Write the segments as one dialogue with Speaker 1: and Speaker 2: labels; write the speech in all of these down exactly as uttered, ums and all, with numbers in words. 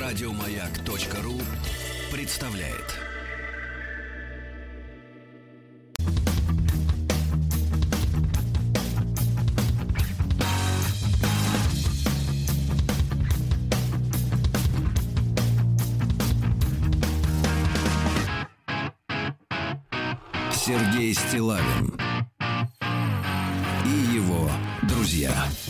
Speaker 1: Радиомаяк.ру представляет. Сергей Стиллавин и его друзья.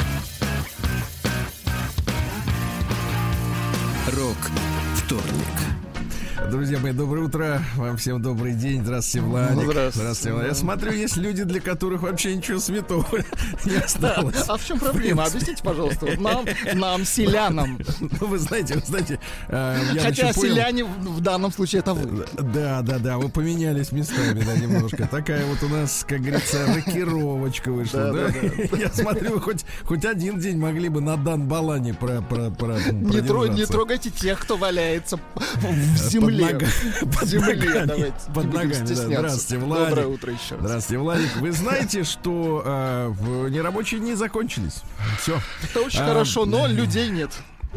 Speaker 1: Рок-вторник.
Speaker 2: Друзья мои, доброе утро. Вам всем добрый день. Здравствуйте, Владик.
Speaker 3: Здравствуйте.
Speaker 2: Здравствуйте, Владик. Я смотрю, есть люди, для которых вообще ничего святого не осталось.
Speaker 3: А в чем проблема? Объясните, пожалуйста, вот нам, нам, селянам.
Speaker 2: Ну, вы знаете, вы знаете, э, я
Speaker 3: Хотя
Speaker 2: понял...
Speaker 3: селяне в данном случае это вы.
Speaker 2: Да, да, да, вы поменялись местами, да, немножко. Такая вот у нас, как говорится, рокировочка вышла, да?
Speaker 3: Да, да, да.
Speaker 2: Я смотрю, хоть, хоть один день могли бы на Дан Балане про, про, про,
Speaker 3: Не, тро, не трогайте тех, кто валяется в земле.
Speaker 2: Под, нога... под
Speaker 3: земле,
Speaker 2: ногами,
Speaker 3: давайте.
Speaker 2: под ногами, да. Здравствуйте, Владик.
Speaker 3: Доброе утро еще раз.
Speaker 2: Здравствуйте, Владик. Вы знаете, что э, нерабочие дни закончились. Все.
Speaker 3: Это очень
Speaker 2: а,
Speaker 3: хорошо, но людей нет.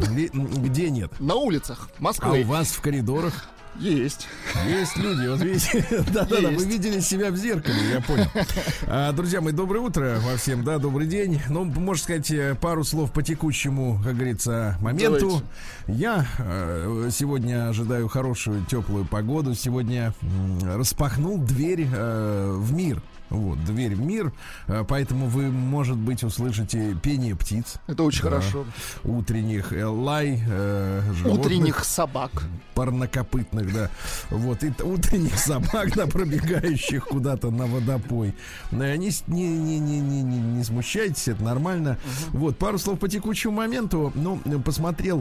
Speaker 2: Где нет?
Speaker 3: На улицах
Speaker 2: А
Speaker 3: Москвы.
Speaker 2: у вас в коридорах?
Speaker 3: Есть.
Speaker 2: Есть люди, вот видите. Да-да-да, вы видели себя в зеркале, я понял. а, Друзья мои, доброе утро во всем, да, добрый день. Ну, можно сказать, пару слов по текущему, как говорится, моменту. Давайте. Я э, сегодня ожидаю хорошую, теплую погоду. Сегодня э, распахнул дверь э, в мир. Вот, дверь в мир, поэтому вы, может быть, услышите пение птиц.
Speaker 3: Это очень
Speaker 2: да,
Speaker 3: хорошо.
Speaker 2: Утренних, э, лай э, животных.
Speaker 3: Утренних собак.
Speaker 2: Парнокопытных, да. Вот, и утренних собак, да, пробегающих куда-то на водопой. Не, не, не, не, не, не смущайтесь, это нормально. Угу. Вот, пару слов по текущему моменту. Ну, посмотрел...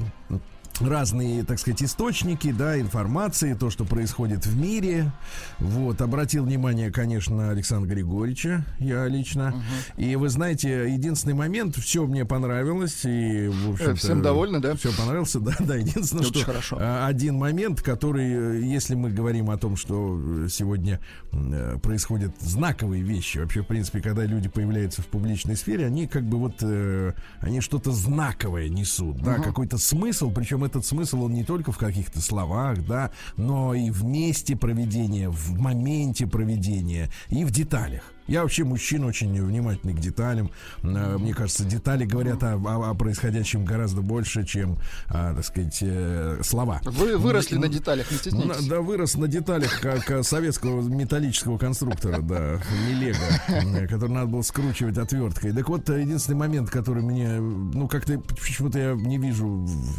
Speaker 2: разные, так сказать, источники, да, информации, то, что происходит в мире. Вот, обратил внимание, конечно, Александра Григорьевича, я лично. Uh-huh. И вы знаете, единственный момент, все мне понравилось, и, в общем-то,
Speaker 3: всем довольны, да?
Speaker 2: Все понравился, да, да. Единственное,
Speaker 3: очень
Speaker 2: что
Speaker 3: хорошо.
Speaker 2: один момент, который, если мы говорим о том, что сегодня происходят знаковые вещи, вообще, в принципе, когда люди появляются в публичной сфере, они как бы вот, они что-то знаковое несут, да, uh-huh. какой-то смысл, причем этот смысл, он не только в каких-то словах, да, но и в месте проведения, в моменте проведения и в деталях. Я вообще мужчина очень внимательный к деталям. Мне кажется, детали говорят о, о, о происходящем гораздо больше, чем, а, так сказать, э, слова.
Speaker 3: Вы выросли на деталях, не стесняйтесь.
Speaker 2: Да, вырос на деталях, как советского металлического конструктора, да, не лего, который надо было скручивать отверткой. Так вот, единственный момент, который мне, ну, как-то почему-то я не вижу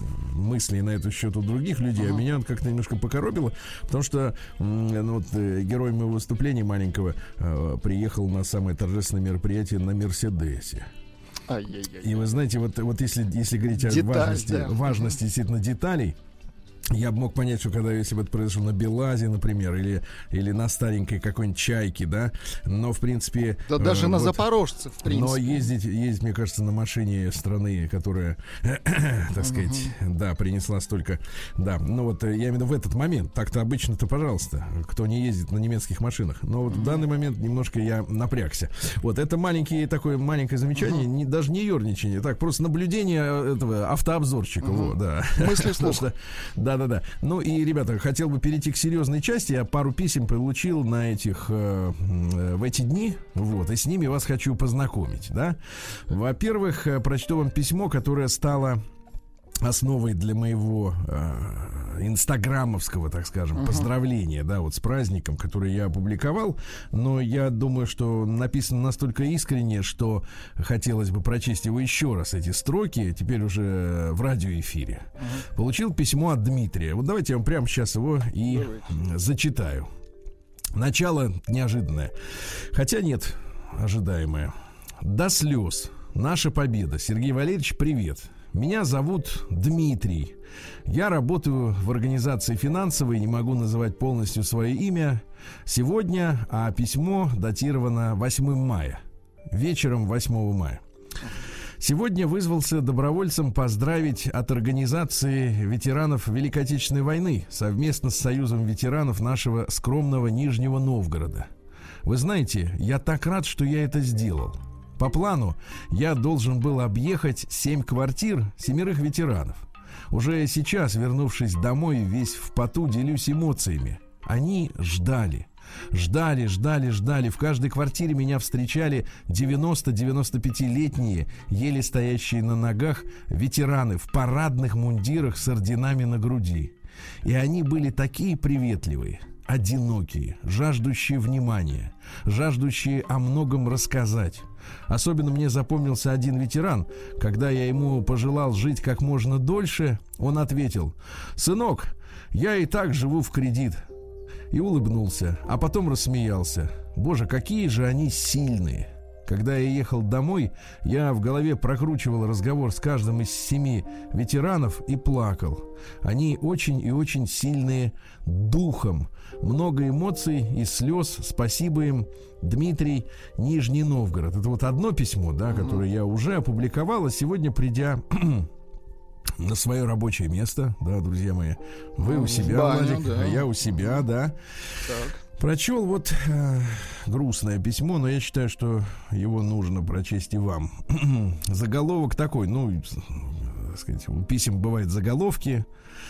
Speaker 2: мыслей на этот счет у других людей, uh-huh. а меня он как-то немножко покоробило, потому что ну, вот, герой моего выступления маленького э, приехал на самое торжественное мероприятие на Мерседесе.
Speaker 3: Ай-яй-яй.
Speaker 2: И вы знаете, вот, вот если, если говорить о
Speaker 3: Деталь,
Speaker 2: важности,
Speaker 3: да.
Speaker 2: важности действительно деталей, я бы мог понять, что когда, если бы это произошло на БелАЗе, например, или, или на старенькой какой-нибудь чайке, да, но, в принципе...
Speaker 3: Да даже
Speaker 2: э,
Speaker 3: на
Speaker 2: вот,
Speaker 3: Запорожце, в принципе.
Speaker 2: Но ездить, ездить, мне кажется, на машине страны, которая, так сказать, uh-huh. да, принесла столько... Да, ну вот я имею в виду в этот момент. Так-то обычно-то, пожалуйста, кто не ездит на немецких машинах. Но вот uh-huh. в данный момент немножко я напрягся. Вот, это маленький, такое маленькое замечание, uh-huh. не, даже не ерничание, так, просто наблюдение этого автообзорчика. Uh-huh. Вот, да.
Speaker 3: Мысли вслух.
Speaker 2: Да, да-да-да. Ну и, ребята, хотел бы перейти к серьезной части. Я пару писем получил на этих, э, э, в эти дни, вот, и с ними вас хочу познакомить, да. Во-первых, э, прочту вам письмо, которое стало основой для моего э, инстаграмовского, так скажем, uh-huh. поздравления, да, вот с праздником, который я опубликовал. Но я думаю, что написано настолько искренне, что хотелось бы прочесть его еще раз, эти строки, теперь уже в радиоэфире. Uh-huh. Получил письмо от Дмитрия. Вот давайте я вам прямо сейчас его и давайте. Зачитаю. Начало неожиданное. Хотя нет, ожидаемое. До слез. Наша победа. Сергей Валерьевич, привет. Меня зовут Дмитрий. Я работаю в организации финансовой, не могу называть полностью свое имя. Сегодня, а письмо датировано восьмого мая. Вечером восьмого мая. Сегодня вызвался добровольцем поздравить от организации ветеранов Великой Отечественной войны совместно с Союзом ветеранов нашего скромного Нижнего Новгорода. Вы знаете, я так рад, что я это сделал. По плану я должен был объехать семь квартир семерых ветеранов. Уже сейчас, вернувшись домой, весь в поту, делюсь эмоциями. Они ждали. Ждали, ждали, ждали. В каждой квартире меня встречали девяносто-девяносто пятилетние, еле стоящие на ногах ветераны в парадных мундирах с орденами на груди. И они были такие приветливые, одинокие, жаждущие внимания, жаждущие о многом рассказать. Особенно мне запомнился один ветеран. Когда я ему пожелал жить как можно дольше, он ответил: «Сынок, я и так живу в кредит». И улыбнулся, а потом рассмеялся. Боже, какие же они сильные. Когда я ехал домой, я в голове прокручивал разговор с каждым из семи ветеранов и плакал. Они очень и очень сильные духом. Много эмоций и слез. Спасибо им. Дмитрий, Нижний Новгород. Это вот одно письмо, да, которое я уже опубликовал, а сегодня, придя на свое рабочее место, да, друзья мои, вы у себя,
Speaker 3: баню,
Speaker 2: Владик,
Speaker 3: да.
Speaker 2: а я у себя, да.
Speaker 3: Так.
Speaker 2: Прочел вот э, грустное письмо, но я считаю, что его нужно прочесть и вам. Заголовок такой, ну, так сказать, у писем бывают заголовки.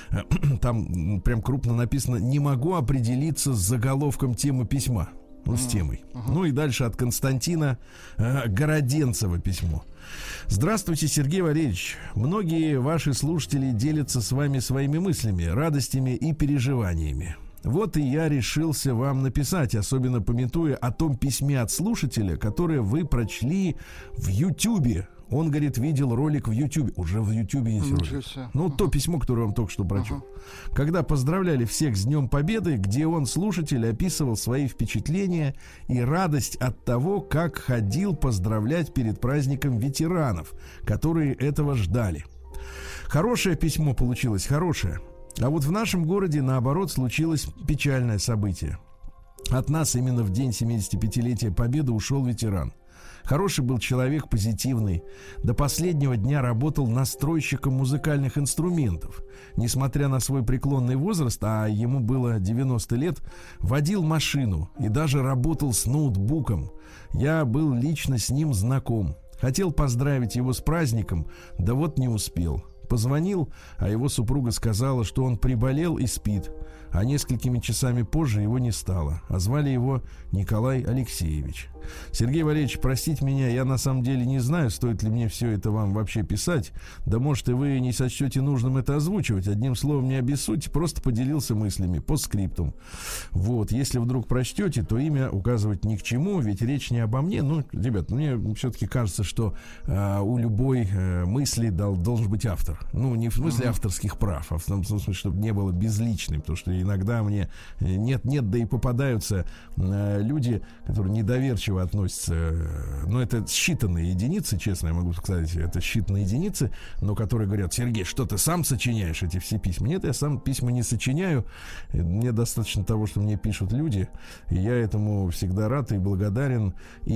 Speaker 2: Там прям крупно написано: «Не могу определиться с заголовком темы письма». Ну, с темой. Uh-huh. Ну и дальше от Константина э, Городенцева письмо. Здравствуйте, Сергей Валерьевич. Многие ваши слушатели делятся с вами своими мыслями, радостями и переживаниями. Вот и я решился вам написать, особенно памятуя о том письме от слушателя, которое вы прочли в Ютьюбе. Он, говорит, видел ролик в Ютьюбе. Уже в Ютьюбе есть ролик. Ну, то письмо, которое я вам только что прочел. Uh-huh. Когда поздравляли всех с Днем Победы, где он, слушатель, описывал свои впечатления и радость от того, как ходил поздравлять перед праздником ветеранов, которые этого ждали. Хорошее письмо получилось, хорошее. А вот в нашем городе, наоборот, случилось печальное событие. От нас именно в день семидесятипятилетия Победы ушел ветеран. Хороший был человек, позитивный. До последнего дня работал настройщиком музыкальных инструментов. Несмотря на свой преклонный возраст, а ему было девяносто лет, водил машину и даже работал с ноутбуком. Я был лично с ним знаком. Хотел поздравить его с праздником, да вот не успел. Позвонил, а его супруга сказала, что он приболел и спит. А несколькими часами позже его не стало. А звали его Николай Алексеевич. Сергей Валерьевич, простите меня, я на самом деле не знаю, стоит ли мне все это вам вообще писать. Да может и вы не сочтете нужным это озвучивать. Одним словом, не обессудьте, просто поделился мыслями по скриптум. Вот, если вдруг прочтете, то имя указывать ни к чему, ведь речь не обо мне. Ну, ребят, мне все-таки кажется, что э, у любой э, мысли дол- должен быть автор. Ну, не в смысле uh-huh. авторских прав, а в том смысле, чтобы не было безличным, потому что иногда мне нет-нет, да и попадаются э, люди, которые недоверчиво относятся, ну, это считанные единицы, честно я могу сказать, это считанные единицы, но которые говорят: Сергей, что ты сам сочиняешь эти все письма? Нет, я сам письма не сочиняю, мне достаточно того, что мне пишут люди, и я этому всегда рад и благодарен,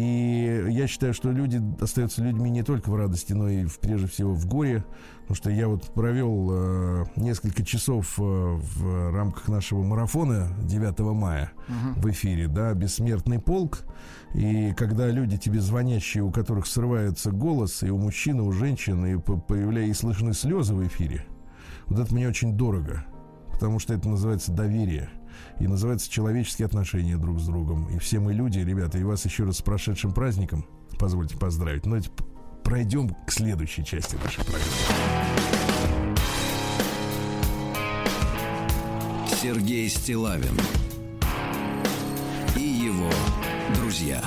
Speaker 2: и я считаю, что люди остаются людьми не только в радости, но и прежде всего в горе. Потому что я вот провел э, несколько часов э, в рамках нашего марафона девятого мая uh-huh. в эфире, да, «Бессмертный полк». И когда люди тебе звонящие, у которых срывается голос, и у мужчин, и у женщин, и появляются, и слышны слезы в эфире, вот это мне очень дорого. Потому что это называется доверие. И называется человеческие отношения друг с другом. И все мы люди, ребята, и вас еще раз с прошедшим праздником позвольте поздравить. Но пройдем к следующей части нашей программы.
Speaker 1: Сергей Стиллавин и его друзья.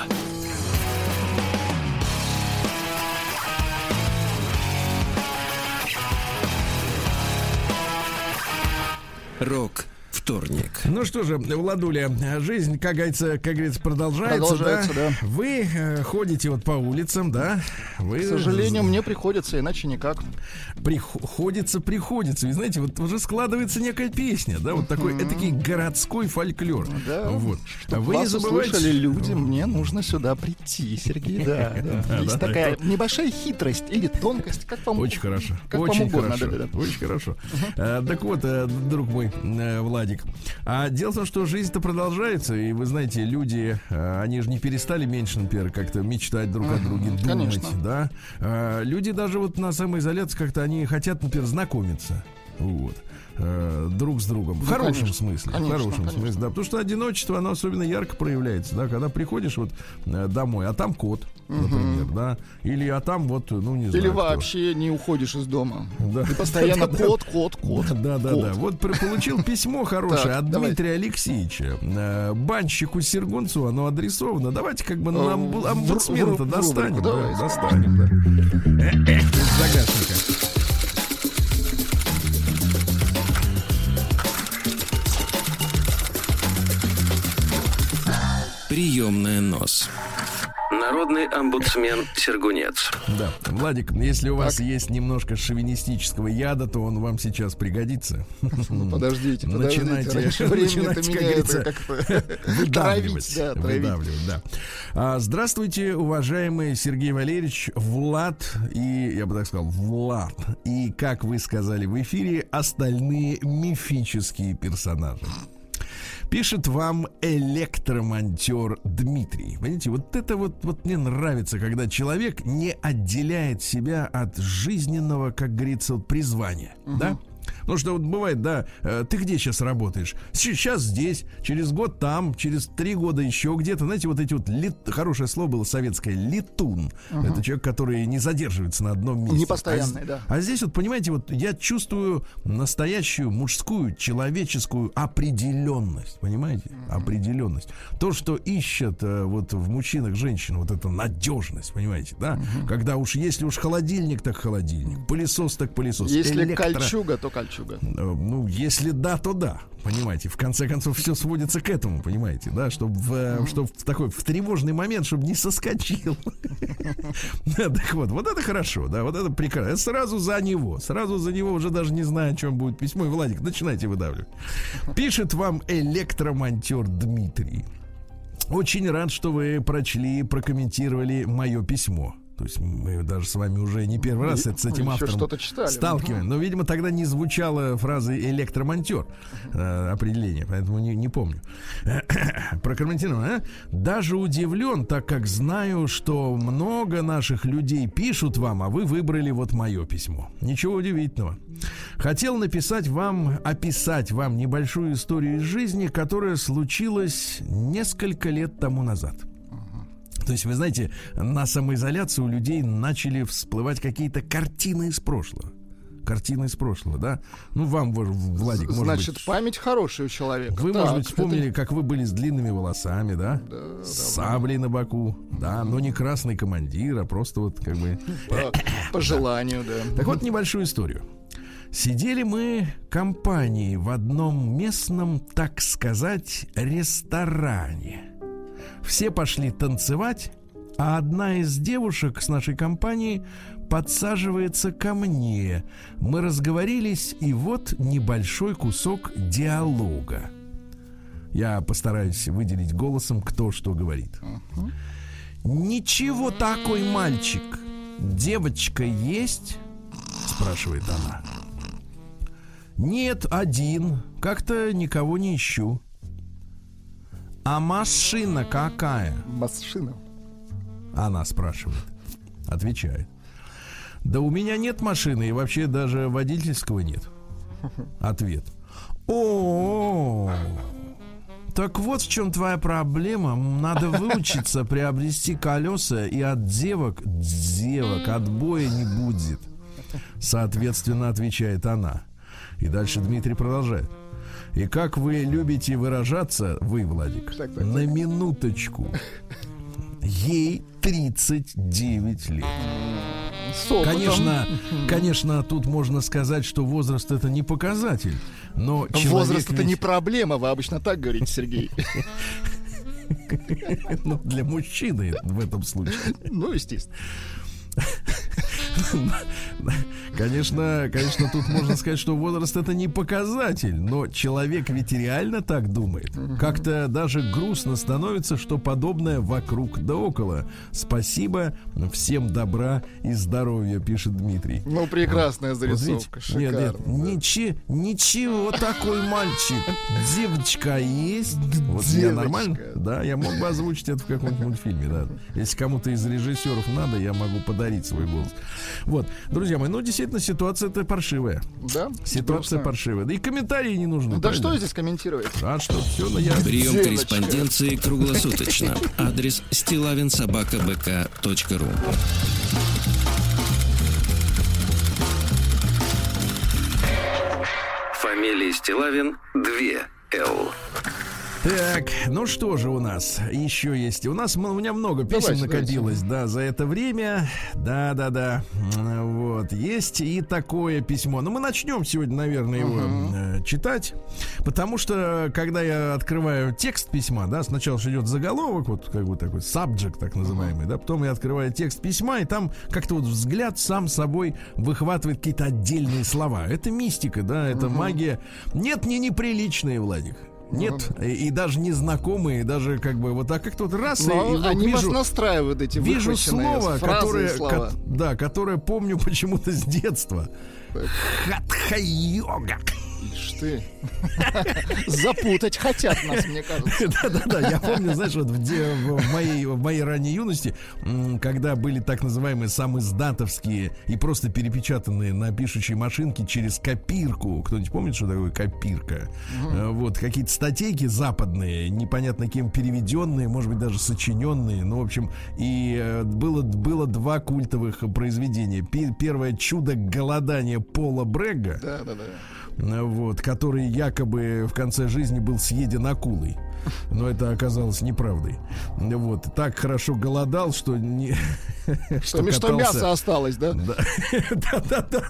Speaker 1: Рок вторник.
Speaker 2: Ну что же, Владуля, жизнь, как говорится, как говорится, продолжается,
Speaker 3: продолжается
Speaker 2: да?
Speaker 3: да.
Speaker 2: Вы э, ходите вот по улицам, да? Вы,
Speaker 3: К сожалению, мне приходится, иначе никак.
Speaker 2: Приходится, приходится. Вы знаете, вот уже складывается некая песня, да? Вот такой этакий городской фольклор.
Speaker 3: Да.
Speaker 2: Вот.
Speaker 3: Чтобы
Speaker 2: Вы
Speaker 3: вас
Speaker 2: не забывайте...
Speaker 3: услышали люди, мне нужно сюда прийти, Сергей, да. да. Есть такая небольшая хитрость или тонкость, как вам
Speaker 2: Очень хорошо.
Speaker 3: Как
Speaker 2: Очень
Speaker 3: вам угодно.
Speaker 2: хорошо.
Speaker 3: Да, да, да.
Speaker 2: Очень хорошо. А, так вот, друг мой, Владик, Владик, а дело в том, что жизнь-то продолжается, и вы знаете, люди, они же не перестали меньше, например, как-то мечтать друг о друге, думать,
Speaker 3: конечно.
Speaker 2: да. А, люди даже вот на самоизоляции как-то они хотят, например, знакомиться, вот, э, друг с другом. В
Speaker 3: Ну,
Speaker 2: хорошем
Speaker 3: конечно,
Speaker 2: смысле.
Speaker 3: конечно,
Speaker 2: в хорошем
Speaker 3: конечно.
Speaker 2: смысле, да. Потому что одиночество, оно особенно ярко проявляется, да, когда приходишь вот э, домой, а там кот, например, да, или а там вот, ну не знаю.
Speaker 3: Или
Speaker 2: кто.
Speaker 3: вообще не уходишь из дома.
Speaker 2: Да.
Speaker 3: И постоянно кот, кот, кот.
Speaker 2: Да, да,
Speaker 3: кот.
Speaker 2: да. Вот пр- получил письмо хорошее
Speaker 3: Так,
Speaker 2: от
Speaker 3: давай.
Speaker 2: Дмитрия Алексеевича. Э, банщику Сергунцу оно адресовано. Давайте как бы на
Speaker 3: Э,
Speaker 2: амбу-
Speaker 3: в-
Speaker 2: омбудсмена-то
Speaker 3: в- в
Speaker 2: достанем.
Speaker 3: рубрику,
Speaker 2: Да,
Speaker 3: давайте.
Speaker 2: достанем, да. Из загашника.
Speaker 1: Приемная нос. Народный омбудсмен Сергунец.
Speaker 2: Да. Владик, если у вас
Speaker 3: Так.
Speaker 2: есть немножко шовинистического яда, то он вам сейчас пригодится.
Speaker 3: Ну, подождите, подождите.
Speaker 2: Начинайте,
Speaker 3: Раньше времени это
Speaker 2: начинайте, как
Speaker 3: меня это
Speaker 2: говорится,
Speaker 3: как-то
Speaker 2: выдавливать.
Speaker 3: травить, да, травить.
Speaker 2: Выдавливать, да. А, здравствуйте, уважаемый Сергей Валерьевич, Влад и, я бы так сказал, Влад. И, как вы сказали в эфире, остальные мифические персонажи. Пишет вам электромонтер Дмитрий. Понимаете, вот это вот, вот мне нравится, когда человек не отделяет себя от жизненного, как говорится, вот, призвания, uh-huh. да? Потому что вот бывает, да, э, ты где сейчас работаешь? Сейчас здесь, через год там, через три года еще где-то. Знаете, вот эти вот, лет... хорошее слово было советское, летун. Uh-huh. Это человек, который не задерживается на одном месте.
Speaker 3: Непостоянный,
Speaker 2: а,
Speaker 3: да.
Speaker 2: А здесь вот, понимаете, вот я чувствую настоящую мужскую, человеческую определенность. Понимаете? Uh-huh. Определенность. То, что ищет э, вот в мужчинах женщин, вот эта надежность, понимаете, да? Uh-huh. Когда уж, если уж холодильник, так холодильник, пылесос, так пылесос.
Speaker 3: Если
Speaker 2: электро...
Speaker 3: кольчуга, то кольчуга.
Speaker 2: Ну, если да, то да. Понимаете, в конце концов, все сводится к этому, понимаете, да, чтобы в, mm-hmm. чтоб в такой в тревожный момент, чтобы не соскочил. Так вот, вот это хорошо, да, вот это прекрасно. Сразу за него, сразу за него, уже даже не знаю, о чем будет письмо. И, Владик, начинайте выдавливать. Пишет вам электромонтер Дмитрий. Очень рад, что вы прочли и прокомментировали мое письмо. То есть мы даже с вами уже не первый раз это, с этим автором сталкиваемся. Но, видимо, тогда не звучала фраза электромонтер э, определение, поэтому не, не помню. Прокомментировано, а? Даже удивлен, так как знаю, что много наших людей пишут вам, а вы выбрали вот мое письмо. Ничего удивительного. Хотел написать вам, описать вам небольшую историю из жизни, которая случилась несколько лет тому назад. То есть, вы знаете, на самоизоляцию у людей начали всплывать какие-то картины из прошлого. Картины из прошлого, да? Ну, вам, Владик, может
Speaker 3: Значит,
Speaker 2: быть...
Speaker 3: память хорошая у человека.
Speaker 2: Вы,
Speaker 3: так,
Speaker 2: может быть, вспомнили,
Speaker 3: это...
Speaker 2: как вы были с длинными волосами, да?
Speaker 3: Да,
Speaker 2: с саблей на боку, да? Но не красный командир, а просто вот как бы...
Speaker 3: По, по желанию, да.
Speaker 2: Так вот, небольшую историю. Сидели мы компанией в одном местном, так сказать, ресторане. Все пошли танцевать, а одна из девушек с нашей компании подсаживается ко мне. Мы разговорились, и вот небольшой кусок диалога. Я постараюсь выделить голосом, кто что говорит. Uh-huh. «Ничего такой мальчик. Девочка есть?» спрашивает она. «Нет, один. Как-то никого не ищу». «А машина какая?»
Speaker 3: Машина.
Speaker 2: Она спрашивает. Отвечает. «Да у меня нет машины, и вообще даже водительского нет». Ответ. «О, так вот в чем твоя проблема. Надо выучиться приобрести колеса, и от девок, девок отбоя не будет». Соответственно, отвечает она. И дальше Дмитрий продолжает. «И как вы любите выражаться, вы, Владик,
Speaker 3: так, так,
Speaker 2: на
Speaker 3: так.
Speaker 2: минуточку, ей тридцать девять лет». Конечно, конечно, тут можно сказать, что возраст — это не показатель, но
Speaker 3: возраст — это
Speaker 2: ведь...
Speaker 3: не проблема, вы обычно так говорите, Сергей.
Speaker 2: Ну, для мужчины в этом случае.
Speaker 3: Ну, естественно.
Speaker 2: Конечно, конечно, тут можно сказать, что возраст это не показатель, но человек ведь реально так думает. Как-то даже грустно становится, что подобное вокруг да около. Спасибо, всем добра и здоровья, пишет Дмитрий.
Speaker 3: Ну, прекрасная зарисовка,
Speaker 2: вот
Speaker 3: шикарно.
Speaker 2: Нет, нет,
Speaker 3: да.
Speaker 2: ничего, ничего такой мальчик. Девочка есть. Вот
Speaker 3: Девочка.
Speaker 2: я нормально? Да, я мог бы озвучить это в каком-нибудь мультфильме, да. Если кому-то из режиссеров надо, я могу подарить свой голос. Вот, друзья мои, ну действительно ситуация-то паршивая.
Speaker 3: Да?
Speaker 2: Ситуация
Speaker 3: грустно.
Speaker 2: паршивая. Да и комментарии не нужны.
Speaker 3: Да
Speaker 2: правильно?
Speaker 3: что здесь комментировать?
Speaker 2: А что, все, ну я...
Speaker 1: Прием
Speaker 3: Девочка.
Speaker 1: корреспонденции круглосуточно. Адрес стилавин собака бэ ка точка ру. Фамилия Стилавин две Л.
Speaker 2: Так, ну что же у нас еще есть? У нас, у меня много писем
Speaker 3: Давайте,
Speaker 2: накопилось, да, за это время. Да-да-да. Вот, есть и такое письмо. Но мы начнем сегодня, наверное, его uh-huh. э, читать. Потому что, когда я открываю текст письма, да, сначала же идет заголовок, вот как бы такой subject, так называемый, uh-huh. да, потом я открываю текст письма, и там как-то вот взгляд сам собой выхватывает какие-то отдельные слова. Это мистика, да, это uh-huh. магия. Нет, не неприличные, Владик. Нет, и, и даже незнакомые, даже как бы вот так как-то вот раз
Speaker 3: Но
Speaker 2: и, и
Speaker 3: они
Speaker 2: вижу,
Speaker 3: вас настраивают, эти
Speaker 2: вижу слово, которое,
Speaker 3: слова.
Speaker 2: ко, да, которое помню почему-то с детства. Хатха-йога.
Speaker 3: Ишь ты. Запутать хотят нас, мне кажется.
Speaker 2: Да-да-да, я помню, знаешь, вот в, де, в, моей, в моей ранней юности, когда были так называемые самиздатовские и просто перепечатанные на пишущей машинке через копирку. Кто-нибудь помнит, что такое копирка? Угу. Вот, какие-то статейки западные, непонятно кем переведенные, может быть, даже сочиненные. Ну, в общем, и было, было два культовых произведения. Первое «Чудо голодания» Пола Брэгга.
Speaker 3: Да-да-да.
Speaker 2: Вот, который якобы в конце жизни был съеден акулой. Но это оказалось неправдой. Вот, так хорошо голодал, что не...
Speaker 3: Что, что, что мясо осталось, да?
Speaker 2: Да-да-да.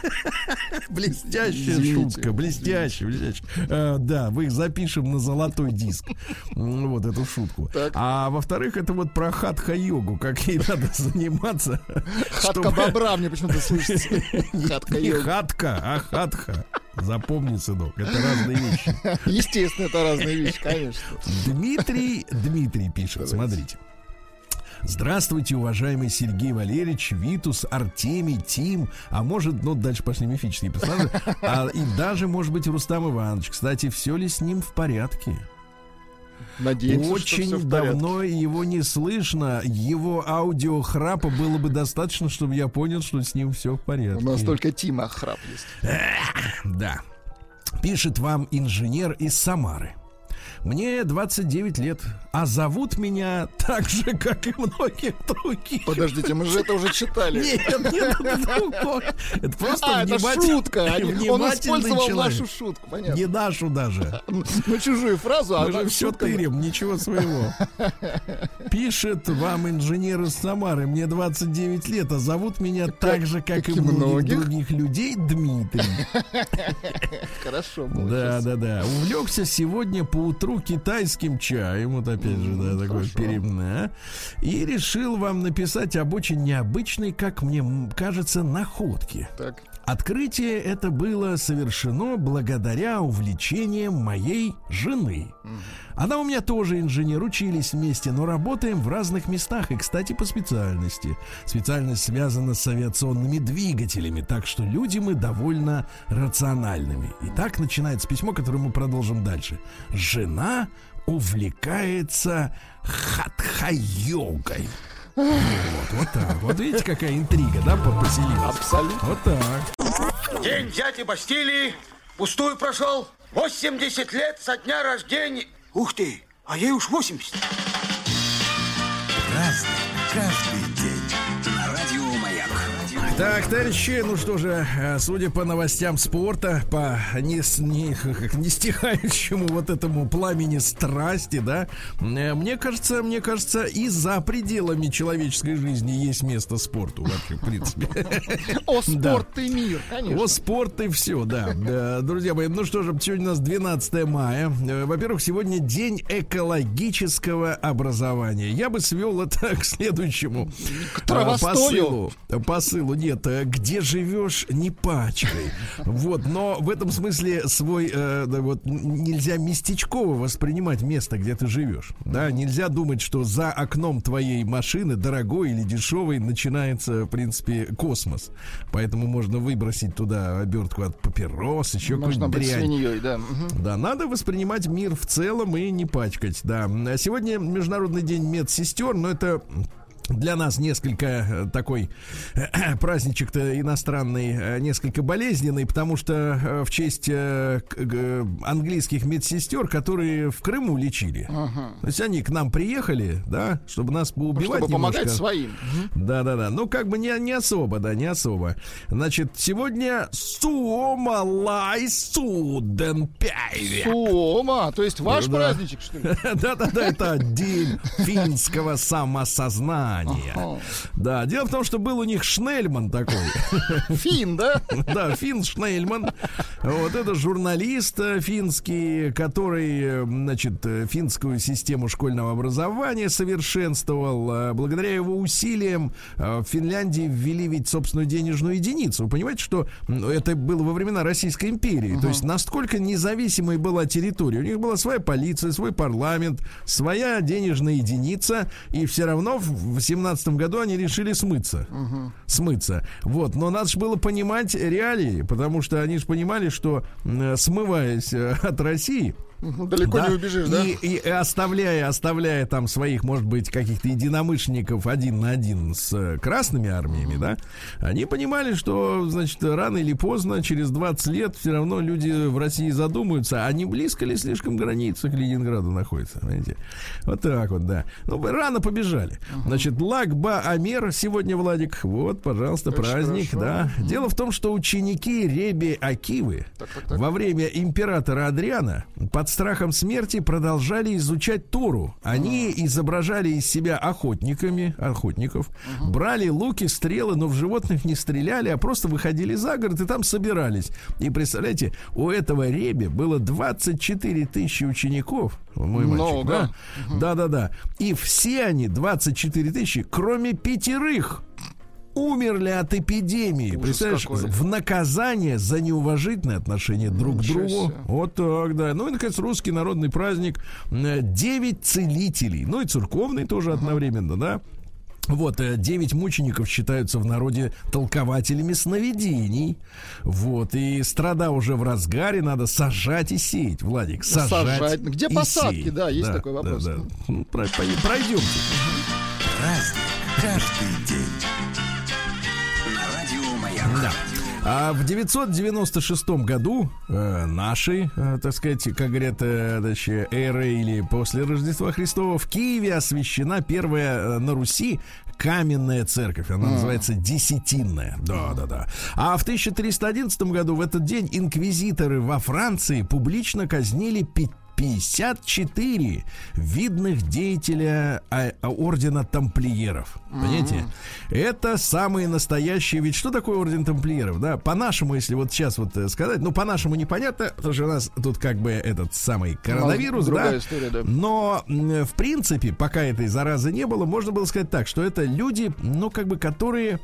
Speaker 2: Блестящая шутка, блестящая, блестящая. А, да, мы их запишем на золотой диск. Вот эту шутку. Так. А во-вторых, это вот про хатха-йогу, как ей надо заниматься.
Speaker 3: Хатка-бобра мне почему-то слышится.
Speaker 2: Не хатка, а хатха. Запомни, сынок, это разные вещи.
Speaker 3: Естественно, это разные вещи, конечно.
Speaker 2: Дмитрий, Дмитрий пишет, смотрите. Здравствуйте, уважаемый Сергей Валерьевич, Витус, Артемий, Тим, а может, ну, дальше пошли мифические персонажи, а, и даже, может быть, Рустам Иванович. Кстати, все ли с ним в порядке?
Speaker 3: Надеемся,
Speaker 2: очень
Speaker 3: что все в
Speaker 2: давно его не слышно. Его аудиохрапа было бы достаточно, чтобы я понял, что с ним все в порядке.
Speaker 3: У нас только Тима храп есть.
Speaker 2: Да. Пишет вам инженер из Самары. Мне двадцать девять лет, а зовут меня так же, как и многих других.
Speaker 3: Подождите, мы же это уже читали.
Speaker 2: Нет, нет, это, это просто
Speaker 3: а, это шутка. Он использовал
Speaker 2: человек.
Speaker 3: нашу шутку, понятно.
Speaker 2: Не нашу даже.
Speaker 3: Ну, чужую фразу.
Speaker 2: Мы а же все тырим, ничего своего. Пишет вам инженер из Самары. Мне двадцать девять лет, а зовут меня как, так же, как, как и многих, многих других людей, Дмитрий.
Speaker 3: Хорошо.
Speaker 2: Да, да, да. Увлекся сегодня по утру китайским чаем, вот опять же, да, такой перебна, и решил вам написать об очень необычной, как мне кажется, находке.
Speaker 3: Так.
Speaker 2: Открытие это было совершено благодаря увлечениям моей жены. Mm. Она у меня тоже инженер, учились вместе, но работаем в разных местах. И, кстати, по специальности. Специальность связана с авиационными двигателями, так что люди мы довольно рациональными. И так начинается письмо, которое мы продолжим дальше. Жена увлекается хатха-йогой. Вот, вот так. Вот видите, какая интрига, да, поселилась?
Speaker 3: Абсолютно.
Speaker 2: Вот так.
Speaker 4: День дяди Бастилии пустую прошел. восемьдесят лет со дня рождения. Ух ты, а ей уж восемьдесят.
Speaker 5: Разный, каждый день. На радио Маяк.
Speaker 2: Так, товарищи, ну что же, судя по новостям спорта, по не, не, как, не стихающему вот этому пламени страсти, да, мне кажется, мне кажется, и за пределами человеческой жизни есть место спорту, вообще, в принципе.
Speaker 3: О, спорт и мир, конечно.
Speaker 2: О, спорт и все, да. Друзья мои, ну что же, сегодня у нас двенадцатое мая. Во-первых, сегодня день экологического образования. Я бы свел это к следующему посылу. Посылу. нет, где живешь, не пачкай. Вот, но в этом смысле свой, э, да, вот, нельзя местечково воспринимать место, где ты живешь. Да, нельзя думать, что за окном твоей машины, дорогой или дешевой, начинается, в принципе, космос. Поэтому можно выбросить туда обертку от папирос, еще какую-нибудь дрянь.
Speaker 3: Свиньей, да.
Speaker 2: Да, надо воспринимать мир в целом и не пачкать, да. Сегодня Международный день медсестер, но это для нас несколько такой э, праздничек-то иностранный, э, несколько болезненный, потому что э, в честь э, э, английских медсестер, которые в Крыму лечили. Uh-huh. То есть они к нам приехали, да, чтобы нас поубивать
Speaker 3: чтобы
Speaker 2: немножко.
Speaker 3: Помогать своим.
Speaker 2: Да-да-да. Ну, как бы не, не особо, да, не особо. Значит, сегодня Суомалай Суденpäivä.
Speaker 3: Суома, то есть ваш
Speaker 2: да.
Speaker 3: праздничек, что ли?
Speaker 2: Да-да-да, это день финского самосознания. Ага. Да, дело в том, что был у них Шнельман такой.
Speaker 3: Фин, да?
Speaker 2: Да, Фин Шнельман. Вот это журналист финский, который, значит, финскую систему школьного образования совершенствовал. Благодаря его усилиям в Финляндии ввели ведь собственную денежную единицу. Вы понимаете, что это было во времена Российской империи. Uh-huh. То есть настолько независимой была территория. У них была своя полиция, свой парламент, своя денежная единица. И все равно в семнадцатом году они решили смыться. Uh-huh. Смыться. Вот. Но надо же было понимать реалии, потому что они же понимали, что э, смываясь э, от России,
Speaker 3: далеко да, не убежишь, да?
Speaker 2: И, и оставляя, оставляя там своих, может быть, каких-то единомышленников один на один с красными армиями, да, они понимали, что, значит, рано или поздно, через двадцать лет, все равно люди в России задумаются, а не близко ли слишком граница к Ленинграду находится, понимаете? Вот так вот, да. Ну, рано побежали. Uh-huh. Значит, Lag-ба-Амер сегодня, Владик, вот, пожалуйста, очень праздник, хорошо. Да. Uh-huh. Дело в том, что ученики Реби Акивы так, так, так. во время императора Адриана под страхом смерти продолжали изучать Тору. Они uh-huh. изображали из себя охотниками, охотников, uh-huh. брали луки, стрелы, но в животных не стреляли, а просто выходили за город и там собирались. И представляете, у этого Реби было двадцать четыре тысячи учеников, мой мальчик, no, да? Uh-huh. Да-да-да. И все они, двадцать четыре тысячи, кроме пятерых, умерли от эпидемии. Ужас. Представляешь, какой. В наказание за неуважительное отношение друг к другу. Себе. Вот так, да. Ну и, наконец, русский народный праздник. Девять целителей. Ну и церковный тоже uh-huh. одновременно, да. Вот, девять мучеников считаются в народе толкователями сновидений. Вот, и страда уже в разгаре, надо сажать и сеять, Владик, сажать, сажать.
Speaker 3: Где
Speaker 2: и
Speaker 3: посадки,
Speaker 2: сеять.
Speaker 3: Да, есть
Speaker 2: да,
Speaker 3: такой вопрос.
Speaker 2: Да, да. Ну, пройдемте.
Speaker 5: Праздник каждый день.
Speaker 2: Да. А в девятьсот девяносто шестом году э, нашей, э, так сказать, как говорят, э, значит, эры или после Рождества Христова, в Киеве освящена первая э, на Руси каменная церковь. Она mm. называется Десятинная. Да, да, да. А в тысяча триста одиннадцатом году в этот день инквизиторы во Франции публично казнили пятьдесят четыре видных деятеля а, а, ордена тамплиеров. Mm-hmm. Понимаете? Это самые настоящие. Ведь что такое орден тамплиеров? Да, по-нашему, если вот сейчас вот сказать, ну, по-нашему непонятно, потому что у нас тут как бы этот самый коронавирус, да? История, да. Но, в принципе, пока этой заразы не было, можно было сказать так, что это люди, ну, как бы, которые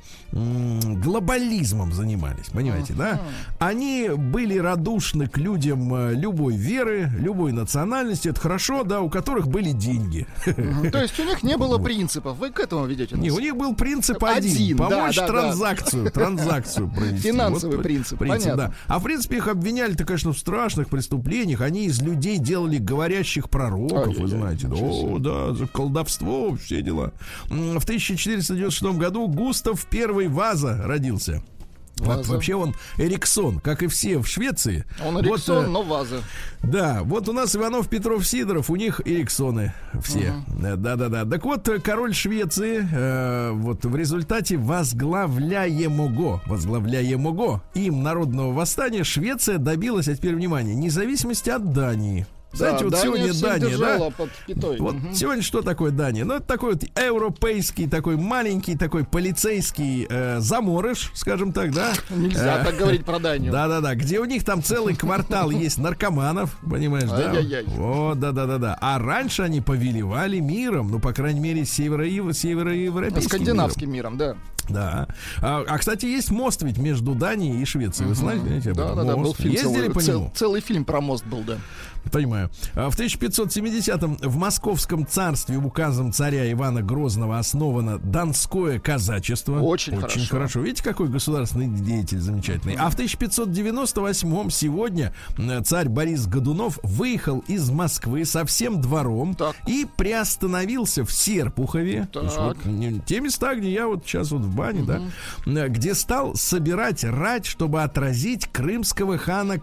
Speaker 2: м- глобализмом занимались, понимаете, mm-hmm. да? Они были радушны к людям любой веры, любой национальности, это хорошо, да, у которых были деньги.
Speaker 3: Mm-hmm. То есть у них не было принципов. Вы к этому ведете?
Speaker 2: Не, у них был принцип один. один помочь да, да, транзакцию, да. транзакцию провести.
Speaker 3: Финансовый вот, принцип, принцип понятно.
Speaker 2: Да. А в принципе их обвиняли-то, конечно, в страшных преступлениях. Они из людей делали говорящих пророков, Ай, вы знаете. Да, о, да, за колдовство, все дела. В тысяча четыреста девяносто шестом году Густав I Ваза родился. Вот, вообще он Эриксон, как и все в Швеции.
Speaker 3: Он Эриксон, вот, но Ваза.
Speaker 2: Да, вот у нас Иванов, Петров, Сидоров, у них Эриксоны все. Uh-huh. Да-да-да. Так вот, король Швеции э, вот в результате возглавляемого, возглавляемого им народного восстания Швеция добилась, а теперь внимание, независимости от Дании. Знаете, да, вот
Speaker 3: Дания
Speaker 2: сегодня Дания, да?
Speaker 3: Под пятой.
Speaker 2: Вот угу. сегодня что такое Дания? Ну, это такой вот европейский, такой маленький, такой полицейский э, заморыш, скажем так, да?
Speaker 3: Нельзя э, так говорить про Данию.
Speaker 2: Да-да-да, где у них там целый квартал есть наркоманов, понимаешь, да? Вот, да-да-да-да. А раньше они повелевали миром, ну, по крайней мере, северо- североевропейским
Speaker 3: скандинавским миром, да.
Speaker 2: Да. А, а, кстати, есть мост ведь между Данией и Швецией. Вы знаете?
Speaker 3: Да, да, да, был фильм.
Speaker 2: Ездили
Speaker 3: целый,
Speaker 2: по
Speaker 3: цел,
Speaker 2: нему?
Speaker 3: Целый фильм про мост был, да.
Speaker 2: Понимаю. В тысяча пятьсот семидесятом в Московском царстве указом царя Ивана Грозного основано Донское казачество.
Speaker 3: Очень,
Speaker 2: Очень хорошо. хорошо. Видите, какой государственный деятель замечательный. А в тысяча пятьсот девяносто восьмом сегодня царь Борис Годунов выехал из Москвы со всем двором
Speaker 3: так.
Speaker 2: и приостановился в Серпухове. То есть вот, те места, где я вот сейчас вот в бане, угу. да, где стал собирать рать, чтобы отразить крымского хана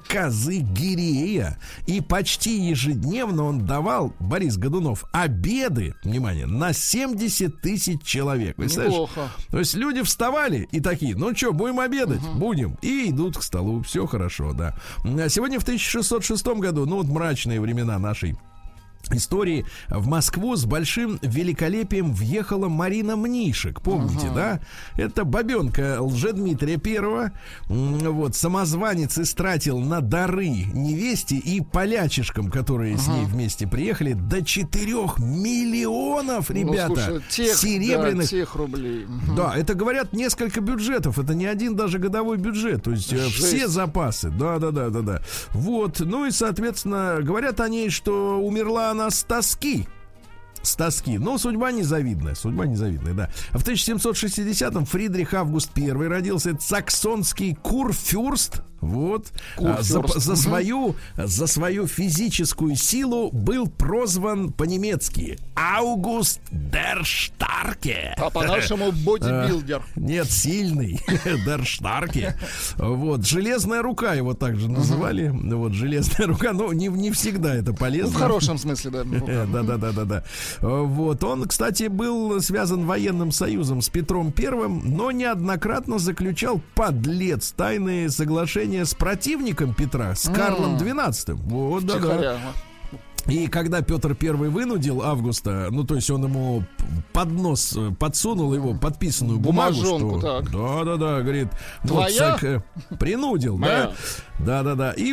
Speaker 2: Казы-Гирея. И почти Почти ежедневно он давал, Борис Годунов, обеды, внимание, на семьдесят тысяч человек.
Speaker 3: Неплохо.
Speaker 2: То есть люди вставали и такие, ну что, будем обедать? Uh-huh. Будем. И идут к столу. Все хорошо, да. Сегодня в тысяча шестьсот шестом году, ну вот мрачные времена нашей истории, в Москву с большим великолепием въехала Марина Мнишек. Помните, uh-huh. да? Это бабенка Лжедмитрия Первого. Вот, самозванец истратил на дары невесте и полячишкам, которые uh-huh. с ней вместе приехали, до четырех миллионов, ребята, ну, слушай, тех, серебряных. Да,
Speaker 3: тех рублей. Uh-huh.
Speaker 2: Да, это, говорят, несколько бюджетов. Это не один даже годовой бюджет. То есть Жесть. все запасы. Да, да, да, да, да. Вот. Ну и, соответственно, говорят о ней, что умерла она с тоски. С тоски. Но судьба незавидная. Судьба незавидная, да. В тысяча семьсот шестидесятом Фридрих Август Первый родился. Это саксонский курфюрст. Вот. А, за, за, свою, за свою физическую силу был прозван по-немецки Аугуст дер Штарке.
Speaker 3: А по-нашему бодибилдер.
Speaker 2: А, нет, сильный. Дер Штарке. Вот. Железная рука его также называли. Uh-huh. Вот, железная рука. Но не, не всегда это полезно.
Speaker 3: Ну, в хорошем смысле, да.
Speaker 2: Да, да, да, да, да. Вот. Он, кстати, был связан военным союзом с Петром Первым, но неоднократно заключал, подлец, тайные соглашения с противником Петра, с Карлом Двенадцатым. Вот, да, да. И когда Петр Первый вынудил Августа, ну, то есть он ему под нос подсунул его подписанную бумагу, что...
Speaker 3: Так.
Speaker 2: Да-да-да, говорит...
Speaker 3: Твоя?
Speaker 2: Вот, так, принулил,
Speaker 3: моя.
Speaker 2: да? Да-да-да. И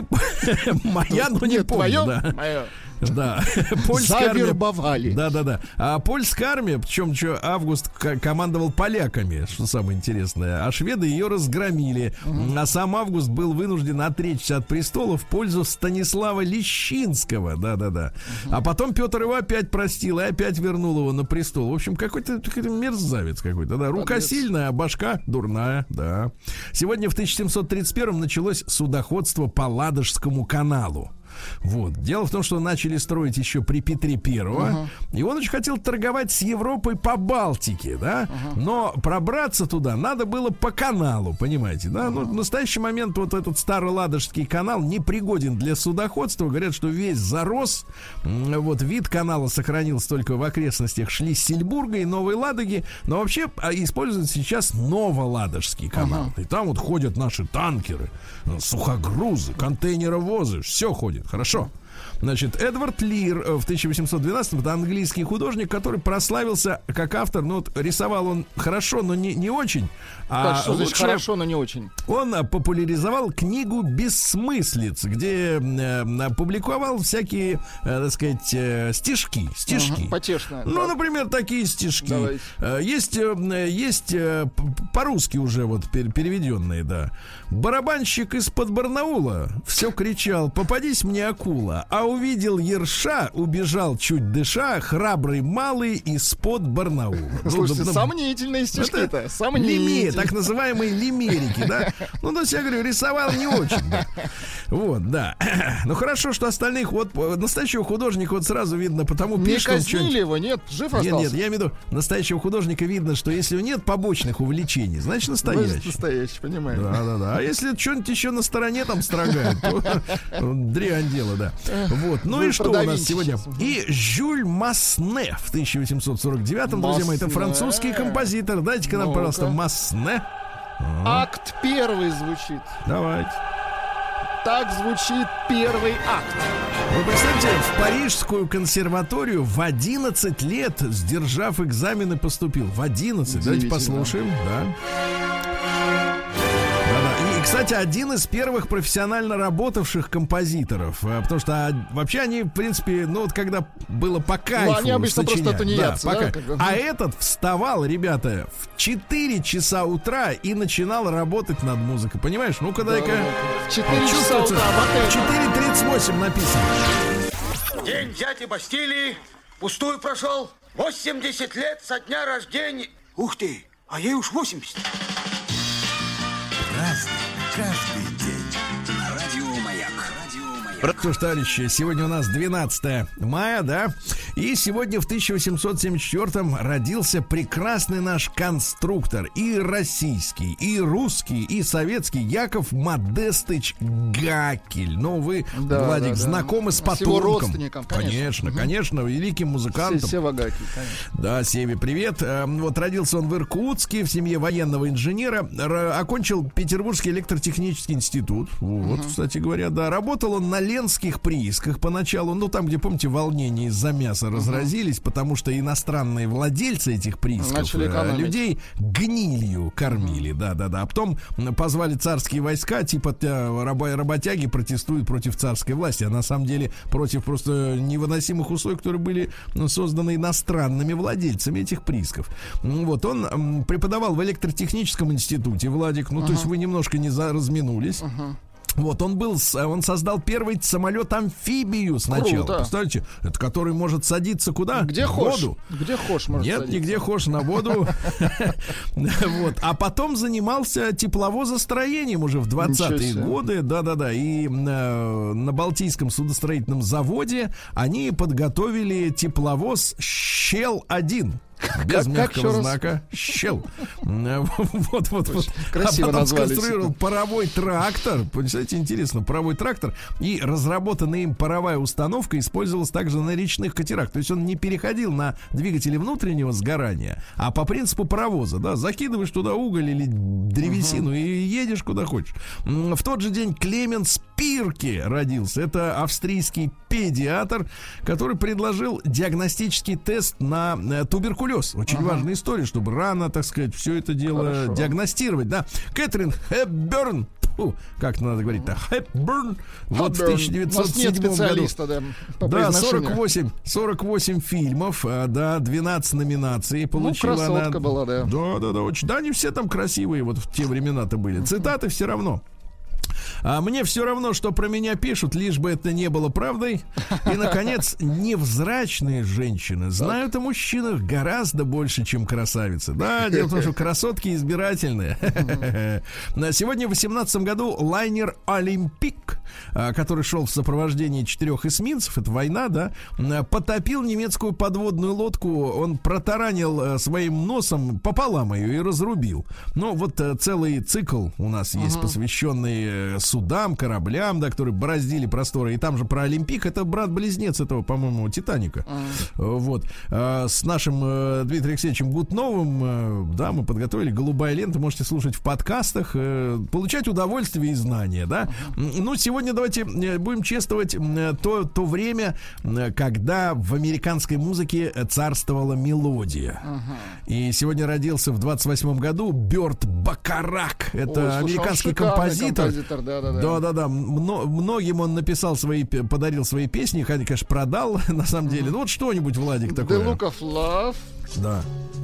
Speaker 2: моя, но не помню, да.
Speaker 3: Моя.
Speaker 2: Да, польская
Speaker 3: завербовали.
Speaker 2: Да, да, да. А польская армия, причем что Август к- командовал поляками, что самое интересное, а шведы ее разгромили. Uh-huh. А сам Август был вынужден отречься от престола в пользу Станислава Лещинского. Да, да, да. Uh-huh. А потом Петр его опять простил и опять вернул его на престол. В общем, какой-то, какой-то мерзавец какой-то. Да, рука Молодец. Сильная, а башка дурная. Да. Сегодня в тысяча семьсот тридцать первом началось судоходство по Ладожскому каналу. Вот. Дело в том, что начали строить еще при Петре Первого, uh-huh. и он очень хотел торговать с Европой по Балтике, да, uh-huh. но пробраться туда надо было по каналу, понимаете, да, uh-huh. ну, в настоящий момент вот этот старый Ладожский канал непригоден для судоходства, говорят, что весь зарос, вот, вид канала сохранился только в окрестностях Шлиссельбурга и Новой Ладоги, но вообще используется сейчас Новоладожский канал, uh-huh. и там вот ходят наши танкеры, сухогрузы, контейнеровозы, все ходит. Хорошо. Значит, Эдвард Лир в тысяча восемьсот двенадцатом, это английский художник, который прославился как автор. Ну, вот рисовал он хорошо, но не, не очень.
Speaker 3: А что значит хорошо, но не очень?
Speaker 2: Он популяризовал книгу «Бессмыслиц», где э, опубликовал всякие, э, так сказать, э, стишки. Стишки.
Speaker 3: Угу, потешно.
Speaker 2: Ну,
Speaker 3: да.
Speaker 2: например, такие стишки.
Speaker 3: Давайте.
Speaker 2: Есть, есть по-русски уже вот переведенные, да. Барабанщик из-под Барнаула все кричал: «Попадись мне, акула!» А увидел ерша, убежал чуть дыша, храбрый малый из-под Барнаула.
Speaker 3: Слушайте,
Speaker 2: ну,
Speaker 3: сомнительные стишки-то.
Speaker 2: Лимерики, так называемые лимерики, да. Ну, то есть, я говорю, рисовал не очень, да. Вот, да. Ну, хорошо, что остальных, вот, настоящего художника вот сразу видно, потому пишет он что-нибудь.
Speaker 3: Не казнили его, нет? Жив остался?
Speaker 2: Нет, нет, я имею в виду, настоящего художника видно, что если у него нет побочных увлечений, значит, настоящий.
Speaker 3: Значит, настоящий, понимаю.
Speaker 2: Да, да, да. А если что-нибудь еще на стороне там строгает, то дрянь дело, да. Вот. Ну и что у нас сегодня? И Жюль Масне в тысяча восемьсот сорок девятом, друзья мои, это французский композитор. Дайте-ка нам, пожалуйста, Масне.
Speaker 3: Акт первый звучит.
Speaker 2: Давайте.
Speaker 3: Так звучит первый акт.
Speaker 2: Вы представляете, в Парижскую консерваторию в одиннадцать лет, сдержав экзамены, поступил. В одиннадцать. Давайте послушаем. Да. кстати, один из первых профессионально работавших композиторов. Потому что а, вообще они, в принципе, ну вот когда было по кайфу.
Speaker 3: Ну, они обычно
Speaker 2: сочинять,
Speaker 3: просто тунеядцы,
Speaker 2: да,
Speaker 3: да,
Speaker 2: пока...
Speaker 3: когда...
Speaker 2: А этот вставал, ребята, в четыре часа утра и начинал работать над музыкой. Понимаешь? Ну-ка,
Speaker 3: Да,
Speaker 2: дай-ка.
Speaker 3: в четыре часа утра.
Speaker 2: четыре тридцать восемь написано.
Speaker 4: День дяди Бастилии пустую прошел. восемьдесят лет со дня рождения. Ух ты, а ей уж восемьдесят.
Speaker 5: Разный, каждый день. На радио Маяк.
Speaker 2: Что ж, товарищи, сегодня у нас двенадцатое мая, да? И сегодня в тысяча восемьсот семьдесят четвёртом родился прекрасный наш конструктор. И российский, и русский, и советский Яков Модестыч Гакель. Ну, вы,
Speaker 3: да,
Speaker 2: Владик,
Speaker 3: да, да.
Speaker 2: знакомы с, с потомком.
Speaker 3: Его родственником, конечно.
Speaker 2: Конечно, угу. конечно, великим музыкантом.
Speaker 3: Сева Гакель, конечно.
Speaker 2: Да, Севе, привет. Вот родился он в Иркутске в семье военного инженера. Окончил Петербургский электротехнический институт. Вот, угу. кстати говоря, да. Работал он на ленских приисках поначалу. Ну, там, где, помните, волнения из-за мяса разразились, потому что иностранные владельцы этих приисков э, людей гнилью кормили, да-да-да. А потом позвали царские войска, типа работяги протестуют против царской власти, а на самом деле против просто невыносимых условий, которые были созданы иностранными владельцами этих приисков. Вот, он преподавал в электротехническом институте, Владик, ну, uh-huh. то есть вы немножко не за- разминулись. Uh-huh. Вот, он был, он создал первый самолет-амфибию сначала. Круто. Представляете, это который может садиться куда?
Speaker 3: Где
Speaker 2: в
Speaker 3: хошь?
Speaker 2: воду.
Speaker 3: Где хошь может
Speaker 2: Нет,
Speaker 3: садиться?
Speaker 2: нигде хошь, на воду. Вот. А потом занимался тепловозостроением уже в двадцатые годы. Да-да-да. И на Балтийском судостроительном заводе они подготовили тепловоз Щел один. Без как, мягкого как знака Щел. Вот, вот, вот.
Speaker 3: Красиво
Speaker 2: а потом
Speaker 3: назвали.
Speaker 2: Сконструировал паровой трактор. Представляете, интересно, паровой трактор. И разработанная им паровая установка использовалась также на речных катерах. То есть он не переходил на двигатели внутреннего сгорания, а по принципу паровоза. Да, закидываешь туда уголь или древесину uh-huh. и едешь куда хочешь. В тот же день Клеменс Пирке родился. Это австрийский педиатр, который предложил диагностический тест на туберкулез. Очень ага. важная история, чтобы рано, так сказать, все это дело Хорошо. диагностировать, да. Кэтрин Хепберн, фу, как надо говорить-то, Хепберн, вот в тысяча девятьсот седьмом году. Да, да сорок восемь, сорок восемь фильмов, да, двенадцать номинаций получила.
Speaker 3: Ну, красотка
Speaker 2: она.
Speaker 3: была, да.
Speaker 2: Да, да, да, очень. Да, они все там красивые, вот в те времена-то были. Цитаты все равно. А мне все равно, что про меня пишут, лишь бы это не было правдой. И, наконец, невзрачные женщины знают о мужчинах гораздо больше, чем красавицы. Да, дело в том, что красотки избирательные. Сегодня в восемнадцатом году лайнер «Олимпик», который шел в сопровождении четырех эсминцев, это война, да, потопил немецкую подводную лодку. Он протаранил своим носом пополам ее и разрубил. Ну, вот целый цикл у нас есть, посвященный судам, кораблям, да, которые бороздили просторы. И там же про Олимпик, это брат-близнец этого, по-моему, Титаника. Mm. Вот. А, с нашим э, Дмитрием Алексеевичем Гутновым, э, да, мы подготовили «Голубая лента». Можете слушать в подкастах, э, получать удовольствие и знания, да. Mm. Ну, сегодня давайте будем чествовать э, то, то время, э, когда в американской музыке царствовала мелодия. Uh-huh. И сегодня родился в двадцать восьмом году Бёрд Бакарак. Это Ой, американский композитор. композитор да, да, да. да, да, да. Мно, многим он написал свои, подарил свои песни, хотя, конечно, продал, на самом деле. Ну, вот что-нибудь, Владик, такое.
Speaker 3: The Look of Love.
Speaker 2: Да.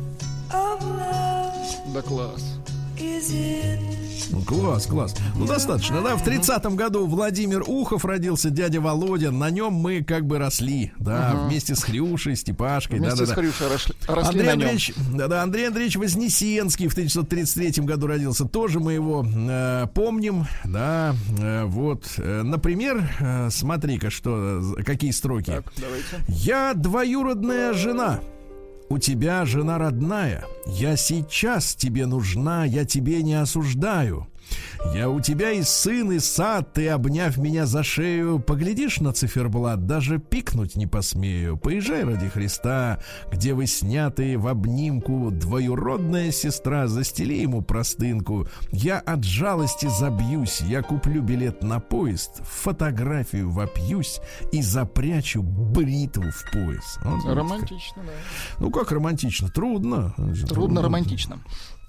Speaker 3: Да, класс.
Speaker 2: Ну, класс, класс. Ну, достаточно, да. В тридцатом году Владимир Ухов родился, дядя Володя. На нем мы как бы росли, да, uh-huh. вместе с Хрюшей, Степашкой.
Speaker 3: Вместе
Speaker 2: да,
Speaker 3: с
Speaker 2: да,
Speaker 3: Хрюшей росли, росли
Speaker 2: Андрей
Speaker 3: на
Speaker 2: Андреевич, да, да, Андрей Андреевич Вознесенский в тысяча девятьсот тридцать третьем году родился. Тоже мы его э, помним, да, э, вот. Э, например, э, смотри-ка, что, какие строки.
Speaker 3: Так, давайте.
Speaker 2: Я двоюродная жена. У тебя жена родная. Я сейчас тебе нужна, я тебе не осуждаю. Я у тебя и сын, и сад, ты, обняв меня за шею, поглядишь на циферблат, даже пикнуть не посмею. Поезжай ради Христа, где вы сняты в обнимку, двоюродная сестра, застели ему простынку. Я от жалости забьюсь, я куплю билет на поезд, фотографию вопьюсь и запрячу бритву в пояс. Вот,
Speaker 3: романтично, да.
Speaker 2: Ну как романтично? Трудно.
Speaker 3: Трудно, Трудно романтично.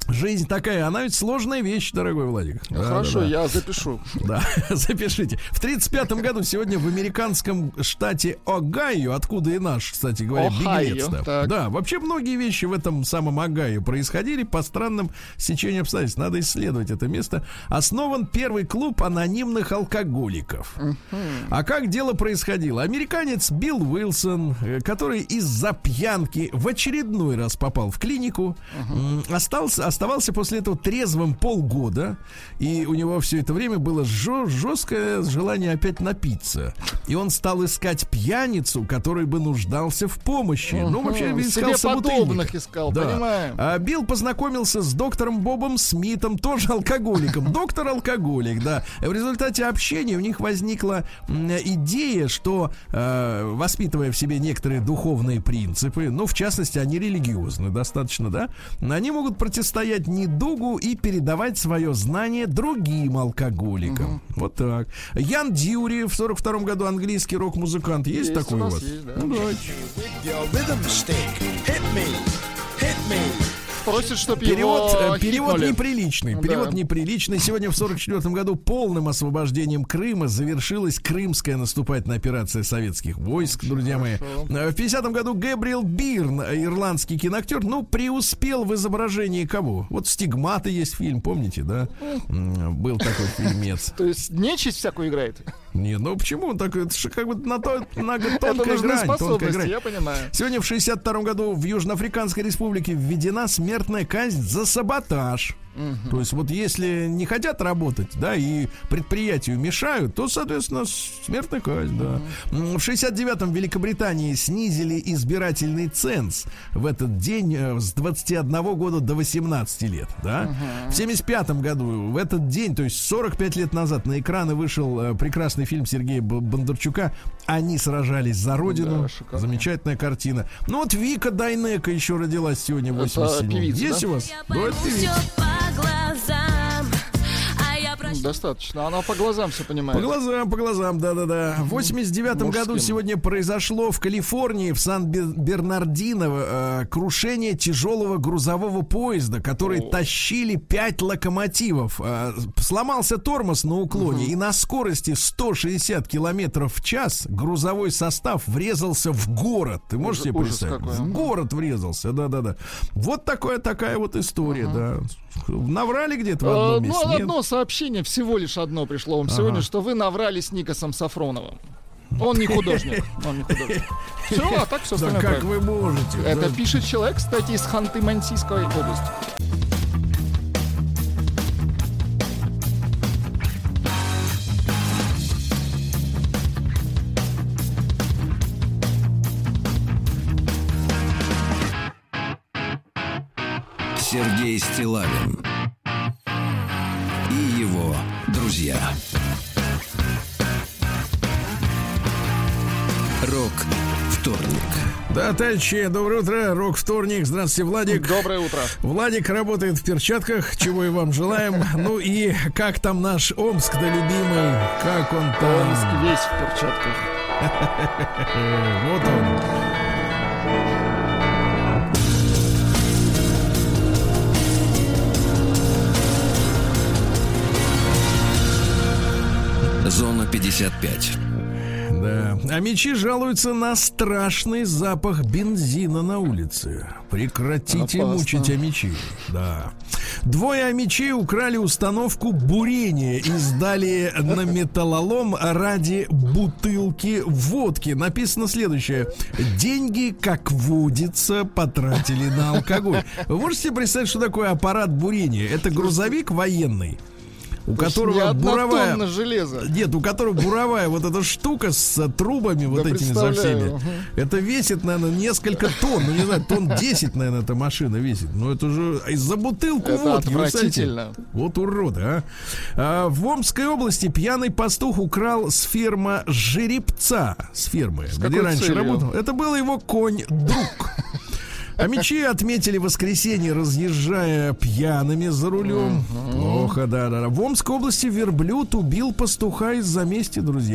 Speaker 2: Жизнь такая, она ведь сложная вещь, дорогой Владик.
Speaker 3: Ну,
Speaker 2: да,
Speaker 3: хорошо,
Speaker 2: да, да.
Speaker 3: я запишу.
Speaker 2: Да, запишите. В тридцать пятом году сегодня в американском штате Огайо, откуда и наш, кстати говоря, беглец. Да. да, вообще многие вещи в этом самом Огайо происходили по странным стечениям обстоятельств. Надо исследовать это место. Основан первый клуб анонимных алкоголиков. Uh-huh. А как дело происходило? Американец Билл Уилсон, который из-за пьянки в очередной раз попал в клинику, uh-huh. остался оставался после этого трезвым полгода, и у него все это время было жё- жесткое желание опять напиться. И он стал искать пьяницу, который бы нуждался в помощи. Uh-huh. Ну, вообще, искал
Speaker 3: себе подобных искал, да. Понимаем.
Speaker 2: А Билл познакомился с доктором Бобом Смитом, тоже алкоголиком. Доктор-алкоголик, да. В результате общения у них возникла идея, что, э, воспитывая в себе некоторые духовные принципы, ну, в частности, они религиозны достаточно, да, они могут противостоять недугу и передавать свое знание другим алкоголикам. Uh-huh. Вот так. Ян Дьюри в сорок втором году, английский рок-музыкант. Есть, есть такой у вас? Есть, да. Ну, давайте.
Speaker 3: Просит, чтобы
Speaker 2: перевод,
Speaker 3: его
Speaker 2: перевод
Speaker 3: хикнули.
Speaker 2: Неприличный. Перевод
Speaker 3: да.
Speaker 2: неприличный. Сегодня в сорок четвёртом году полным освобождением Крыма завершилась крымская наступательная операция советских войск, друзья мои. В пятидесятом году Гэбриэл Бирн, ирландский киноактер, ну, преуспел в изображении кого? Вот «Стигматы» есть фильм, помните, да? Был такой фильмец.
Speaker 3: То есть нечисть всякую играет?
Speaker 2: Не, ну почему? Он так, это же как бы на, то, на тонкая грань, тонкая грань.
Speaker 3: Я понимаю.
Speaker 2: Сегодня в шестьдесят втором году в Южноафриканской республике введена смертная казнь за саботаж. Угу. То есть вот если не хотят работать, да, и предприятию мешают, то, соответственно, смертная казнь, да. Угу. В шестьдесят девятом в Великобритании снизили избирательный ценз в этот день с двадцати одного года до восемнадцати лет, да. Угу. В семьдесят пятом году в этот день, то есть сорок пять лет назад, на экраны вышел прекрасный фильм Сергея Бондарчука «Они сражались за родину». Да, замечательная картина. Ну вот Вика Дайнеко еще родилась сегодня в восемьдесят седьмом. Есть да? у вас? Да, это певица.
Speaker 3: Достаточно, она по глазам все понимает.
Speaker 2: По глазам, по глазам, да-да-да. В восемьдесят девятом году сегодня произошло в Калифорнии, в Сан-Бернардино, э, крушение тяжелого грузового поезда, который О. тащили пять локомотивов. Э, сломался тормоз на уклоне, угу. и на скорости сто шестьдесят километров в час грузовой состав врезался в город. Ты можешь Уж, себе представить? Какой. В город врезался, да-да-да. Вот такая, такая вот история, угу. да. Наврали где-то в одном
Speaker 3: а,
Speaker 2: месте?
Speaker 3: Ну, одно Нет? сообщение, всего лишь одно пришло вам ага. сегодня, что вы наврали с Никосом Сафроновым. Он не художник. Он не художник. Все, а так все остальное.
Speaker 2: Да как вы можете?
Speaker 3: Это да. пишет человек, кстати, из Ханты-Мансийской области.
Speaker 1: Сергей Стиллавин и его друзья. Рок-вторник.
Speaker 2: Да, товарищи, доброе утро. Рок-вторник. Здравствуйте, Владик.
Speaker 3: Доброе утро.
Speaker 2: Владик работает в перчатках, чего и вам желаем. Ну и как там наш Омск, да любимый? Как он там?
Speaker 3: Омск весь в перчатках.
Speaker 2: Вот он.
Speaker 1: Зона пятьдесят пять.
Speaker 2: Да. А мечи жалуются на страшный запах бензина на улице. Прекратите Опасно. мучить амичей. Да. Двое амичей украли установку бурения и сдали на металлолом ради бутылки водки. Написано следующее: деньги, как водится, потратили на алкоголь. Вы можете себе представить, что такое аппарат бурения? Это грузовик военный, у
Speaker 3: То
Speaker 2: которого буровая
Speaker 3: железо.
Speaker 2: Нет, у которого буровая вот эта штука с трубами вот
Speaker 3: да
Speaker 2: этими за всеми.
Speaker 3: Угу.
Speaker 2: Это весит, наверное, несколько тонн. Ну, не знаю, тонн десять, наверное, эта машина весит. Но это же из-за бутылку
Speaker 3: это
Speaker 2: водки.
Speaker 3: Отвратительно.
Speaker 2: Вот уроды, а. а. В Омской области пьяный пастух украл с фермы жеребца. С фермы, с где раньше целью? работал. Это был его конь-друг. А мечи отметили воскресенье, разъезжая пьяными за рулем. Uh-huh. Плохо, да-да-да. В Омской области верблюд убил пастуха из-за мести, друзья мои.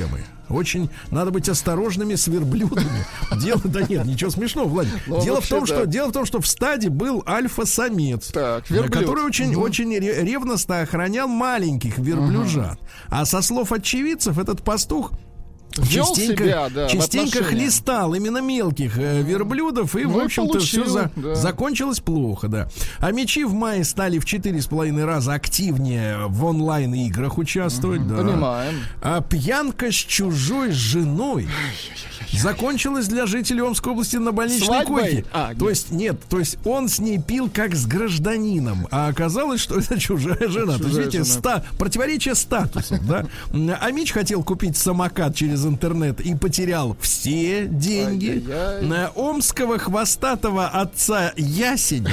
Speaker 2: Очень надо быть осторожными с верблюдами. Дело, да нет, ничего смешного, Владик.
Speaker 3: Ну,
Speaker 2: дело,
Speaker 3: вообще,
Speaker 2: в том,
Speaker 3: да.
Speaker 2: что, дело в том, что в стаде был альфа-самец,
Speaker 3: Так, верблюд.
Speaker 2: который очень,
Speaker 3: Мгм.
Speaker 2: очень ре- ревностно охранял маленьких верблюжат. А со слов очевидцев, этот пастух
Speaker 3: Вел
Speaker 2: частенько,
Speaker 3: себя, да, в
Speaker 2: частенько
Speaker 3: отношениях.
Speaker 2: хлестал именно мелких э, верблюдов, и,
Speaker 3: Ну,
Speaker 2: в
Speaker 3: и
Speaker 2: общем-то, все
Speaker 3: получил, да.
Speaker 2: закончилось плохо, да. А мечи в мае стали в четыре с половиной раза активнее в онлайн-играх участвовать, да.
Speaker 3: Понимаем.
Speaker 2: А пьянка с чужой женой закончилась для жителей Омской области на больничной
Speaker 3: Свадьбой?
Speaker 2: койке.
Speaker 3: А,
Speaker 2: то
Speaker 3: нет.
Speaker 2: есть, нет, то есть он с ней пил как с гражданином, а оказалось, что это чужая жена. То есть,
Speaker 3: Чужая
Speaker 2: видите,
Speaker 3: жена.
Speaker 2: ста- противоречие статусов, да. А Мич хотел купить самокат через интернет и потерял все деньги.
Speaker 3: Ай-яй-яй.
Speaker 2: На омского хвостатого отца Ясеня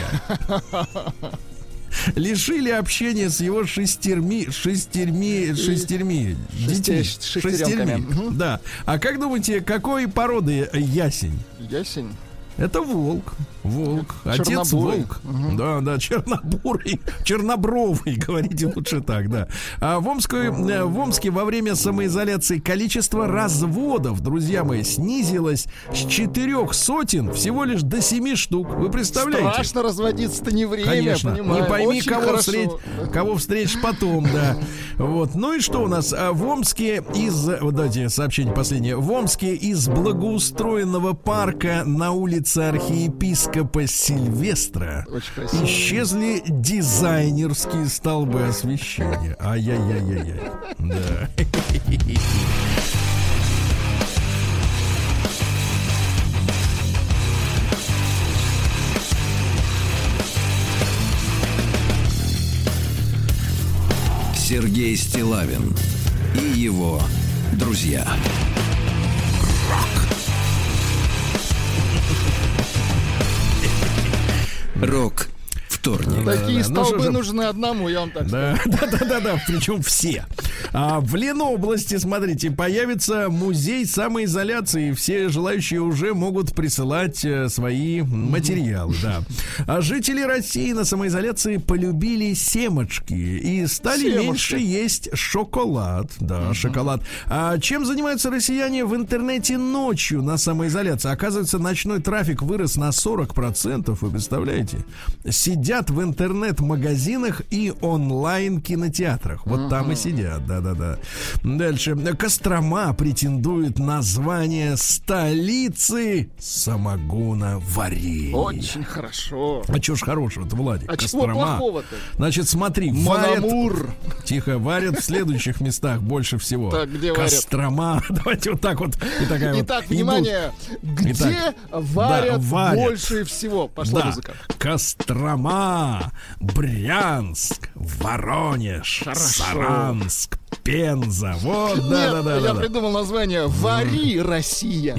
Speaker 2: лишили общения с его шестерми, шестерми, шестерми детьми.
Speaker 3: Шесте- шестеренками. Мгм.
Speaker 2: Да. А как думаете, какой породы ясень?
Speaker 3: Ясень.
Speaker 2: Это волк. Волк. Отец
Speaker 3: Чернобурый.
Speaker 2: волк. Да, да, чернобурый. Чернобровый, говорите лучше так, да. А в, Омской, э, в Омске во время самоизоляции количество разводов, друзья мои, снизилось с четырех сотен всего лишь до семи штук. Вы представляете?
Speaker 3: Страшно разводиться-то не время,
Speaker 2: Конечно.
Speaker 3: понимаю.
Speaker 2: Не пойми,
Speaker 3: Очень
Speaker 2: кого,
Speaker 3: хорошо.
Speaker 2: встреть, кого встретишь потом, да. Вот. Ну и что у нас? А, В Омске из... Вот давайте сообщение последнее. В Омске из благоустроенного парка на улице архиепископа Сильвестра
Speaker 3: Очень красиво.
Speaker 2: исчезли дизайнерские столбы освещения. Ай-яй-яй-яй-яй. Да.
Speaker 1: Сергей Стиллавин и его друзья. Рок вторник.
Speaker 3: Такие
Speaker 2: Да, да, ну
Speaker 3: столбы
Speaker 2: что же-
Speaker 3: нужны одному, я вам так
Speaker 2: Да, да, да, да, да, причем все. А в Ленобласти, смотрите, появится музей самоизоляции. Все желающие уже могут присылать э, свои материалы, да. А жители России на самоизоляции полюбили семечки и стали
Speaker 3: Семушки.
Speaker 2: меньше есть шоколад. Да, шоколад. А чем занимаются россияне в интернете ночью на самоизоляции? Оказывается, ночной трафик вырос на сорок процентов, вы представляете? Сидят в интернет-магазинах и онлайн-кинотеатрах. Вот там и сидят, да-да-да. Дальше. Кострома претендует на звание столицы самогона варенья.
Speaker 3: Очень хорошо.
Speaker 2: А чё ж хорошего-то, Владик?
Speaker 3: А чего
Speaker 2: Кострома.
Speaker 3: плохого-то?
Speaker 2: Значит, смотри, варят...
Speaker 3: Монамур.
Speaker 2: Тихо, варят в следующих местах больше всего.
Speaker 3: Так, где варят?
Speaker 2: Кострома. Давайте вот так вот. И такая вот
Speaker 3: Итак,
Speaker 2: идут.
Speaker 3: внимание, где
Speaker 2: Итак,
Speaker 3: варят,
Speaker 2: да, варят.
Speaker 3: больше всего? Пошла
Speaker 2: Да.
Speaker 3: музыка.
Speaker 2: Кострома, Брянск, Воронеж,
Speaker 3: Хорошо.
Speaker 2: Саранск, Пенза. Вот,
Speaker 3: Нет,
Speaker 2: да, да, да,
Speaker 3: я
Speaker 2: да, да.
Speaker 3: придумал название «Вари, Россия».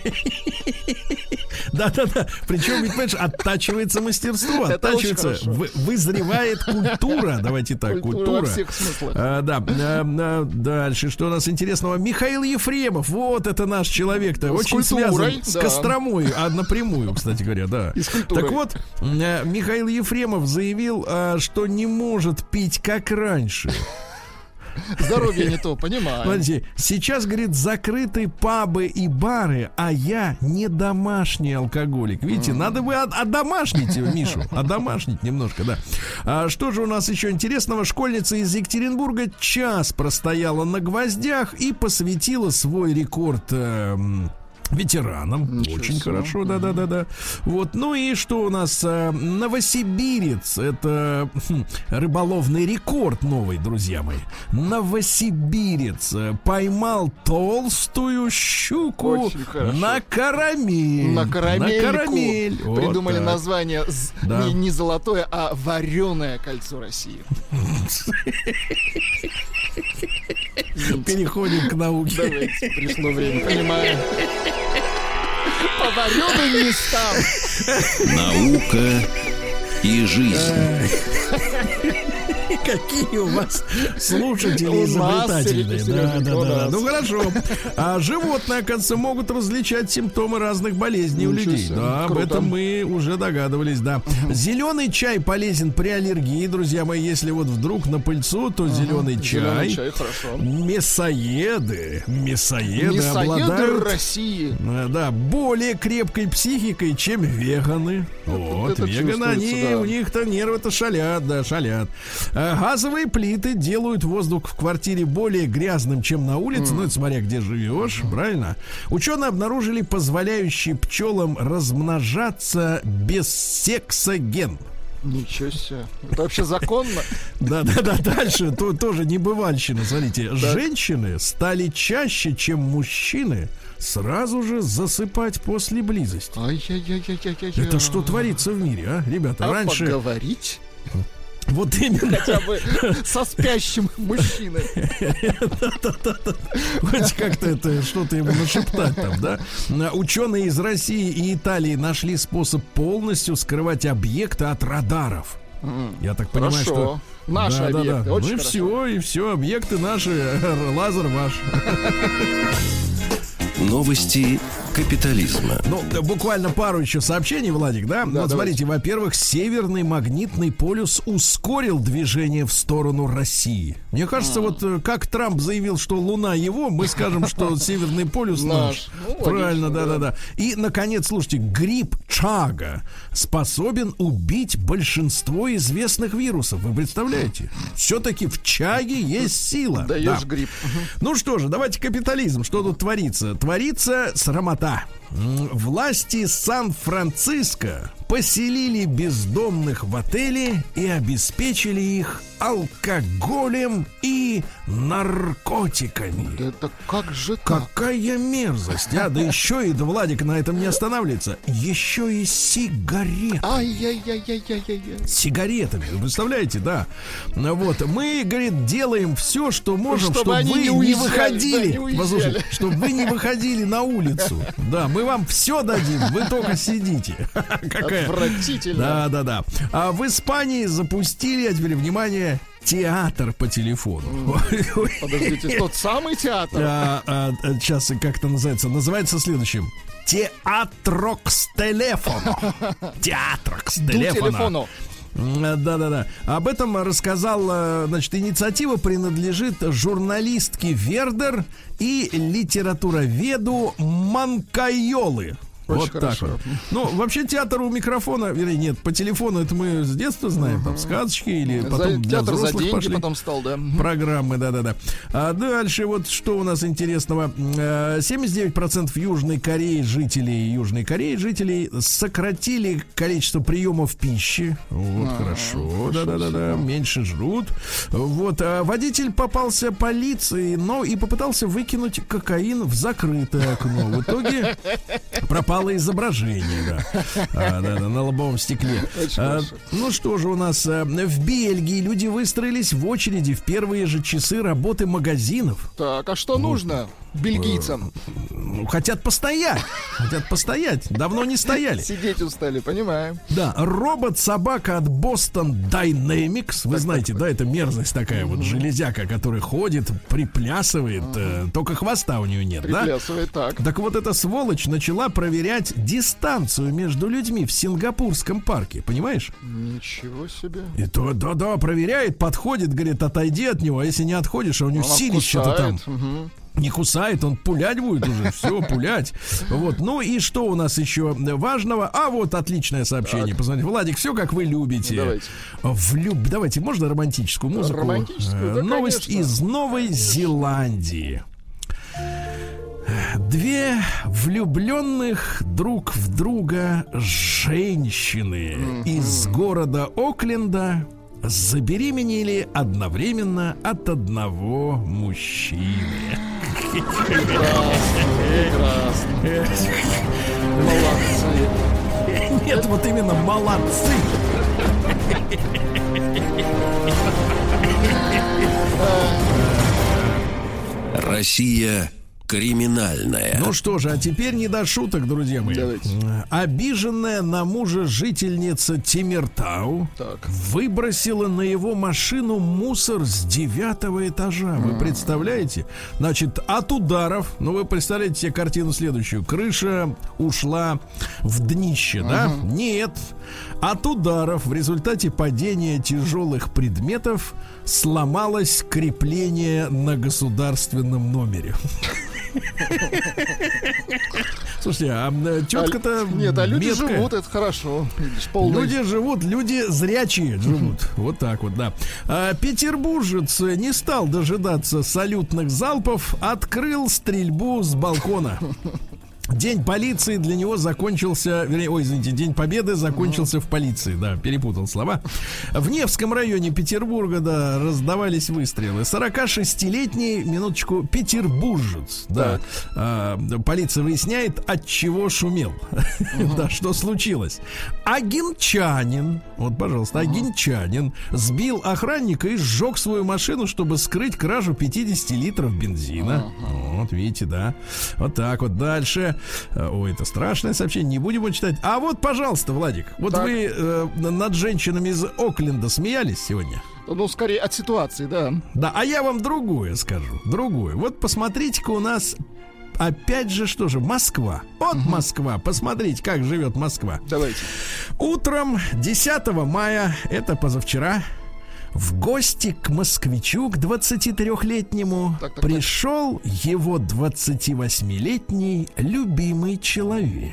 Speaker 2: Да, да, да. Причем, ведь, понимаешь, оттачивается мастерство,
Speaker 3: Это очень
Speaker 2: оттачивается,
Speaker 3: хорошо.
Speaker 2: вы- вызревает культура. Давайте так,
Speaker 3: Культура
Speaker 2: культура.
Speaker 3: во всех смыслах.
Speaker 2: А, да, а, а, дальше, что у нас интересного? Михаил Ефремов, вот это наш человек-то,
Speaker 3: С
Speaker 2: очень
Speaker 3: культурой,
Speaker 2: связан с
Speaker 3: да.
Speaker 2: Костромой, а напрямую, кстати говоря, да.
Speaker 3: И с культурой.
Speaker 2: Так вот, а, Михаил Ефремов заявил, а, что не может пить как раньше.
Speaker 3: Здоровье не то, понимаю.
Speaker 2: Смотрите, сейчас, говорит, закрыты пабы и бары, а я не домашний алкоголик. Видите, надо бы от- одомашнить Мишу. Одомашнить немножко, да. А что же у нас еще интересного? Школьница из Екатеринбурга час простояла на гвоздях и посвятила свой рекорд эм, ветеранам.
Speaker 3: Ничего
Speaker 2: Очень
Speaker 3: себе.
Speaker 2: хорошо, да-да-да-да. Вот, ну и что у нас? э, Новосибирец. Это хм, рыболовный рекорд новый, друзья мои. Новосибирец э, поймал толстую щуку
Speaker 3: Очень хорошо.
Speaker 2: на карамель.
Speaker 3: На карамельку
Speaker 2: На карамель. Вот
Speaker 3: придумали
Speaker 2: так.
Speaker 3: название з-
Speaker 2: Да.
Speaker 3: не, не золотое, а вареное кольцо России.
Speaker 2: Переходим к науке.
Speaker 3: Давайте, пришло время, понимаю. По вареным местам.
Speaker 1: Наука и жизнь.
Speaker 2: Какие у вас слушатели изобретательные. Да, да, да. Ну хорошо. А животные, оказывается, могут различать симптомы разных болезней у людей. Да, об этом мы уже догадывались, да. Зеленый чай полезен при аллергии, друзья мои. Если вот вдруг на пыльцу, то зеленый чай. Мясоеды. Мясоеды обладают
Speaker 3: России.
Speaker 2: Да, более крепкой психикой, чем веганы. Вот, веганы, они, у них-то нервы-то шалят, да, шалят. Газовые плиты делают воздух в квартире более грязным, чем на улице. Mm. Ну, это смотря где живешь, mm. правильно? Ученые обнаружили позволяющий пчелам размножаться без секса ген.
Speaker 3: Ничего себе. Это вообще законно?
Speaker 2: Да-да-да, дальше то, тоже небывальщина. Смотрите, женщины стали чаще, чем мужчины, сразу же засыпать после близости.
Speaker 3: Ай-яй-яй-яй-яй-яй.
Speaker 2: Это что творится в мире, а, ребята?
Speaker 3: А
Speaker 2: раньше...
Speaker 3: поговорить?
Speaker 2: Вот именно.
Speaker 3: Хотя бы со спящим мужчиной.
Speaker 2: Хоть как-то это что-то ему нашептать там, да? Ученые из России и Италии нашли способ полностью скрывать объекты от радаров. Я так понимаю, что...
Speaker 3: Наши
Speaker 2: да,
Speaker 3: объекты.
Speaker 2: Да, да.
Speaker 3: Очень
Speaker 2: ну и
Speaker 3: хорошо.
Speaker 2: все, и все, объекты наши, лазер ваш.
Speaker 1: Новости капитализма.
Speaker 2: Ну, буквально пару еще сообщений, Владик, да?
Speaker 3: Да,
Speaker 2: вот смотрите, во-первых, Северный магнитный полюс ускорил движение в сторону России. Мне кажется, вот как Трамп заявил, что Луна его, мы скажем, что Северный полюс наш.
Speaker 3: Ну,
Speaker 2: правильно,
Speaker 3: логично,
Speaker 2: да-да-да. И, наконец, слушайте, грипп Чага способен убить большинство известных вирусов. Вы представляете? Все-таки в Чаге есть сила.
Speaker 3: Даешь
Speaker 2: да.
Speaker 3: грипп.
Speaker 2: Ну что же, давайте капитализм. Что тут творится? Творится срамота. Власти Сан-Франциско поселили бездомных в отеле и обеспечили их алкоголем и наркотиками.
Speaker 3: Да это как же так?
Speaker 2: Какая мерзость, а? Да еще и, да, Владик на этом не останавливается, еще и сигареты.
Speaker 3: Ай-яй-яй-яй-яй-яй.
Speaker 2: Сигаретами, вы представляете, да? Вот, мы, говорит, делаем все, что можем,
Speaker 3: чтобы
Speaker 2: чтобы
Speaker 3: они
Speaker 2: вы
Speaker 3: не
Speaker 2: не
Speaker 3: уезжали,
Speaker 2: выходили.
Speaker 3: да, не уезжали.
Speaker 2: Послушайте, чтобы вы не выходили на улицу. Да, мы вам все дадим, вы только сидите. Какая...
Speaker 3: Отвратительно.
Speaker 2: Да, да, да. А в Испании запустили, а теперь внимание, театр по телефону.
Speaker 3: Подождите, тот самый театр?
Speaker 2: А, а, сейчас как это называется? Называется следующим. Театрокс телефону. Театрокс телефону. Да-да-да. Об этом рассказал, значит, инициатива принадлежит журналистке Вердер и литературоведу Манкайолы.
Speaker 3: Очень
Speaker 2: вот
Speaker 3: хорошо.
Speaker 2: так вот. Ну, вообще театр у микрофона, вернее, нет, по телефону это мы с детства знаем, там сказочки или потом
Speaker 3: за,
Speaker 2: для
Speaker 3: театр за деньги
Speaker 2: пошли.
Speaker 3: потом стал, да.
Speaker 2: Программы, да-да-да. А дальше вот что у нас интересного. семьдесят девять процентов Южной Кореи, жителей Южной Кореи, жителей сократили количество приемов пищи. Вот, а, хорошо, да-да-да, меньше жрут. Вот, а водитель попался полиции, но и попытался выкинуть кокаин в закрытое окно. В итоге пропал изображение, да. А, да, да, на лобовом стекле. А, ну что же у нас а, в Бельгии люди выстроились в очереди в первые же часы работы магазинов.
Speaker 3: Так, а что ну, нужно бельгийцам?
Speaker 2: Ну, хотят постоять. Хотят постоять. Давно не стояли.
Speaker 3: Сидеть устали, понимаем.
Speaker 2: Да, робот-собака от Boston Dynamics. Вы
Speaker 3: так,
Speaker 2: знаете, так, да, это мерзость такая вот железяка, которая ходит, приплясывает, э, только хвоста у нее нет,
Speaker 3: приплясывает,
Speaker 2: да?
Speaker 3: так.
Speaker 2: Так вот эта сволочь начала проверять дистанцию между людьми в Сингапурском парке, понимаешь?
Speaker 3: Ничего себе.
Speaker 2: И то, да-да, проверяет, подходит, говорит, отойди от него, а если не отходишь, а у него силище-то там.
Speaker 3: Угу.
Speaker 2: Не кусает, он пулять будет уже, все, пулять. Вот, ну и что у нас еще важного? А вот отличное сообщение. Так. Посмотрите, Владик, все как вы любите.
Speaker 3: Давайте.
Speaker 2: Влюб... Давайте, можно романтическую музыку?
Speaker 3: Романтическую, да,
Speaker 2: новость
Speaker 3: конечно.
Speaker 2: из Новой конечно. Зеландии. Две влюбленных друг в друга женщины mm-hmm. из города Окленда забеременели одновременно от одного мужчины.
Speaker 3: Прекрасно. Молодцы.
Speaker 2: Нет, вот именно молодцы.
Speaker 1: Россия Криминальное.
Speaker 2: Ну что же, а теперь не до шуток, друзья мои.
Speaker 3: Давайте.
Speaker 2: Обиженная на мужа жительница Тимиртау
Speaker 3: Так.
Speaker 2: выбросила на его машину мусор с девятого этажа. Вы представляете? Значит, от ударов, ну вы представляете себе картину следующую. Крыша ушла в днище, да? Нет. От ударов в результате падения тяжелых предметов сломалось крепление на государственном номере. Слушайте, а тетка-то
Speaker 3: А, нет, а люди
Speaker 2: меткая.
Speaker 3: живут, это хорошо. Видишь, полный-
Speaker 2: Люди живут, люди зрячие живут. Вот так вот, да. А, петербуржец не стал дожидаться салютных залпов, открыл стрельбу с балкона. День полиции для него закончился, вернее, ой, извините, День Победы закончился в полиции, да, перепутал слова. В Невском районе Петербурга, да, раздавались выстрелы. сорокашестилетний, минуточку, петербуржец, да. А, полиция выясняет, от чего шумел. Да, что случилось. Агинчанин, вот, пожалуйста, агинчанин сбил охранника и сжег свою машину, чтобы скрыть кражу пятьдесят литров бензина. Вот, видите, да. Вот так вот. Дальше. Ой, это страшное сообщение, не будем его читать. А вот, пожалуйста, Владик, вот
Speaker 3: Так.
Speaker 2: вы э, над женщинами из Окленда смеялись сегодня?
Speaker 3: Ну, скорее от ситуации, да.
Speaker 2: Да, а я вам другое скажу. Другое. Вот посмотрите-ка у нас, опять же, что же, Москва. Вот Москва. Посмотрите, как живет Москва.
Speaker 3: Давайте.
Speaker 2: Утром десятого мая, это позавчера, в гости к москвичу, к двадцатитрёхлетнему,
Speaker 3: Так, так,
Speaker 2: пришел его двадцативосьмилетний любимый человек.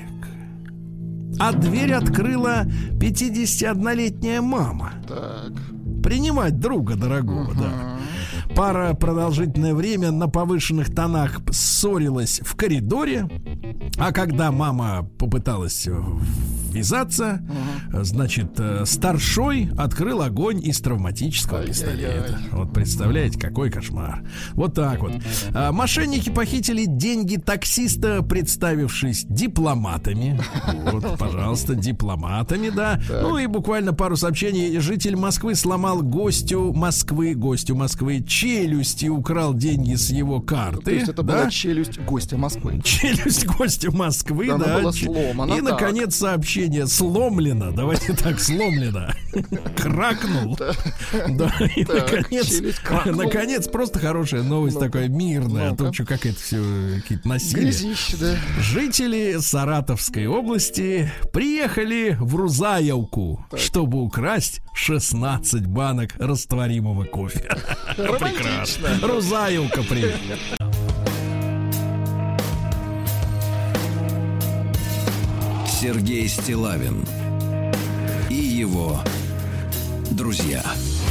Speaker 2: А дверь открыла пятидесятиоднолетняя мама.
Speaker 3: Так.
Speaker 2: Принимать друга дорогого, да. Пара продолжительное время на повышенных тонах ссорилась в коридоре, а когда мама попыталась ввязаться, значит, старшой открыл огонь из травматического
Speaker 3: Ай-яй-яй.
Speaker 2: пистолета. Вот представляете, какой кошмар. Вот так вот. А, мошенники похитили деньги таксиста, представившись дипломатами. Вот, пожалуйста, дипломатами, да. Ну и буквально пару сообщений. Житель Москвы сломал гостю Москвы, гостю Москвы челюсть и украл деньги с его карты.
Speaker 3: То есть это
Speaker 2: да?
Speaker 3: была челюсть гостя Москвы.
Speaker 2: Челюсть гостя Москвы,
Speaker 3: Да, она
Speaker 2: да.
Speaker 3: была
Speaker 2: Ч-
Speaker 3: сломана,
Speaker 2: И,
Speaker 3: так.
Speaker 2: наконец, сообщение сломлено. Давайте так, сломлено. Кракнул. Да, и,
Speaker 3: Так,
Speaker 2: наконец,
Speaker 3: челюсть кракнула.
Speaker 2: наконец, просто хорошая новость,
Speaker 3: Ну-ка.
Speaker 2: такая мирная. А то,
Speaker 3: Ну-ка.
Speaker 2: что, как это все, какие-то насилия.
Speaker 3: Грязище, да.
Speaker 2: Жители Саратовской области приехали в Рузаевку, чтобы украсть шестнадцать банок растворимого кофе.
Speaker 3: Романтично.
Speaker 2: Рузаевка, привет.
Speaker 1: Сергей Стиллавин и его друзья.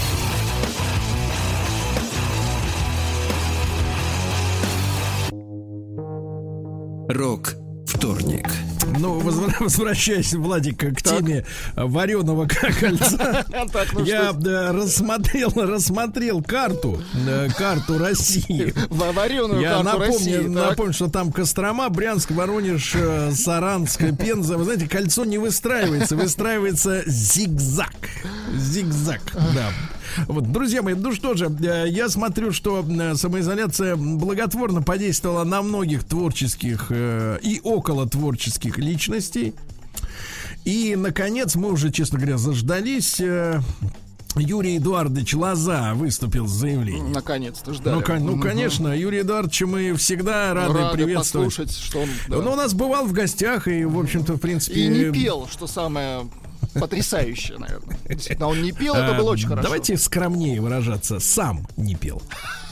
Speaker 1: Рок вторник.
Speaker 2: Ну, возвра- возвращаясь, Владик, к теме вареного кольца.
Speaker 3: Так, ну
Speaker 2: Я
Speaker 3: что,
Speaker 2: да, рассмотрел, рассмотрел карту, э, карту России.
Speaker 3: в вареную
Speaker 2: Я
Speaker 3: карту
Speaker 2: напомню,
Speaker 3: России. так.
Speaker 2: напомню, что там Кострома, Брянск, Воронеж, э, Саранск, Пенза. Вы знаете, кольцо не выстраивается, выстраивается зигзаг. Зигзаг, да. Вот, друзья мои, ну что же, э, я смотрю, что э, самоизоляция благотворно подействовала на многих творческих э, и около творческих личностей. И, наконец, мы уже, честно говоря, заждались. э, Юрий Эдуардович Лоза выступил с заявлением.
Speaker 3: Наконец-то ждали.
Speaker 2: Ну, кон- ну,
Speaker 3: Мгм.
Speaker 2: конечно, Юрия Эдуардовича мы всегда рады,
Speaker 3: Рады
Speaker 2: приветствовать.
Speaker 3: послушать, что он... да.
Speaker 2: Он у нас бывал в гостях и, в общем-то, в принципе...
Speaker 3: И не пел, что самое потрясающее, наверное. Действительно, он не пел, это
Speaker 2: а,
Speaker 3: было очень хорошо.
Speaker 2: Давайте скромнее выражаться. Сам не пел.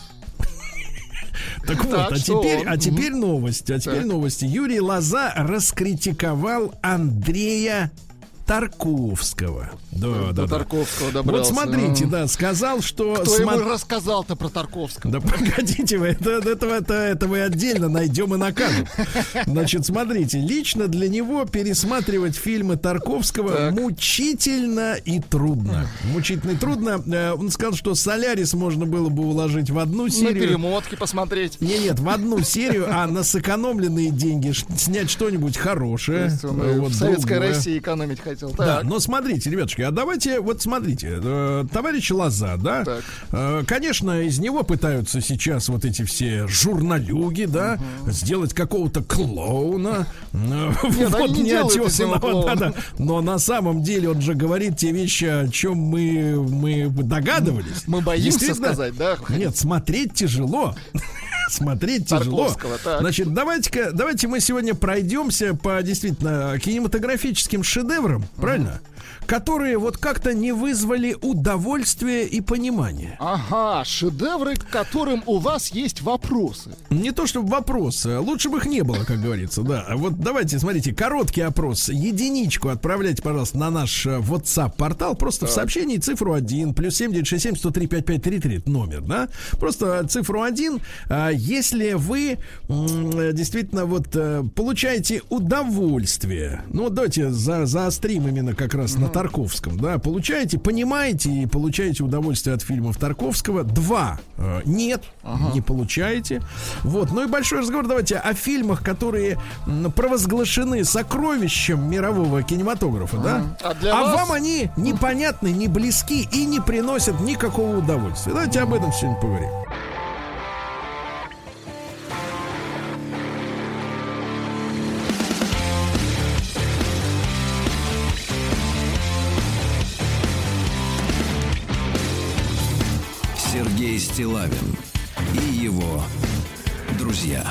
Speaker 2: Так вот,
Speaker 3: Так,
Speaker 2: а
Speaker 3: что
Speaker 2: теперь,
Speaker 3: он?
Speaker 2: а теперь новости. А теперь
Speaker 3: Так.
Speaker 2: новости. Юрий Лоза раскритиковал Андрея Тарковского. Да,
Speaker 3: До
Speaker 2: да, да.
Speaker 3: Тарковского
Speaker 2: Вот
Speaker 3: добрался.
Speaker 2: смотрите,
Speaker 3: М.
Speaker 2: да, сказал, что...
Speaker 3: Кто
Speaker 2: смо-
Speaker 3: ему рассказал-то про Тарковского?
Speaker 2: Да погодите вы, это, это, это, это мы отдельно найдем и накажем. Значит, смотрите, лично для него пересматривать фильмы Тарковского
Speaker 3: Так.
Speaker 2: мучительно и трудно. Мучительно и трудно. Э, Он сказал, что «Солярис» можно было бы уложить в одну
Speaker 3: На
Speaker 2: серию.
Speaker 3: перемотке посмотреть.
Speaker 2: Не, нет, в одну серию, а на сэкономленные деньги ш- снять что-нибудь
Speaker 3: То
Speaker 2: хорошее.
Speaker 3: есть он
Speaker 2: Э,
Speaker 3: и
Speaker 2: вот
Speaker 3: в Советской
Speaker 2: другое.
Speaker 3: России экономить хотел. хотел.
Speaker 2: Да,
Speaker 3: Так.
Speaker 2: но смотрите, ребятушки, а давайте, вот смотрите, э, товарищ Лоза, да, э, конечно, из него пытаются сейчас вот эти все журналюги, да, угу. сделать какого-то клоуна, э,
Speaker 3: Нет,
Speaker 2: вот
Speaker 3: они не
Speaker 2: неотесанного, да, да, но на самом деле он же говорит те вещи, о чем мы, мы догадывались.
Speaker 3: Мы боимся сказать, да?
Speaker 2: Нет, смотреть тяжело. Смотреть тяжело. Значит, давайте-ка, давайте мы сегодня пройдемся по действительно кинематографическим шедеврам, uh-huh. правильно? Которые вот как-то не вызвали удовольствия и понимания.
Speaker 3: Ага, шедевры, к которым у вас есть вопросы.
Speaker 2: Не то чтобы вопросы, лучше бы их не было, как говорится, да. Вот давайте, смотрите, короткий опрос. Единичку отправляйте, пожалуйста, на наш WhatsApp-портал. Просто так. в сообщении цифру один, плюс семь девятьсот шестьдесят семь сто три пятьдесят пять тридцать три, номер, да. Просто цифру один. Если вы действительно вот получаете удовольствие, ну вот давайте за, заострим именно как раз mm-hmm. на Тарковском, да, получаете, понимаете и получаете удовольствие от фильмов Тарковского. Два. Э, нет, ага. не получаете. Вот. Ну и большой разговор давайте о фильмах, которые м, провозглашены сокровищем мирового кинематографа, ага. да? А, для а вас... вам они непонятны, не близки и не приносят никакого удовольствия. Давайте об этом сегодня поговорим.
Speaker 1: Сергей Стиллавин и его друзья.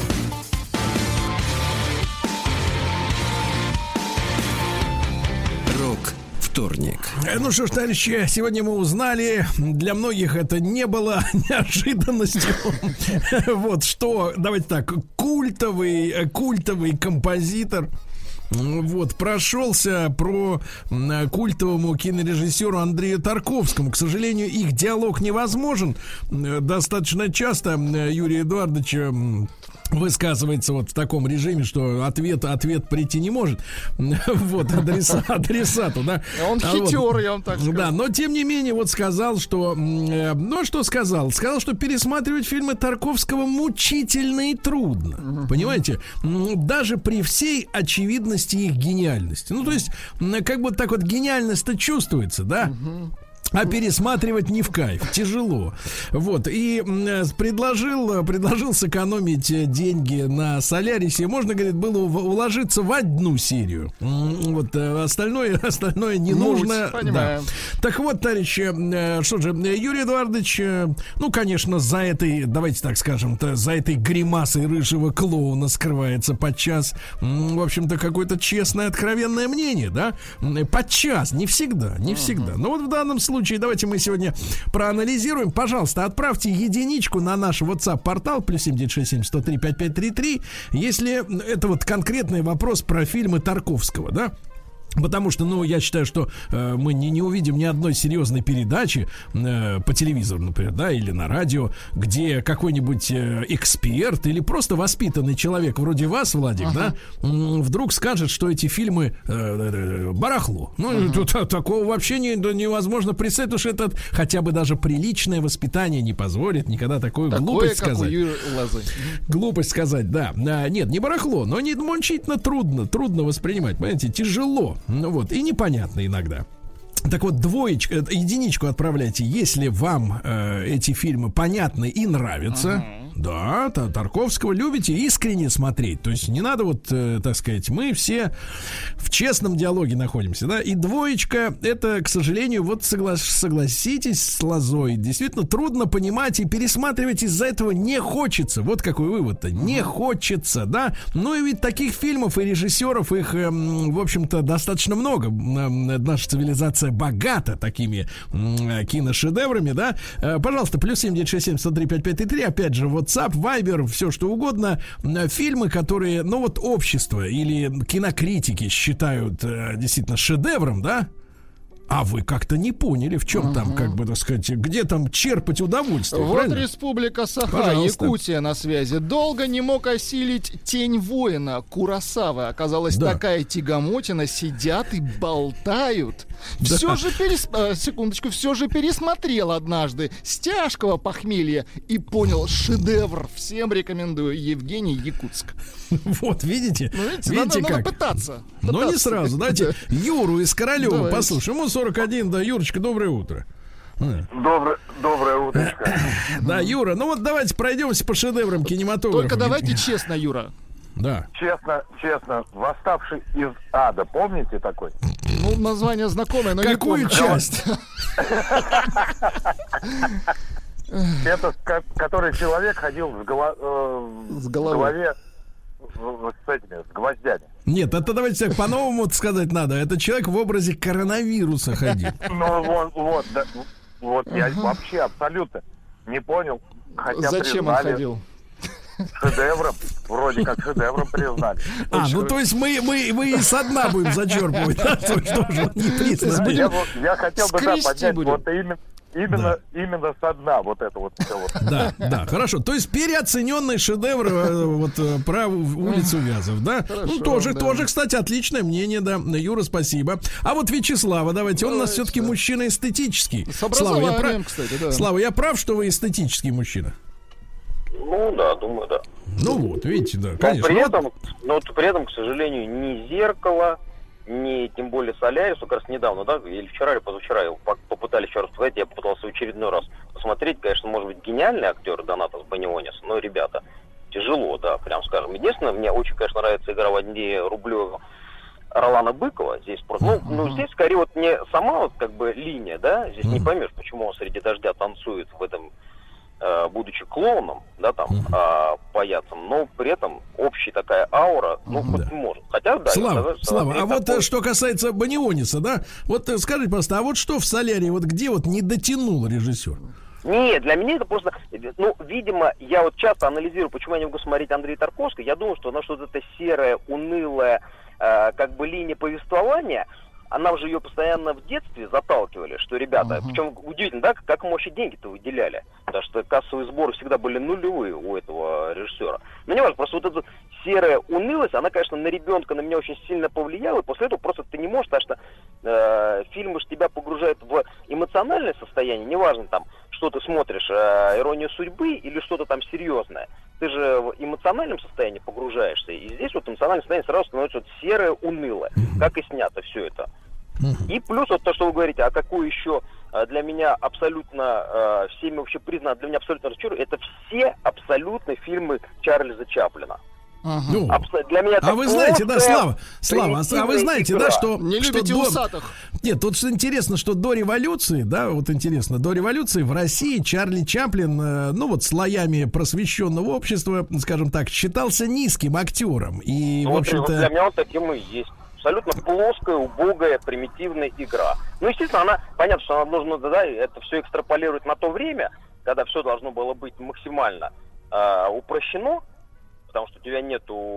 Speaker 1: Рок-вторник.
Speaker 2: Ну что ж, товарищи, сегодня мы узнали, для многих это не было неожиданностью. Вот что, давайте так, культовый, культовый композитор. Вот, прошелся про культовому кинорежиссеру Андрею Тарковскому. К сожалению, их диалог невозможен. Достаточно часто Юрий Эдуардович высказывается вот в таком режиме, что ответ, ответ прийти не может. Вот, адреса, адресату, да.
Speaker 3: Он
Speaker 2: а
Speaker 3: хитер,
Speaker 2: вот,
Speaker 3: я вам так скажу.
Speaker 2: Да, но тем не менее, вот сказал, что... Ну, что сказал? Сказал, что пересматривать фильмы Тарковского мучительно и трудно. Uh-huh. Понимаете? Даже при всей очевидности их гениальности. Ну, то есть, как бы так вот гениальность-то чувствуется, да? Uh-huh. А пересматривать не в кайф, тяжело. Вот, и предложил, предложил сэкономить деньги на Солярисе. Можно, говорит, было уложиться в одну серию. Вот, остальное, остальное не Муть, нужно. Да. Так вот, товарищи, что же, Юрий Эдуардович, ну, конечно, за этой, давайте так скажем, за этой гримасой рыжего клоуна скрывается подчас, в общем-то, какое-то честное, откровенное мнение, да? Подчас, не всегда, не всегда. Но вот в данном случае случае давайте мы сегодня проанализируем. Пожалуйста, отправьте единичку на наш WhatsApp-портал плюс семь девятьсот шестьдесят семь сто три пятьдесят пять тридцать три, если это вот конкретный вопрос про фильмы Тарковского, да? Потому что, ну, я считаю, что э, мы не, не увидим ни одной серьезной передачи э, по телевизору, например, да, или на радио, где какой-нибудь э, эксперт или просто воспитанный человек вроде вас, Владик, ага. да, м- вдруг скажет, что эти фильмы э, э, барахло. Ну, ага. тут, такого вообще не, невозможно представить, потому что это хотя бы даже приличное воспитание не позволит никогда такую Такое, глупость сказать. Глупость сказать, да. А, нет, не барахло, но не мучительно трудно, трудно воспринимать, понимаете, тяжело. Ну вот, и непонятно иногда. Так вот, двоечку, единичку отправляйте, если вам э, эти фильмы понятны и нравятся. Uh-huh. Да, Тарковского любите искренне смотреть. То есть не надо вот, э, так сказать, мы все в честном диалоге находимся, да. И двоечка, это, к сожалению, вот согла- согласитесь с Лозой, действительно трудно понимать и пересматривать из-за этого не хочется. Вот какой вывод-то. Не хочется, да. Ну и ведь таких фильмов и режиссеров, их, э, в общем-то, достаточно много. Наша цивилизация богата такими э, киношедеврами, да. Э, пожалуйста, плюс семь девятьсот шестьдесят семь сто три пятьдесят пять тридцать три, опять же, вот WhatsApp, Viber, все что угодно. Фильмы, которые, ну вот общество или кинокритики считают э, действительно шедевром, да? А вы как-то не поняли, в чем uh-huh. там, как бы, так сказать, где там черпать удовольствие.
Speaker 3: Вот
Speaker 2: правильно?
Speaker 3: Республика Саха, Якутия на связи. Долго не мог осилить «Тень воина» Куросавы. Оказалось, да. такая тягомотина, сидят и болтают. Все же перес... а, секундочку, все же пересмотрел однажды с тяжкого похмелья и понял: шедевр. Всем рекомендую. Евгений, Якутск.
Speaker 2: Вот, видите?
Speaker 3: Ну, видите,
Speaker 2: видите
Speaker 3: надо,
Speaker 2: как?
Speaker 3: надо пытаться.
Speaker 2: Но
Speaker 3: пытаться.
Speaker 2: не сразу. Давайте Юру из Королева
Speaker 3: Давайте.
Speaker 2: послушаем. Ему сорок один, да. Юрочка, доброе утро.
Speaker 6: Доброе, доброе утречко.
Speaker 2: Да, Юра, ну вот давайте пройдемся по шедеврам кинематографа.
Speaker 3: Только давайте честно, Юра.
Speaker 2: Да.
Speaker 6: Честно, честно, «Восставший из ада», помните такой?
Speaker 3: Ну, название знакомое, но
Speaker 2: Какую
Speaker 3: не помню.
Speaker 2: часть?
Speaker 6: Это ко- который человек ходил с, голо- э,
Speaker 3: С
Speaker 6: в
Speaker 3: головой.
Speaker 6: голове с, вот с этими, с гвоздями.
Speaker 2: Нет, это давайте так по-новому сказать надо. Это человек в образе коронавируса ходил.
Speaker 6: Ну, вот, вот, да, вот я вообще абсолютно не понял, хотя
Speaker 3: Зачем он
Speaker 6: признали
Speaker 3: ходил?
Speaker 6: шедевром, вроде как шедевром признали.
Speaker 2: А, ну то есть мы, мы, мы и со дна будем зачерпывать, да, что же не признали.
Speaker 6: Я, вот- я хотел бы, да,
Speaker 3: Скрести
Speaker 6: поднять
Speaker 3: будем.
Speaker 6: вот именно, именно, именно со дна вот это вот все вот.
Speaker 2: Да, да, хорошо. То есть переоцененный шедевр э, вот э, про улицу Вязов, да? Ну тоже,
Speaker 3: да.
Speaker 2: тоже, кстати, отличное мнение, да. Юра, спасибо. А вот Вячеслава, давайте, он у нас
Speaker 3: Давайте,
Speaker 2: все-таки
Speaker 3: да.
Speaker 2: мужчина эстетический.
Speaker 3: С
Speaker 2: Слава, я
Speaker 3: образованием,
Speaker 2: прав?
Speaker 3: кстати, да.
Speaker 2: Слава, я прав, что вы эстетический мужчина?
Speaker 7: Ну да, думаю, да.
Speaker 2: Ну вот, видите, да,
Speaker 7: Но
Speaker 2: конечно.
Speaker 7: при
Speaker 2: Вот-
Speaker 7: этом, но вот при этом, к сожалению, ни «Зеркало», ни тем более «Солярис», как раз недавно, да, или вчера, или позавчера его по- попытались еще раз посмотреть, я попытался в очередной раз посмотреть. Конечно, может быть, гениальный актер Донатас Банионис, но, ребята, тяжело, да, прям скажем. Единственное, мне очень, конечно, нравится игра в Андрея Рублева Ролана Быкова. Здесь просто, ну, ну, здесь скорее вот не сама вот как бы линия, да, здесь не поймешь, почему он среди дождя танцует в этом, э, будучи клоуном, да, там, а, паяцем, но при этом общая такая аура, ну, хоть может. Хотя, да.
Speaker 2: Слава,
Speaker 7: я сказал, что
Speaker 2: Слава, а
Speaker 7: Андрей
Speaker 2: вот
Speaker 7: такой-
Speaker 2: э, что касается Баниониса, да, вот э, скажите, пожалуйста, а вот что в «Солярии», вот где вот не дотянул режиссер?
Speaker 7: Нет, для меня это просто, ну, видимо, я вот часто анализирую, почему я не могу смотреть Андрея Тарковского. Я думаю, что она что-то это серая, унылая, э, как бы линия повествования, она уже ее постоянно в детстве заталкивали, что, ребята, uh-huh. причем удивительно, да, как ему вообще деньги-то выделяли, потому что кассовые сборы всегда были нулевые у этого режиссера. Но не важно, просто вот эта серая унылость, она, конечно, на ребенка, на меня очень сильно повлияла, и после этого просто ты не можешь, потому что э, фильмы же тебя погружают в эмоциональное состояние, неважно там, что ты смотришь, э, «Иронию судьбы» или что-то там серьезное. Ты же в эмоциональном состоянии погружаешься, и здесь вот эмоциональное состояние сразу становится вот серое, унылое, как и снято все это. И плюс вот то, что вы говорите, а какой еще э, для меня абсолютно, э, всеми вообще признан, для меня абсолютно разочарует, это все абсолютно фильмы Чарльза Чаплина.
Speaker 2: Ну,
Speaker 7: Абсо- Для меня это
Speaker 2: а вы знаете, да,
Speaker 7: плоская,
Speaker 2: Слава, Слава, а вы
Speaker 7: примитивная
Speaker 2: знаете,
Speaker 7: игра.
Speaker 2: да, что...
Speaker 3: Не
Speaker 2: что
Speaker 3: любите
Speaker 2: до-
Speaker 3: усатых.
Speaker 2: Нет, тут что интересно, что до революции, да, вот интересно, до революции в России Чарли Чаплин, э, ну вот слоями просвещенного общества, скажем так, считался низким актером. И,
Speaker 7: Ну,
Speaker 2: в
Speaker 7: вот
Speaker 2: общем-то...
Speaker 7: для меня он таким и есть. Абсолютно плоская, убогая, примитивная игра. Ну, естественно, она, понятно, что она должна, да, это все экстраполировать на то время, когда все должно было быть максимально э, упрощено, потому что у тебя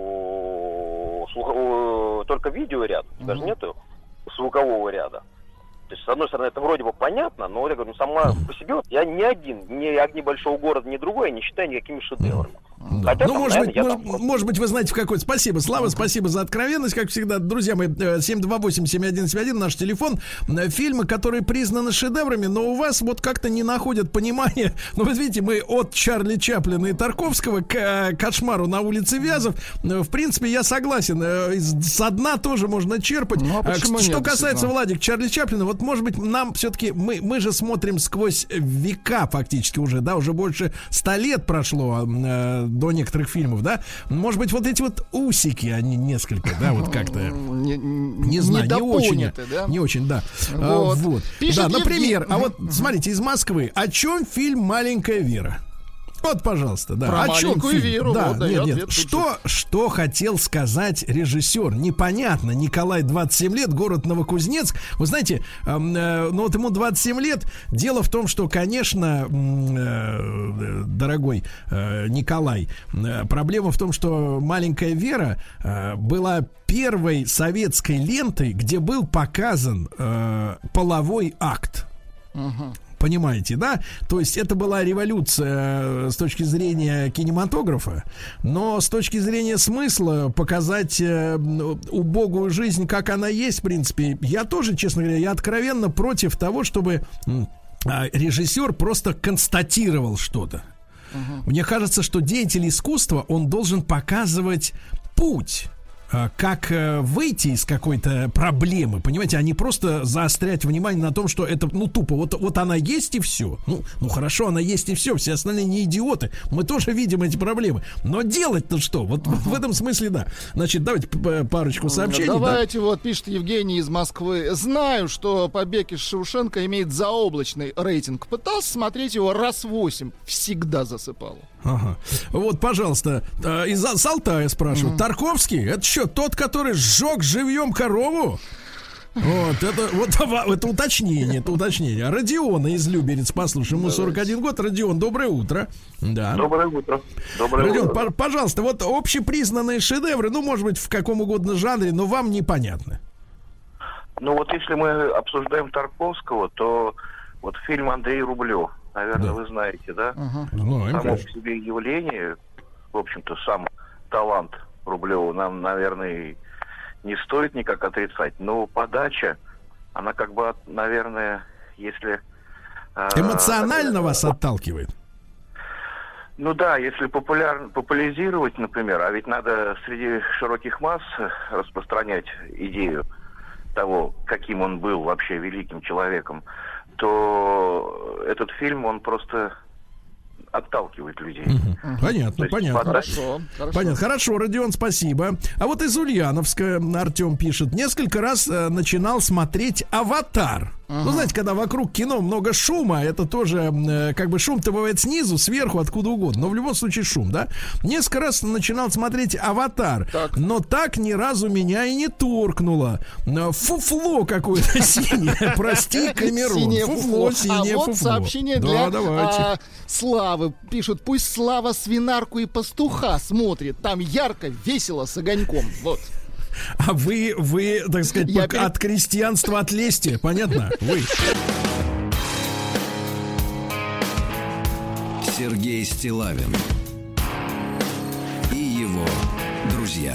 Speaker 7: нету слух... только видеоряд, у тебя же нету звукового ряда. То есть, с одной стороны, это вроде бы понятно, но я говорю, ну, сама по себе, вот, я ни один, ни «Огни большого города», ни другой, я не считаю никакими шедеврами.
Speaker 2: Да.
Speaker 7: Хотя,
Speaker 2: Ну,
Speaker 7: там,
Speaker 2: может
Speaker 7: наверное,
Speaker 2: быть,
Speaker 7: я
Speaker 2: может,
Speaker 7: там просто-
Speaker 2: может быть, вы знаете, в какой. Спасибо, Слава, спасибо за откровенность, как всегда. Друзья мои, э, семь два восемь семь один семь один, наш телефон. Э, Фильмы, которые признаны шедеврами, но у вас вот как-то не находят понимания. Ну, вы видите, мы от Чарли Чаплина и Тарковского к э, «Кошмару на улице Вязов». Э, В принципе, я согласен. э, из- Со дна тоже можно черпать.
Speaker 3: Ну, а
Speaker 2: Э,
Speaker 3: почему
Speaker 2: Что
Speaker 3: нет,
Speaker 2: касается,
Speaker 3: действительно?
Speaker 2: Владик, Чарли Чаплина, вот, может быть, нам все-таки, мы, мы же смотрим сквозь века фактически уже, да, уже больше ста лет прошло э, до некоторых фильмов, да, может быть, вот эти вот усики, они несколько, да, вот как-то,
Speaker 3: Не,
Speaker 2: не знаю, не очень,
Speaker 3: недопоняты, да?
Speaker 2: не очень, да, А,
Speaker 3: Вот.
Speaker 2: вот,
Speaker 3: Пишет
Speaker 2: да,
Speaker 3: Евгений.
Speaker 2: например, а вот, смотрите, из Москвы, о чем фильм «Маленькая Вера»? Вот, пожалуйста, да.
Speaker 3: Про
Speaker 2: О чем
Speaker 3: маленькую
Speaker 2: фильм?
Speaker 3: Веру,
Speaker 2: Да,
Speaker 3: вот, дает
Speaker 2: нет, нет.
Speaker 3: ответ тут
Speaker 2: Что, что хотел сказать режиссер? Непонятно. Николай, двадцать семь лет, город Новокузнецк. Вы знаете, эм, э, ну вот ему двадцать семь лет. Дело в том, что, конечно, э, дорогой э, Николай, э, проблема в том, что «Маленькая Вера» э, была первой советской лентой, где был показан э, половой акт. Понимаете, да? То есть это была революция с точки зрения кинематографа, но с точки зрения смысла показать э, убогую жизнь, как она есть, в принципе, я тоже, честно говоря, я откровенно против того, чтобы э, режиссер просто констатировал что-то. Uh-huh. Мне кажется, что деятель искусства, он должен показывать путь, как выйти из какой-то проблемы, понимаете, а не просто заострять внимание на том, что это, ну, тупо, вот, вот она есть и все. Ну, ну, хорошо, она есть и все, все остальные не идиоты. Мы тоже видим эти проблемы. Но делать-то что? Вот uh-huh. в этом смысле, да. Значит, давайте парочку сообщений.
Speaker 3: Давайте,
Speaker 2: да?
Speaker 3: Вот пишет Евгений из Москвы. Знаю, что «Побег из Шоушенка» имеет заоблачный рейтинг. Пытался смотреть его раз восемь. Всегда засыпал.
Speaker 2: Ага. Вот, пожалуйста, из Алтая спрашивают. Mm-hmm. Тарковский, это что, тот, который сжег живьем корову? Вот, это, вот, это уточнение, это уточнение. А Родиона из Люберец, послушаем, ему сорок один год. Родион, доброе утро. Да.
Speaker 6: Доброе утро. Доброе
Speaker 2: Родион,
Speaker 6: утро.
Speaker 2: По- пожалуйста, вот общепризнанные шедевры, ну, может быть, в каком угодно жанре, но вам непонятны.
Speaker 6: Ну, вот если мы обсуждаем Тарковского, то вот фильм Андрей Рублев, наверное, да. Вы знаете, да?
Speaker 2: Uh-huh. Знаем,
Speaker 6: само
Speaker 2: конечно.
Speaker 6: по себе явление, в общем-то, сам талант Рублева нам, наверное, не стоит никак отрицать, но подача, она как бы, наверное, если...
Speaker 2: Эмоционально э, вас отталкивает?
Speaker 6: Ну да, если популяр, популяризировать, например, а ведь надо среди широких масс распространять идею того, каким он был вообще великим человеком, то этот фильм, он просто отталкивает людей.
Speaker 2: Угу. Понятно, понятно.
Speaker 3: Хорошо, хорошо.
Speaker 2: Понятно. Хорошо, Родион, спасибо. А вот из Ульяновска Артем пишет. Несколько раз э, начинал смотреть «Аватар». Uh-huh. Ну, знаете, когда вокруг кино много шума, это тоже, э, как бы шум-то бывает снизу, сверху, откуда угодно, но в любом случае шум, да? Несколько раз начинал смотреть «Аватар», так. но так ни разу меня и не торкнуло. Фуфло какое-то синее, прости, Камерун. Фуфло, синее фуфло.
Speaker 3: А вот сообщение для Славы. Пишут, пусть Слава свинарку и пастуха смотрит, там ярко, весело, с огоньком, вот.
Speaker 2: А вы, вы, так сказать, Я перед... от крестьянства отлезьте, понятно? Вы.
Speaker 1: Сергей Стиллавин и его друзья.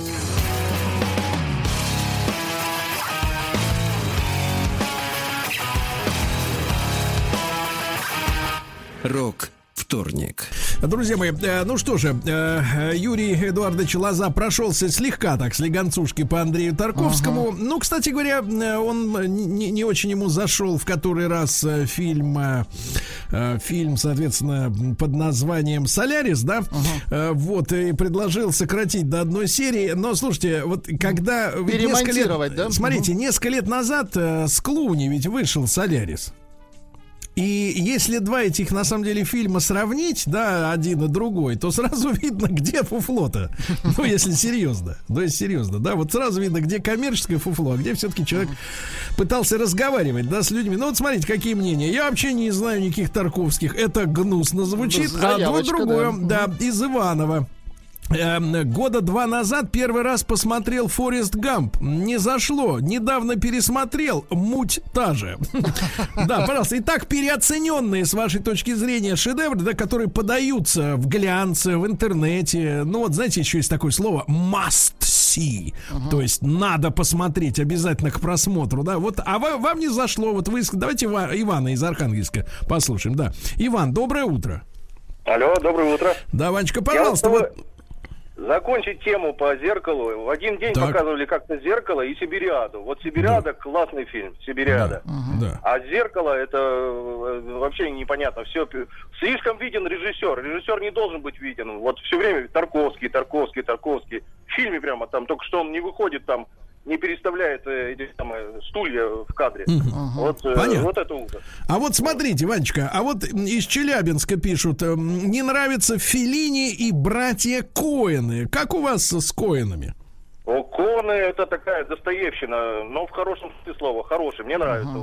Speaker 1: Рок-вторник.
Speaker 2: Друзья мои, ну что же, Юрий Эдуардович Лоза прошелся слегка так с легонцушки по Андрею Тарковскому. Ага. Ну, кстати говоря, он не, не очень ему зашел в который раз фильм, фильм, соответственно, под названием «Солярис», да? Ага. Вот, и предложил сократить до одной серии. Но, слушайте, вот когда...
Speaker 3: Перемонтировать,
Speaker 2: лет,
Speaker 3: да?
Speaker 2: Смотрите,
Speaker 3: ага.
Speaker 2: несколько лет назад с Клуни ведь вышел «Солярис». И если два этих, на самом деле, фильма сравнить, да, один и другой, то сразу видно, где фуфло-то. Ну, если серьезно. Ну, если серьезно, да, вот сразу видно, где коммерческое фуфло, а где все-таки человек пытался разговаривать, да, с людьми. Ну, вот смотрите, какие мнения. Я вообще не знаю никаких Тарковских. Это гнусно звучит. А вот другое, да. да, из Иванова. Года два назад первый раз посмотрел «Форест Гамп». Не зашло. Недавно пересмотрел. Муть та же. Да, пожалуйста. Итак, переоцененные, с вашей точки зрения, шедевры, да, которые подаются в глянце, в интернете. Ну, вот, знаете, еще есть такое слово «must see». Uh-huh. То есть надо посмотреть обязательно к просмотру, да. Вот, а вам, вам не зашло. Вот вы... Давайте Ивана из Архангельска послушаем, да. Иван, доброе утро.
Speaker 8: Алло, доброе утро.
Speaker 2: Да, Ванечка, пожалуйста, вот...
Speaker 8: Закончить тему по «Зеркалу». В один день так. показывали как-то «Зеркало» и «Сибириаду». Вот «Сибириада» да. классный фильм, «Сибириада». Да. Ага. А «Зеркало» это вообще непонятно. Все слишком виден режиссер. Режиссер не должен быть виден. Вот все время Тарковский, Тарковский, Тарковский. В фильме прямо там, только что он не выходит там, не переставляет э, эти самые стулья в кадре. Uh-huh. Вот, э, вот это ужас.
Speaker 2: А вот смотрите, Ванечка, а вот из Челябинска пишут, э, не нравятся Феллини и братья Коэны. Как у вас с Коэнами?
Speaker 8: О, Коэны это такая достоевщина, но в хорошем смысле слова, хороший, мне нравится uh-huh. очень.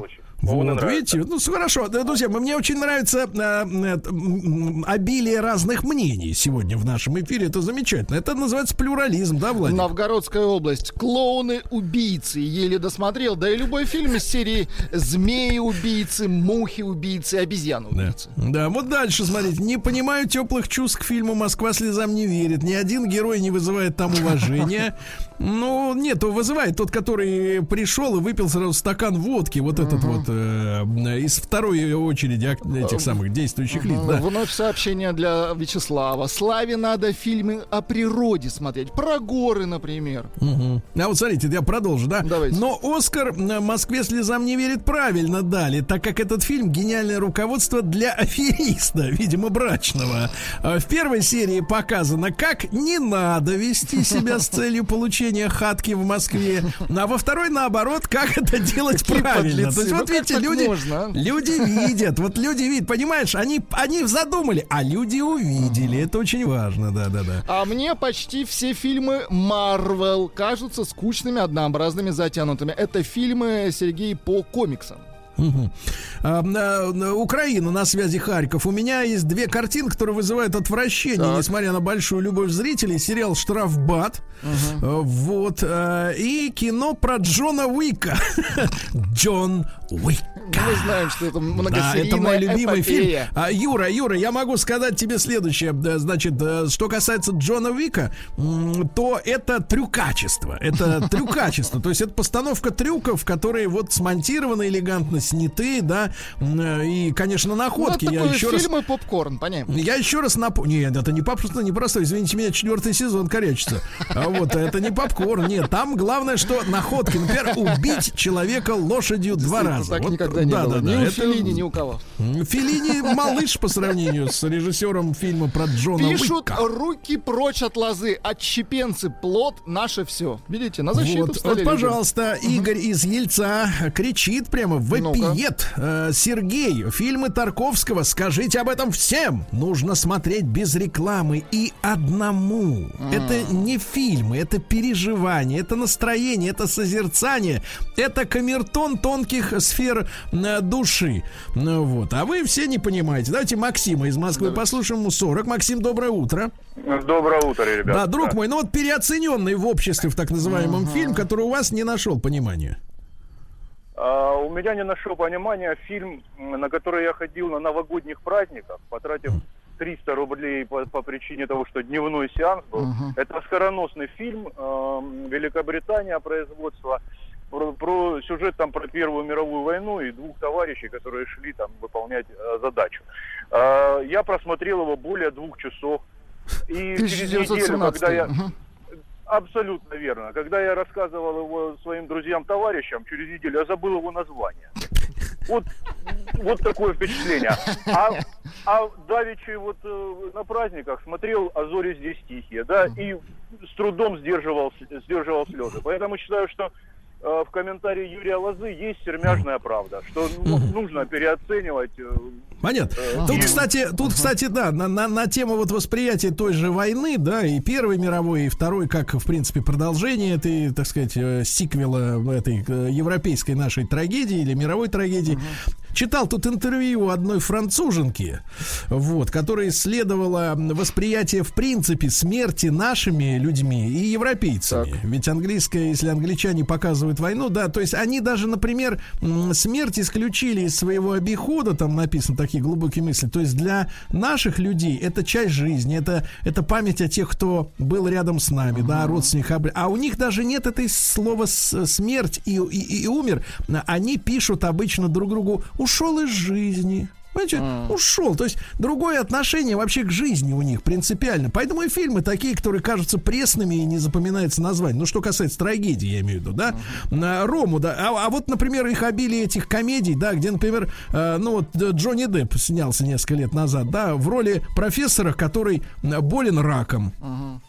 Speaker 2: Вот, видите, ну хорошо, друзья, мне очень нравится э, э, обилие разных мнений сегодня в нашем эфире, это замечательно. Это называется плюрализм, да, Владимир?
Speaker 3: Новгородская область. Клоуны-убийцы. Еле досмотрел. Да и любой фильм из серии «Змеи-убийцы», «Мухи-убийцы», «Обезьяны-убийцы».
Speaker 2: Да. да, вот дальше, смотрите. Не понимаю теплых чувств к фильму «Москва слезам не верит». Ни один герой не вызывает там уважения. Ну, нет, вызывает тот, который пришел и выпил сразу стакан водки. Вот этот вот э, из второй очереди этих самых действующих лиц. Да.
Speaker 3: Вновь сообщение для Вячеслава. Славе надо фильмы о природе смотреть. Про горы, например.
Speaker 2: Угу. А вот смотрите, я продолжу, да?
Speaker 3: Давайте.
Speaker 2: Но Оскар «Москве слезам не верит» правильно дали, так как этот фильм гениальное руководство для афериста, видимо, брачного. В первой серии показано, как не надо вести себя с целью получения хатки в Москве, а во второй, наоборот, как это делать правильно. То есть, вот видите, люди, люди видят, вот люди видят, понимаешь, они, они задумали, а люди увидели, это очень важно, да-да-да.
Speaker 3: А мне почти все фильмы Marvel кажутся скучными, однообразными, затянутыми. Это фильмы, Сергей, по комиксам.
Speaker 2: Угу. А, на, Украина, на связи Харьков. У меня есть две картины, которые вызывают отвращение, так. несмотря на большую любовь зрителей. Сериал «Штрафбат». Угу. Вот. И кино про Джона Уика. Джон Уик.
Speaker 3: Мы знаем, что это многосерийная
Speaker 2: да, это мой любимый
Speaker 3: эпопея.
Speaker 2: фильм. А, Юра, Юра, я могу сказать тебе следующее. Значит, что касается Джона Уика, то это трюкачество. Это трюкачество. То есть это постановка трюков, которые вот смонтированы элегантно, сняты, да. И, конечно, находки.
Speaker 3: Ну,
Speaker 2: я еще раз...
Speaker 3: фильмы попкорн, понятно.
Speaker 2: Я еще раз напомню. Нет, это не просто, не просто. Извините меня, четвертый сезон корячится. А вот это не попкорн. Нет, там главное, что находки. Например, убить человека лошадью два раза.
Speaker 3: Так
Speaker 2: вот,
Speaker 3: никогда не
Speaker 2: да,
Speaker 3: было.
Speaker 2: Да,
Speaker 3: ни
Speaker 2: да,
Speaker 3: у
Speaker 2: это...
Speaker 3: Феллини, ни у кого.
Speaker 2: Феллини малыш по сравнению с режиссером фильма про Джона
Speaker 3: Пишут:
Speaker 2: Уика.
Speaker 3: руки прочь от лозы, отщепенцы, плод наше все. Видите, на защиту
Speaker 2: Вот,
Speaker 3: встали.
Speaker 2: вот пожалуйста,
Speaker 3: люди.
Speaker 2: Игорь из Ельца кричит прямо, вопиет. Э, Сергей, фильмы Тарковского, скажите об этом всем. Нужно смотреть без рекламы и одному. Mm. Это не фильмы, это переживание, это настроение, это созерцание, это камертон тонких сфер э, души. Ну, вот. А вы все не понимаете. Давайте Максима из Москвы Давайте. послушаем, ему сорок. Максим, доброе утро.
Speaker 8: Доброе утро, ребята.
Speaker 2: Да, друг да. мой, ну вот переоцененный в обществе, в так называемом uh-huh. фильм, который у вас не нашел понимания.
Speaker 8: Uh, у меня не нашел понимания фильм, на который я ходил на новогодних праздниках, потратив триста рублей по, по причине того, что дневной сеанс был. Uh-huh. Это оскароносный фильм, uh, Великобритания производства, про, про сюжет там про Первую мировую войну и двух товарищей, которые шли там выполнять uh, задачу. Uh, я просмотрел его более двух часов. И через неделю, когда я... Uh-huh. Абсолютно верно. Когда я рассказывал его своим друзьям-товарищам, через неделю я забыл его название. Вот, вот такое впечатление. А, а давеча вот э, на праздниках смотрел «А зори здесь тихие», да, и с трудом сдерживал, сдерживал слезы. Поэтому считаю, что э, в комментарии Юрия Лозы есть сермяжная правда, что ну, нужно переоценивать... Э,
Speaker 2: Понятно. Uh-huh. Тут, кстати, тут, uh-huh. кстати, да, на, на, на тему вот восприятия той же войны, да, и Первой мировой, и Второй, как, в принципе, продолжение этой, так сказать, э, сиквела этой э, европейской нашей трагедии или мировой трагедии. Uh-huh. Читал тут интервью одной француженки, вот, которая исследовала восприятие, в принципе, смерти нашими людьми и европейцами. Так. Ведь английская, если англичане показывают войну, да, то есть они даже, например, смерть исключили из своего обихода, там написано такие глубокие мысли. То есть для наших людей это часть жизни, это, это память о тех, кто был рядом с нами, uh-huh. да, родственниках. А у них даже нет этой слова смерть и, и, и умер. Они пишут обычно друг другу: ушел из жизни. Понимаете, mm. ушел. То есть другое отношение вообще к жизни у них принципиально. Поэтому и фильмы такие, которые кажутся пресными и не запоминается название. Ну, что касается трагедии, я имею в виду, да. Mm. Рому, да. А, а вот, например, их обилие этих комедий, да, где, например, э, ну вот Джонни Депп снялся несколько лет назад, да, в роли профессора, который болен раком. Mm-hmm.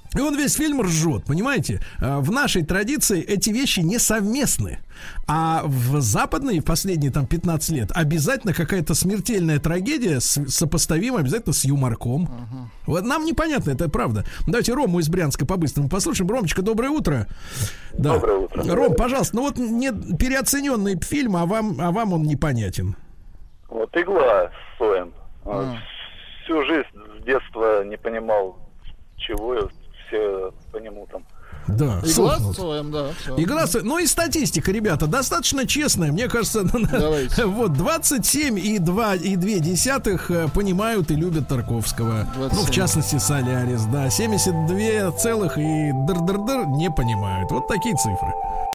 Speaker 2: И он весь фильм ржет, понимаете? В нашей традиции эти вещи не совместны. А в западной, в последние там пятнадцать лет, обязательно какая-то смертельная трагедия сопоставима обязательно с юморком. Uh-huh. Вот нам непонятно, это правда. Давайте Рому из Брянска по-быстрому послушаем. Ромочка, доброе утро. Да. Доброе утро. Ром, пожалуйста, ну вот не переоцененный фильм, а вам, а вам он непонятен.
Speaker 9: Вот «Игла» с Цоем. Uh-huh. Всю жизнь с детства не понимал, чего я... все по нему там.
Speaker 2: Да,
Speaker 3: Игла с Цоем, да.
Speaker 2: Игла с... Ну и статистика, ребята, достаточно честная. Мне кажется, вот двадцать семь и две десятых понимают и любят Тарковского. двадцать семь. Ну, в частности, Солярис, да. семьдесят два целых и др-др-др не понимают. Вот такие цифры.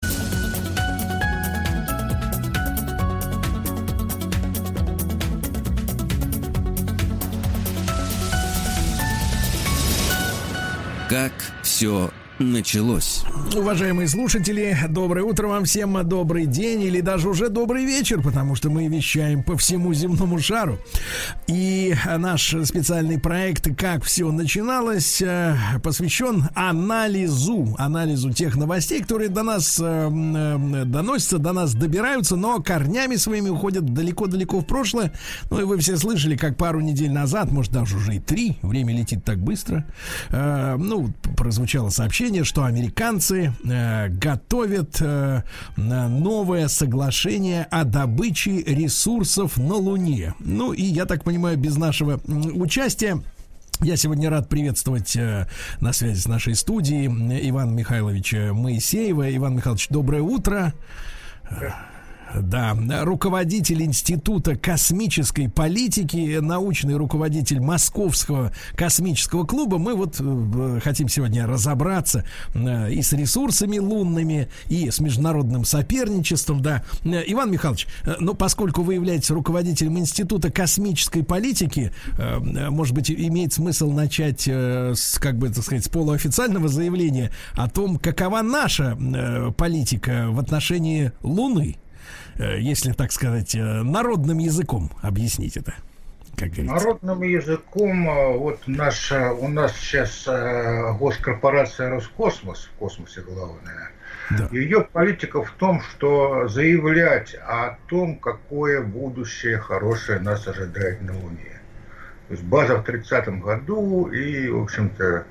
Speaker 1: Как все началось.
Speaker 2: Уважаемые слушатели, доброе утро вам всем, добрый день или даже уже добрый вечер, потому что мы вещаем по всему земному шару. И наш специальный проект «Как все начиналось» посвящен анализу, анализу тех новостей, которые до нас доносятся, до нас добираются, но корнями своими уходят далеко-далеко в прошлое. Ну и вы все слышали, как пару недель назад, может даже уже и три, время летит так быстро, ну, прозвучало сообщение, что американцы э, готовят э, новое соглашение о добыче ресурсов на Луне. Ну и, я так понимаю, без нашего участия. Я сегодня рад приветствовать э, на связи с нашей студией Ивана Михайловича Моисеева. Иван Михайлович, доброе утро. Да, руководитель Института космической политики, научный руководитель Московского космического клуба. Мы вот э, хотим сегодня разобраться э, и с ресурсами лунными, и с международным соперничеством, да. Э, Иван Михайлович, э, ну, поскольку вы являетесь руководителем Института космической политики, э, может быть, имеет смысл начать э, с, как бы, так сказать, с полуофициального заявления о том, какова наша э, политика в отношении Луны. Если, так сказать, народным языком объяснить это, как говорится.
Speaker 10: Народным языком, вот наша, у нас сейчас госкорпорация Роскосмос, в космосе главная, да. Ее политика в том, что заявлять о том, какое будущее хорошее нас ожидает на Луне. То есть база в тридцатом году, и, в общем-то,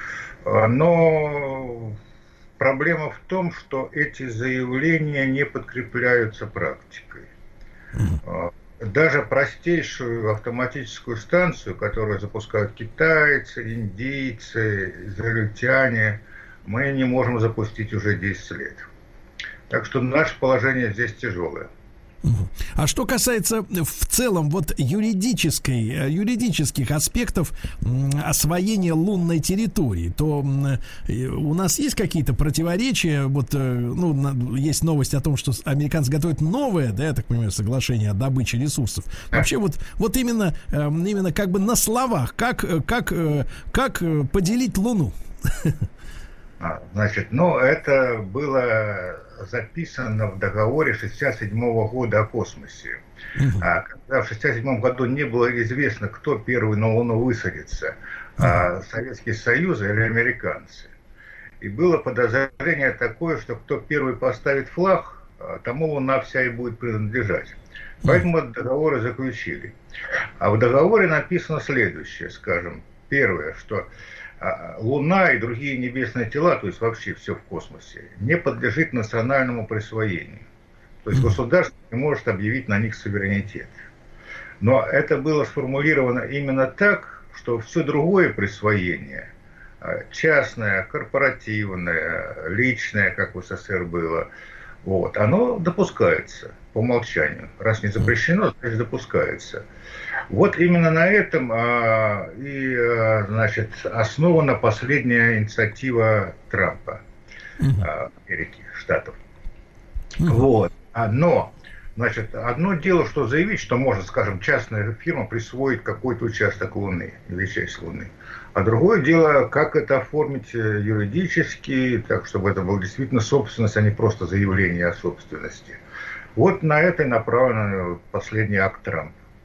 Speaker 10: но... Проблема в том, что эти заявления не подкрепляются практикой. Mm-hmm. Даже простейшую автоматическую станцию, которую запускают китайцы, индийцы, израильтяне, мы не можем запустить уже десять лет. Так что наше положение здесь тяжелое.
Speaker 2: А что касается в целом вот юридической, юридических аспектов освоения лунной территории, то у нас есть какие-то противоречия? Вот, ну, есть новость о том, что американцы готовят новое, да, я так понимаю, соглашение о добыче ресурсов. Вообще вот, вот именно, именно как бы на словах, как, как, как поделить Луну?
Speaker 10: А, значит, ну, это было записано в договоре шестьдесят седьмого года о космосе. Uh-huh. А, когда в шестьдесят седьмом году не было известно, кто первый на Луну высадится, uh-huh. а, Советский Союз или американцы. И было подозрение такое, что кто первый поставит флаг, тому Луна вся и будет принадлежать. Поэтому uh-huh. договоры заключили. А в договоре написано следующее, скажем. Первое, что Луна и другие небесные тела, то есть вообще все в космосе, не подлежит национальному присвоению. То есть государство не может объявить на них суверенитет. Но это было сформулировано именно так, что все другое присвоение, частное, корпоративное, личное, как в СССР было, вот, оно допускается по умолчанию. Раз не запрещено, значит допускается. Вот именно на этом а, и, а, значит, основана последняя инициатива Трампа, а, Америки, Штатов. Uh-huh. Вот. Но, значит, одно дело, что заявить, что может, скажем, частная фирма присвоить какой-то участок Луны, или часть Луны. А другое дело, как это оформить юридически, так, чтобы это была действительно собственность, а не просто заявление о собственности. Вот на это направлен последний акт Трампа.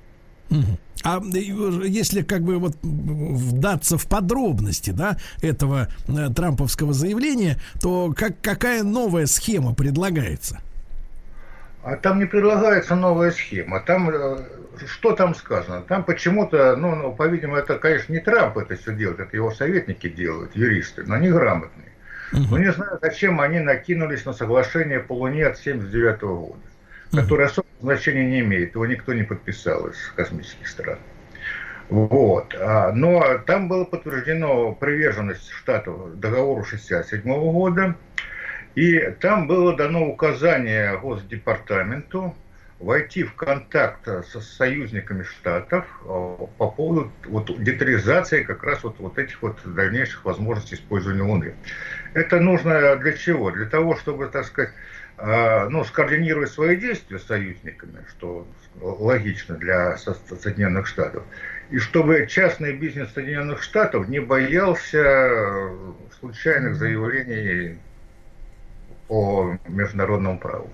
Speaker 2: А если как бы вот вдаться в подробности, да, этого э, трамповского заявления, то как, какая новая схема предлагается?
Speaker 10: А там не предлагается новая схема. Там, э, что там сказано? Там почему-то, ну, ну, по-видимому, это, конечно, не Трамп это все делает, это его советники делают, юристы, но они грамотные. Uh-huh. Но не знаю, зачем они накинулись на соглашение по Луне от семьдесят девятого года. Которое особого значения не имеет, его никто не подписал из космических стран. Вот. Но там было подтверждено приверженность Штатов договору шестьдесят седьмого года, и там было дано указание Госдепартаменту войти в контакт со союзниками Штатов по поводу вот, детализации как раз вот, вот этих вот дальнейших возможностей использования Луны. Это нужно для чего? Для того, чтобы, так сказать, ну, скоординировать свои действия с союзниками, что логично для Соединенных Штатов, и чтобы частный бизнес Соединенных Штатов не боялся случайных заявлений по международному праву.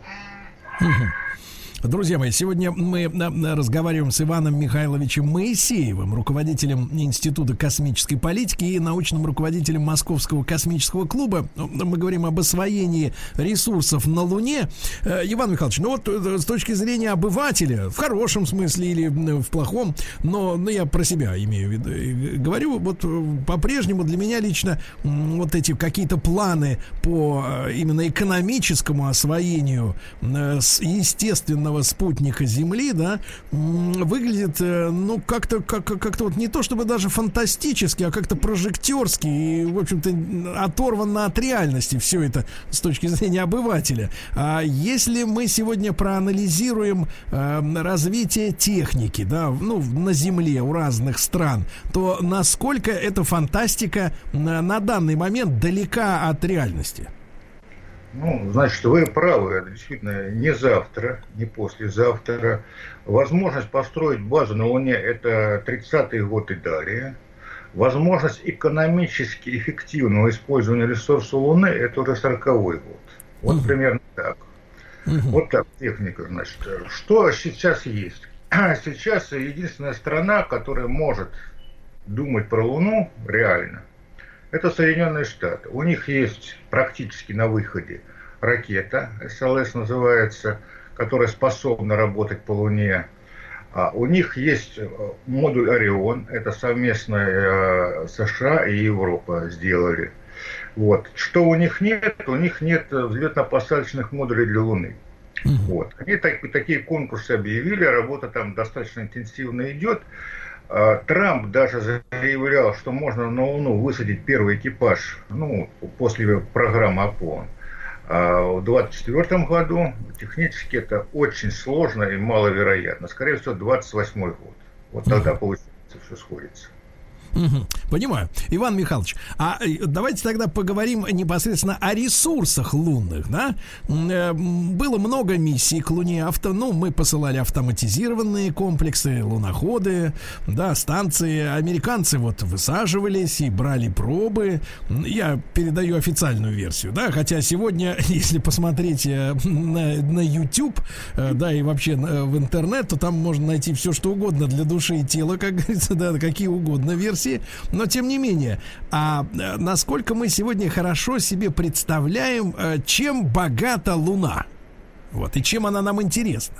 Speaker 2: Друзья мои, сегодня мы разговариваем с Иваном Михайловичем Моисеевым, руководителем Института космической политики и научным руководителем Московского космического клуба. Мы говорим об освоении ресурсов на Луне. Иван Михайлович, ну вот с точки зрения обывателя, в хорошем смысле или в плохом, но, но я про себя имею в виду, говорю, вот по-прежнему для меня лично вот эти какие-то планы по именно экономическому освоению естественного спутника Земли, да, выглядит, ну, как-то, как, как-то вот не то чтобы даже фантастически, а как-то прожектерски и, в общем-то, оторвано от реальности все это с точки зрения обывателя. А если мы сегодня проанализируем э, развитие техники, да, ну, на Земле у разных стран, то насколько эта фантастика на, на данный момент далека от реальности?
Speaker 10: Ну, значит, вы правы, это действительно не завтра, не послезавтра. Возможность построить базу на Луне – это тридцатый год и далее. Возможность экономически эффективного использования ресурсов Луны – это уже сороковой год. Вот uh-huh. примерно так. Uh-huh. Вот так техника, значит. Что сейчас есть? Сейчас единственная страна, которая может думать про Луну реально, это Соединенные Штаты. У них есть практически на выходе ракета, эс эл эс называется, которая способна работать по Луне. А у них есть модуль Орион, это совместно э, США и Европа сделали. Вот. Что у них нет? У них нет взлетно-посадочных модулей для Луны. Вот. Они так, такие конкурсы объявили, работа там достаточно интенсивно идет. Трамп даже заявлял, что можно на Луну высадить первый экипаж, ну, после программы Аполлон. А в двадцать четвёртом году технически это очень сложно и маловероятно. Скорее всего, двадцать восьмой год. Вот тогда получится, все сходится.
Speaker 2: Угу, понимаю. Иван Михайлович, а давайте тогда поговорим непосредственно о ресурсах лунных, да? Было много миссий к Луне, авто, ну, мы посылали автоматизированные комплексы, луноходы, да, станции. Американцы вот высаживались и брали пробы. Я передаю официальную версию, да, хотя сегодня, если посмотреть на, на YouTube, да, и вообще в интернет, то там можно найти все, что угодно для души и тела, как говорится, да, какие угодно версии. Но тем не менее, а насколько мы сегодня хорошо себе представляем, чем богата Луна? Вот, и чем она нам интересна?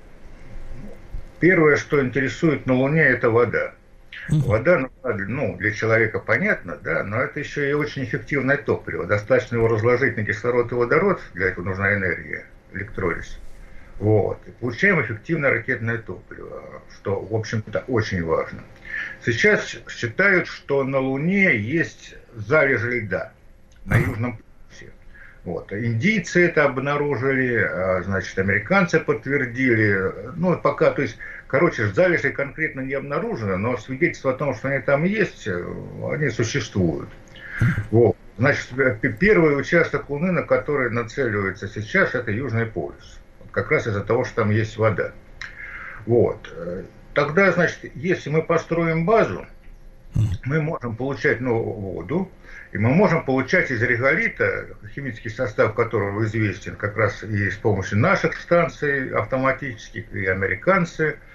Speaker 10: Первое, что интересует на Луне, это вода. Uh-huh. Вода, ну, для человека понятно, да, но это еще и очень эффективное топливо. Достаточно его разложить на кислород и водород, для этого нужна энергия, электролиз. Вот. И получаем эффективное ракетное топливо, что, в общем-то, очень важно. Сейчас считают, что на Луне есть залежи льда на Южном полюсе. Вот. Индийцы это обнаружили, значит, американцы подтвердили. Ну, пока, то есть, короче, залежи конкретно не обнаружено, но свидетельства о том, что они там есть, они существуют. Вот. Значит, первый участок Луны, на который нацеливается сейчас, это Южный полюс. Как раз из-за того, что там есть вода. Вот. Тогда, значит, если мы построим базу, мы можем получать новую воду, и мы можем получать из реголита, химический состав которого известен как раз и с помощью наших станций автоматических, и американцы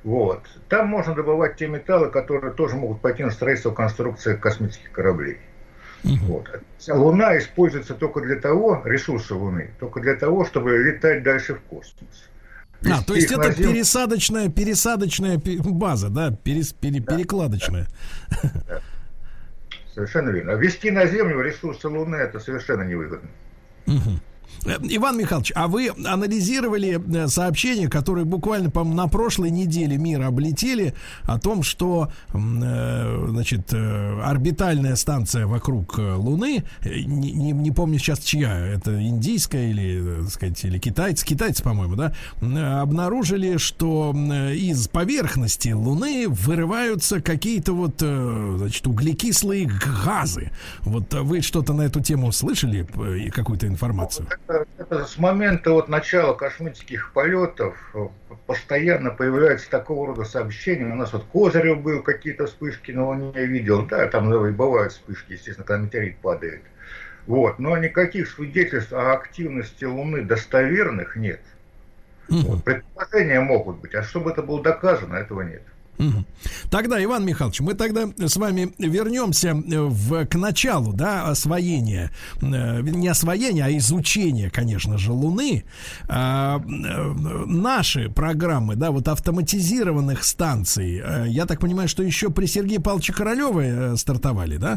Speaker 10: Вот. Там можно добывать те металлы, которые тоже могут пойти на строительство конструкции космических кораблей. Uh-huh. Вот. Луна используется только для того, ресурсы Луны, только для того, чтобы летать дальше в космос.
Speaker 2: А, то есть это зем... пересадочная, пересадочная база, да, Перес, пере, да, перекладочная.
Speaker 10: Да. Да. Совершенно верно. А везти на Землю ресурсы Луны — это совершенно невыгодно.
Speaker 2: Угу. Иван Михайлович, а вы анализировали сообщения, которые буквально, по-моему, на прошлой неделе мира облетели, о том, что, значит, орбитальная станция вокруг Луны, не, не, не помню сейчас чья, это индийская или, так сказать, или китайцы, китайцы, по-моему, да, обнаружили, что из поверхности Луны вырываются какие-то вот, значит, углекислые газы. Вот вы что-то на эту тему слышали, какую-то информацию?
Speaker 10: Это с момента вот начала космических полетов постоянно появляются такого рода сообщения. У нас вот Козырев был, какие-то вспышки на Луне видел. Да, там и бывают вспышки, естественно, когда метеорит падает. Вот. Но никаких свидетельств о активности Луны достоверных нет. Угу. Вот. Предположения могут быть, а чтобы это было доказано, этого нет.
Speaker 2: Угу. Тогда, Иван Михайлович, мы тогда с вами вернемся в, к началу, да, освоения, не освоения, а изучения, конечно же, Луны. А, наши программы, да, вот автоматизированных станций, я так понимаю, что еще при Сергее Павловиче Королеве стартовали, да?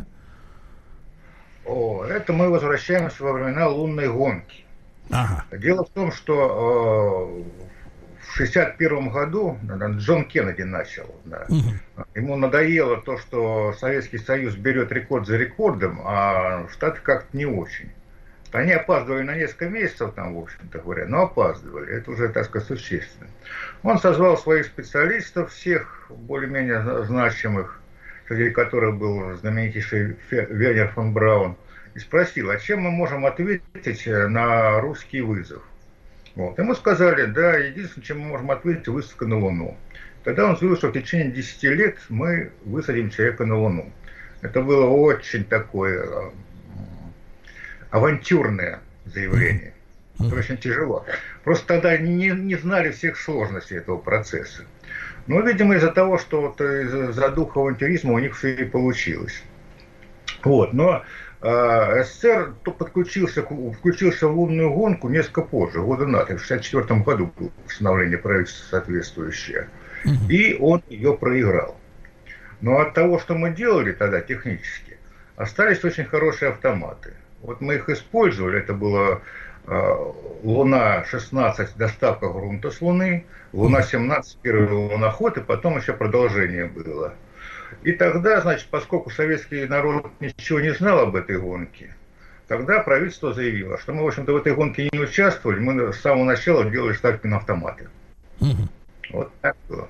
Speaker 10: О, это мы возвращаемся во времена лунной гонки.
Speaker 2: Ага.
Speaker 10: Дело в том, что э, в шестьдесят первом году Джон Кеннеди начал. Да. Угу. Ему надоело то, что Советский Союз берет рекорд за рекордом, а Штаты как-то не очень. Они опаздывали на несколько месяцев, там, в общем-то говоря, но опаздывали. Это уже, так сказать, существенно. Он созвал своих специалистов, всех более-менее значимых, среди которых был знаменитейший Вернер фон Браун, и спросил, а чем мы можем ответить на русский вызов? Вот. Ему сказали, да, единственное, чем мы можем ответить, выставка на Луну. Тогда он заявил, что в течение десяти лет мы высадим человека на Луну. Это было очень такое авантюрное заявление. Это очень тяжело. Просто тогда не, не знали всех сложностей этого процесса. Но, видимо, из-за того, что вот из-за духа авантюризма у них все и получилось. Вот. Но э, СССР подключился, включился в лунную гонку несколько позже, года на три. В шестьдесят четвёртом году было постановление правительства соответствующее. И он ее проиграл. Но от того, что мы делали тогда технически, остались очень хорошие автоматы. Вот мы их использовали. Это было э, Луна шестнадцать, доставка грунта с Луны, Луна семнадцать, первый луноход, и потом еще продолжение было. И тогда, значит, поскольку советский народ ничего не знал об этой гонке, тогда правительство заявило, что мы, в общем-то, в этой гонке не участвовали, мы с самого начала делали ставки на автоматы. Угу. Вот так было.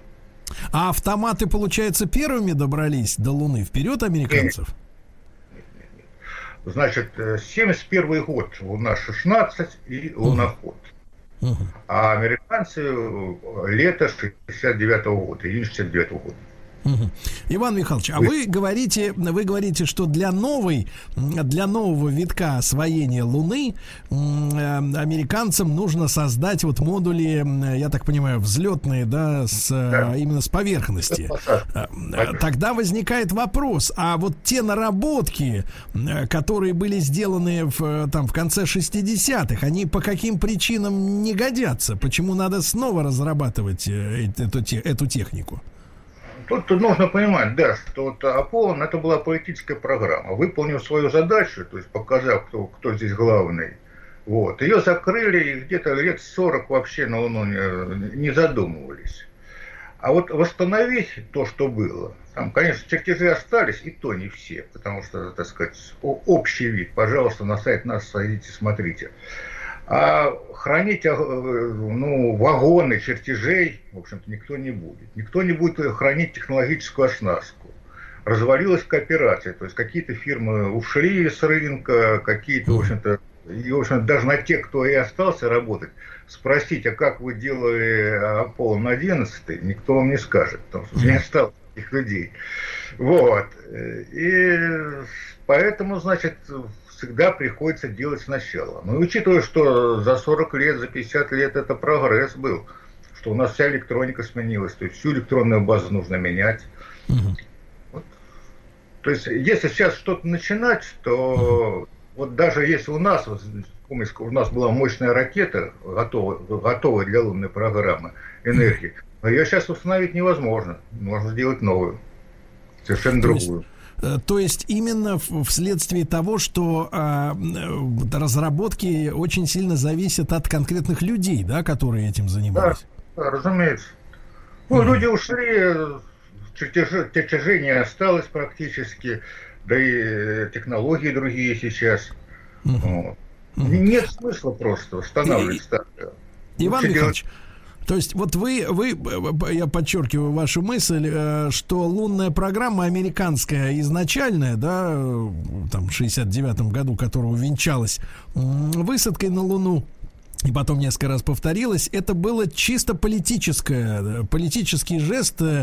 Speaker 2: А автоматы, получается, первыми добрались до Луны вперед американцев?
Speaker 10: Нет, нет, нет. Значит, семьдесят первый год, Луна шестнадцать и луноход. Угу. А американцы лето шестьдесят девятого года, июнь шестьдесят девятого года.
Speaker 2: Угу. Иван Михайлович, а вы говорите, вы говорите, что для новой, для нового витка освоения Луны э, американцам нужно создать вот модули, я так понимаю, взлетные, да, с, да. именно с поверхности. Тогда возникает вопрос, а вот те наработки, которые были сделаны в, там, в конце шестидесятых, они по каким причинам не годятся? Почему надо снова разрабатывать эту, эту технику?
Speaker 10: Тут нужно понимать, да, что вот Аполлон — это была политическая программа. Выполнив свою задачу, то есть показав, кто, кто здесь главный, вот, ее закрыли, и где-то лет сорок вообще на Луну не, не задумывались. А вот восстановить то, что было, там, конечно, чертежи остались, и то не все, потому что, так сказать, общий вид, пожалуйста, на сайт нас садите, смотрите. А хранить, ну, вагоны чертежей, в общем-то, никто не будет. Никто не будет хранить технологическую оснастку. Развалилась кооперация, то есть какие-то фирмы ушли с рынка, какие-то, в общем-то, и, в общем-то, даже на тех, кто и остался работать, спросить, а как вы делали Аполлон одиннадцать, никто вам не скажет, потому что не осталось таких людей. Вот. И поэтому, значит, всегда приходится делать сначала. Ну и учитывая, что за сорок лет, за пятьдесят лет это прогресс был, что у нас вся электроника сменилась, то есть всю электронную базу нужно менять. Uh-huh. Вот. То есть если сейчас что-то начинать, то uh-huh. вот даже если у нас, вот, помните, у нас была мощная ракета, готовая, готовая для лунной программы, энергии, но ее сейчас установить невозможно, можно сделать новую, совершенно то другую.
Speaker 2: Есть... То есть именно вследствие того, что э, разработки очень сильно зависят от конкретных людей, да, которые этим занимались.
Speaker 10: Да, да, разумеется. Ну, mm-hmm. люди ушли, чертежи, чертежей не осталось практически, да и технологии другие сейчас. Mm-hmm. Вот. Mm-hmm. Нет смысла просто восстанавливать старое.
Speaker 2: Иван Михайлович, то есть вот вы, вы, я подчеркиваю вашу мысль, что лунная программа американская изначальная, да, там в шестьдесят девятом году, которая увенчалась высадкой на Луну, и потом несколько раз повторилось, это было чисто политическое, политический жест, э,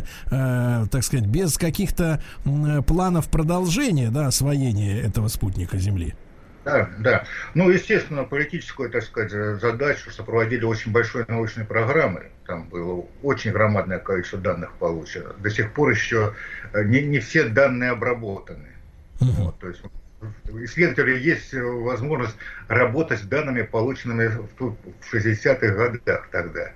Speaker 2: так сказать, без каких-то планов продолжения, да, освоения этого спутника Земли.
Speaker 10: Да, да. Ну, естественно, политическую, так сказать, задачу сопроводили очень большой научной программой. Там было очень громадное количество данных получено. До сих пор еще не, не все данные обработаны. Uh-huh. Вот, то есть у исследователей есть возможность работать с данными, полученными в шестидесятых годах тогда.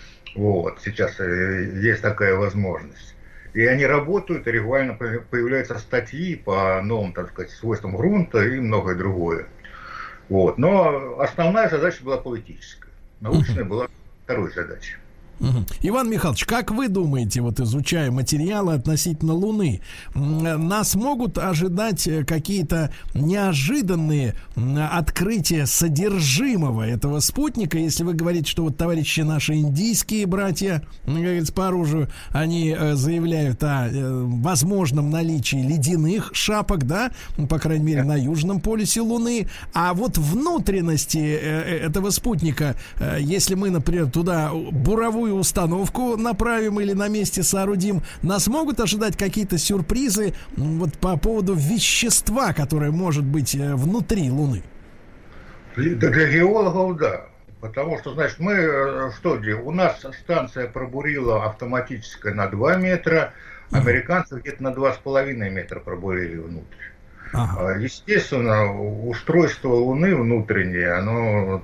Speaker 10: Вот, сейчас есть такая возможность. И они работают, и регулярно появляются статьи по новым, так сказать, свойствам грунта и многое другое. Вот. Но основная задача была политическая. Научная была второй задачей.
Speaker 2: Угу. Иван Михайлович, как вы думаете, вот изучая материалы относительно Луны, нас могут ожидать какие-то неожиданные открытия содержимого этого спутника, если вы говорите, что вот товарищи наши индийские братья, как говорится, по оружию, они заявляют о возможном наличии ледяных шапок, да, по крайней мере, на южном полюсе Луны, а вот внутренности этого спутника, если мы, например, туда буровую установку направим или на месте соорудим, нас могут ожидать какие-то сюрпризы вот по поводу вещества, которое может быть внутри Луны?
Speaker 10: Для, для геологов, да. Потому что, значит, мы что делаем? У нас станция пробурила автоматическая на два метра, американцы где-то на два с половиной метра пробурили внутрь. Ага. Естественно, устройство Луны внутреннее, оно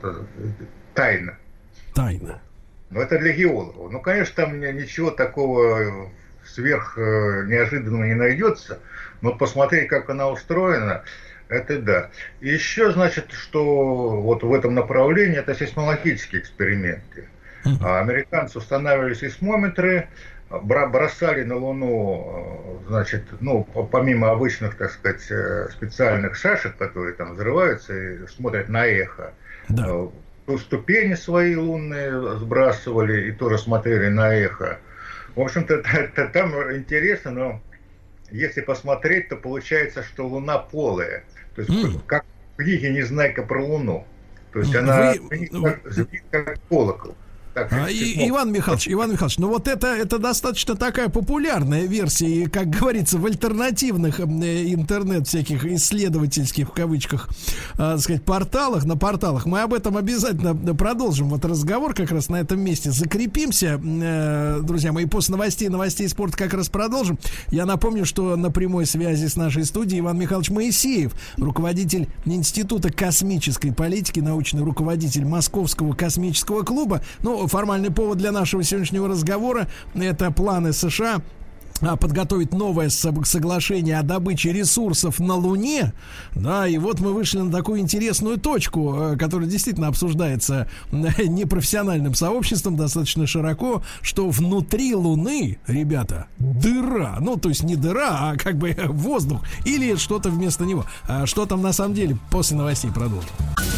Speaker 10: тайна.
Speaker 2: Тайна.
Speaker 10: Но это для геологов. Ну, конечно, там ничего такого сверх неожиданного не найдется, но посмотреть, как она устроена, это да. И еще, значит, что вот в этом направлении это сейсмологические эксперименты. А американцы устанавливали сейсмометры, бросали на Луну, значит, ну, помимо обычных, так сказать, специальных шашек, которые там взрываются и смотрят на эхо, да. Ступени свои лунные сбрасывали и тоже смотрели на эхо. В общем-то, там интересно, но если посмотреть, то получается, что Луна полая. То есть, mm. как в книге «Незнайка про Луну». То есть, она звенит как колокол. Так,
Speaker 2: а, и, Иван Михайлович, Иван Михайлович, ну вот это, это достаточно такая популярная версия, и, как говорится, в альтернативных э, интернет всяких исследовательских, в кавычках, э, так сказать, порталах, на порталах. Мы об этом обязательно продолжим вот разговор как раз на этом месте. Закрепимся, э, друзья мои, после новостей, новостей спорта как раз продолжим. Я напомню, что на прямой связи с нашей студией Иван Михайлович Моисеев, руководитель Института космической политики, научный руководитель Московского космического клуба. Ну, формальный повод для нашего сегодняшнего разговора — это планы США подготовить новое соглашение о добыче ресурсов на Луне. Да, и вот мы вышли на такую интересную точку, которая действительно обсуждается непрофессиональным сообществом достаточно широко, что внутри Луны, ребята, дыра. Ну, то есть не дыра, а как бы воздух или что-то вместо него. А что там на самом деле, после новостей продолжим.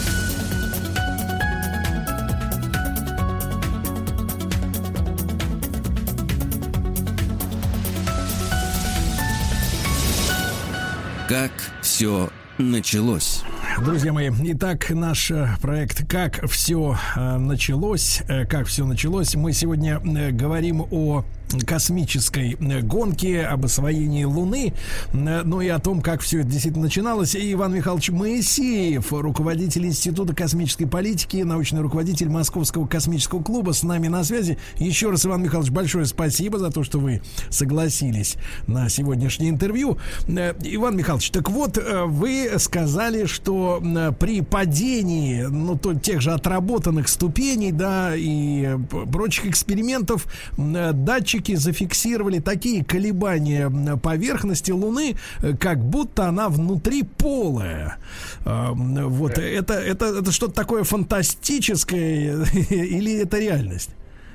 Speaker 1: Как все началось.
Speaker 2: Друзья мои, итак, наш проект «Как все началось», «Как все началось». Мы сегодня говорим о космической гонки, об освоении Луны, ну и о том, как все это действительно начиналось. И Иван Михайлович Моисеев, руководитель Института космической политики, научный руководитель Московского космического клуба, с нами на связи. Еще раз, Иван Михайлович, большое спасибо за то, что вы согласились на сегодняшнее интервью. Иван Михайлович, так вот, вы сказали, что при падении, ну, то, тех же отработанных ступеней, да, и прочих экспериментов, датчики зафиксировали такие колебания поверхности Луны, как будто она внутри полая. Вот это, это, это что-то такое фантастическое или это реальность?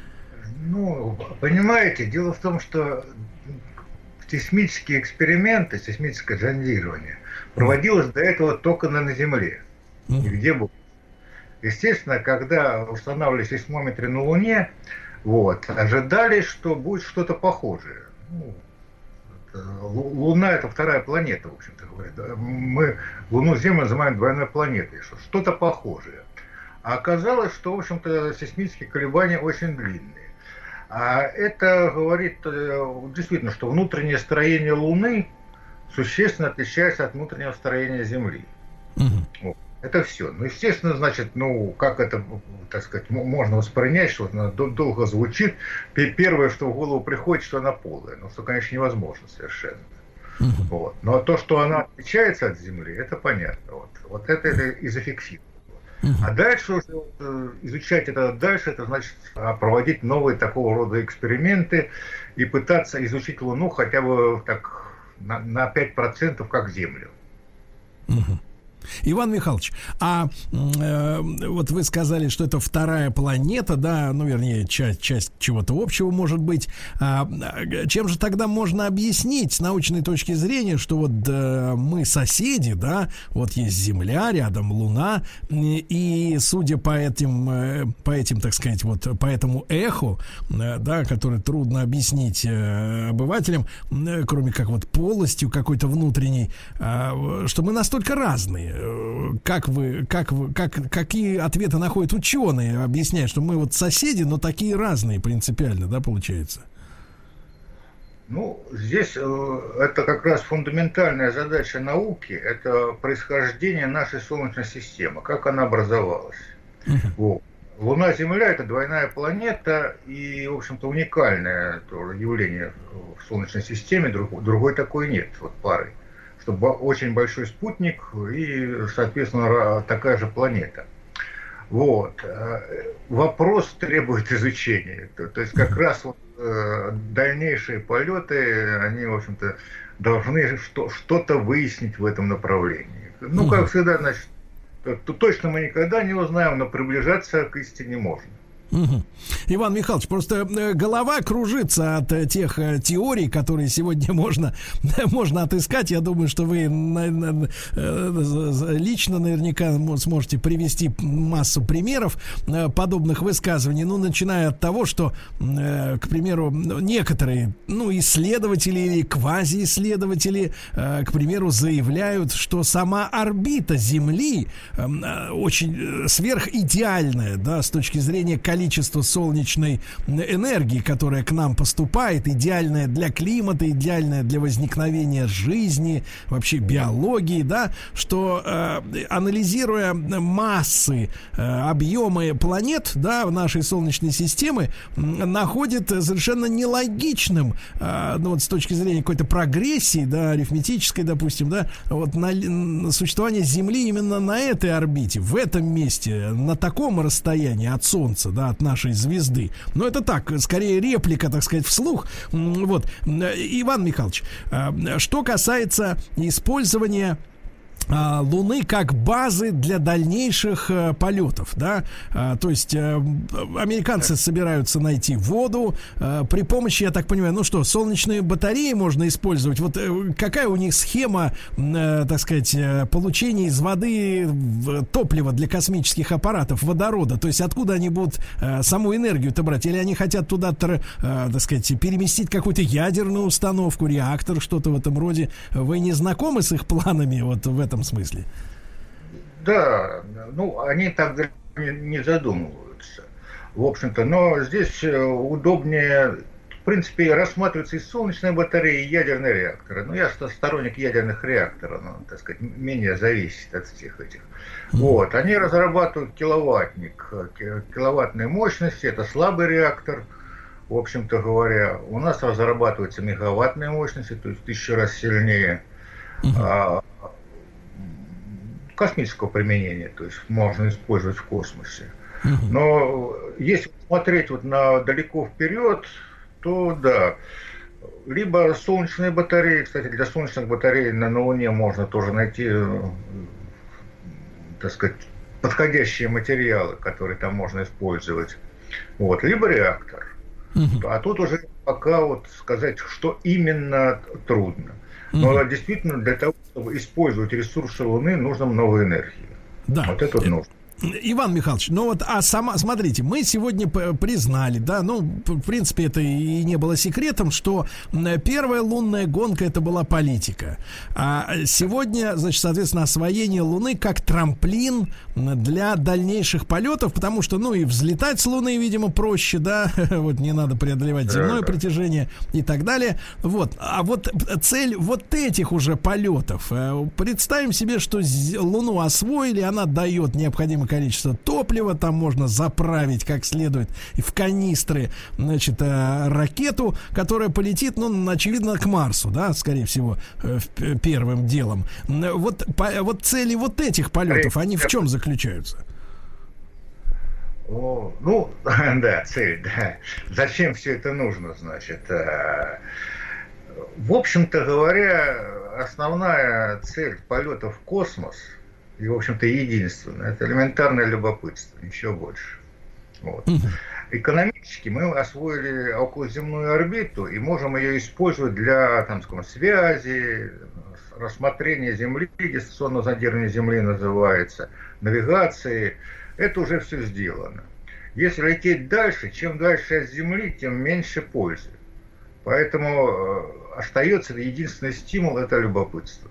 Speaker 10: Ну, понимаете, дело в том, что сейсмические эксперименты, сейсмическое зондирование проводилось до этого только на, на Земле. Нигде было. Естественно, когда устанавливали сейсмометры на Луне, вот, ожидали, что будет что-то похожее. Ну, Луна — это вторая планета, в общем-то говоря. Мы Луну, Землю называем двойной планетой, что что-то похожее. А оказалось, что, в общем-то, сейсмические колебания очень длинные. А это говорит действительно, что внутреннее строение Луны существенно отличается от внутреннего строения Земли. Mm-hmm. Вот. Это все. Ну, естественно, значит, ну, как это, так сказать, можно воспринять, что она долго звучит. Первое, что в голову приходит, что она полая. Ну, что, конечно, невозможно совершенно. Uh-huh. Вот. Но то, что она отличается от Земли, это понятно. Вот, вот это, это и зафиксировано. Uh-huh. А дальше уже изучать это дальше, это значит проводить новые такого рода эксперименты и пытаться изучить Луну хотя бы так на, на пять процентов как Землю.
Speaker 2: Uh-huh. Иван Михайлович, а э, вот вы сказали, что это вторая планета, да, ну, вернее, часть, часть чего-то общего может быть. А, чем же тогда можно объяснить с научной точки зрения, что вот э, мы соседи, да, вот есть Земля, рядом Луна, и, и судя по этим, э, по этим, так сказать, вот по этому эху, э, да, которое трудно объяснить э, обывателям, э, кроме как вот полостью какой-то внутренней, э, что мы настолько разные. Как вы, как вы, как, какие ответы находят ученые, объясняя, что мы вот соседи, но такие разные принципиально, да, получается?
Speaker 10: Ну, здесь э, это как раз фундаментальная задача науки, это происхождение нашей Солнечной системы, как она образовалась. Uh-huh. Вот. Луна-Земля — это двойная планета и, в общем-то, уникальное явление в Солнечной системе, друг, другой такой нет, вот пары. Чтобы очень большой спутник и, соответственно, такая же планета. Вот. Вопрос требует изучения. То есть как раз вот дальнейшие полеты, они, в общем-то, должны что-то выяснить в этом направлении. Ну, как всегда, значит, точно мы никогда не узнаем, но приближаться к истине можно.
Speaker 2: Угу. Иван Михайлович, просто голова кружится от тех теорий, которые сегодня можно, можно отыскать. Я думаю, что вы лично наверняка сможете привести массу примеров подобных высказываний. Ну, начиная от того, что, к примеру, некоторые, ну, исследователи или квазиисследователи, к примеру, заявляют, что сама орбита Земли очень сверхидеальная, да, с точки зрения количества количество солнечной энергии, которая к нам поступает, идеальная для климата, идеальная для возникновения жизни, вообще биологии, да, что э, анализируя массы, э, объемы планет, да, в нашей Солнечной системе, э, находит совершенно нелогичным, э, ну, вот с точки зрения какой-то прогрессии, да, арифметической, допустим, да, вот на, на существование Земли именно на этой орбите, в этом месте, на таком расстоянии от Солнца, да, от нашей звезды. Но это так, скорее реплика, так сказать, вслух. Вот. Иван Михайлович, что касается использования а, Луны как базы для дальнейших а, полетов, да, а, то есть а, американцы собираются найти воду а, при помощи, я так понимаю, ну что, солнечные батареи можно использовать. Вот а, какая у них схема, а, так сказать, получения из воды топлива для космических аппаратов, водорода, то есть откуда они будут а, саму энергию-то брать, или они хотят туда, а, так сказать, переместить какую-то ядерную установку, реактор, что-то в этом роде. Вы не знакомы с их планами вот в этом В этом смысле?
Speaker 10: Да, ну, они так не задумываются, в общем-то, но здесь удобнее принципе, рассматриваются и солнечные батареи, и ядерные реакторы. Ну, я что сторонник ядерных реакторов, ну, так сказать, менее зависит от всех этих. Вот, они разрабатывают киловаттник, киловаттные мощности, это слабый реактор, в общем-то говоря. У нас разрабатываются мегаваттные мощности, то есть в тысячу раз сильнее. А, космического применения, то есть можно использовать в космосе. Но если смотреть вот на далеко вперед, то да, либо солнечные батареи, кстати, для солнечных батарей на, на Луне можно тоже найти, так сказать, подходящие материалы, которые там можно использовать. Вот, либо реактор. А тут уже пока вот сказать, что именно, трудно. Но mm-hmm. действительно для того, чтобы использовать ресурсы Луны, нужно много энергии.
Speaker 2: Да.
Speaker 10: Вот это вот нужно.
Speaker 2: Иван Михайлович, ну вот, а сама, смотрите, мы сегодня признали, да, ну, в принципе, это и не было секретом, что первая лунная гонка — это была политика. А сегодня, значит, соответственно, освоение Луны как трамплин для дальнейших полетов, потому что, ну, и взлетать с Луны, видимо, проще, да, вот не надо преодолевать земное да, притяжение и так далее. Вот, а вот цель вот этих уже полетов, представим себе, что Луну освоили, она дает необходимое количество топлива, там можно заправить как следует в канистры, значит, ракету, которая полетит, ну, очевидно, к Марсу, да, скорее всего, первым делом. Вот, по, вот цели вот этих полетов, они в чем заключаются?
Speaker 10: О, ну, да, цель, да. Зачем все это нужно, значит? В общем-то говоря, основная цель полета в космос и, в общем-то, единственное, это элементарное любопытство, ничего больше. Вот. Mm-hmm. Экономически мы освоили околоземную орбиту и можем ее использовать для, там, скажем, связи, рассмотрения Земли, дистанционного зондирования Земли называется, навигации. Это уже все сделано. Если лететь дальше, чем дальше от Земли, тем меньше пользы. Поэтому остается единственный стимул – это любопытство.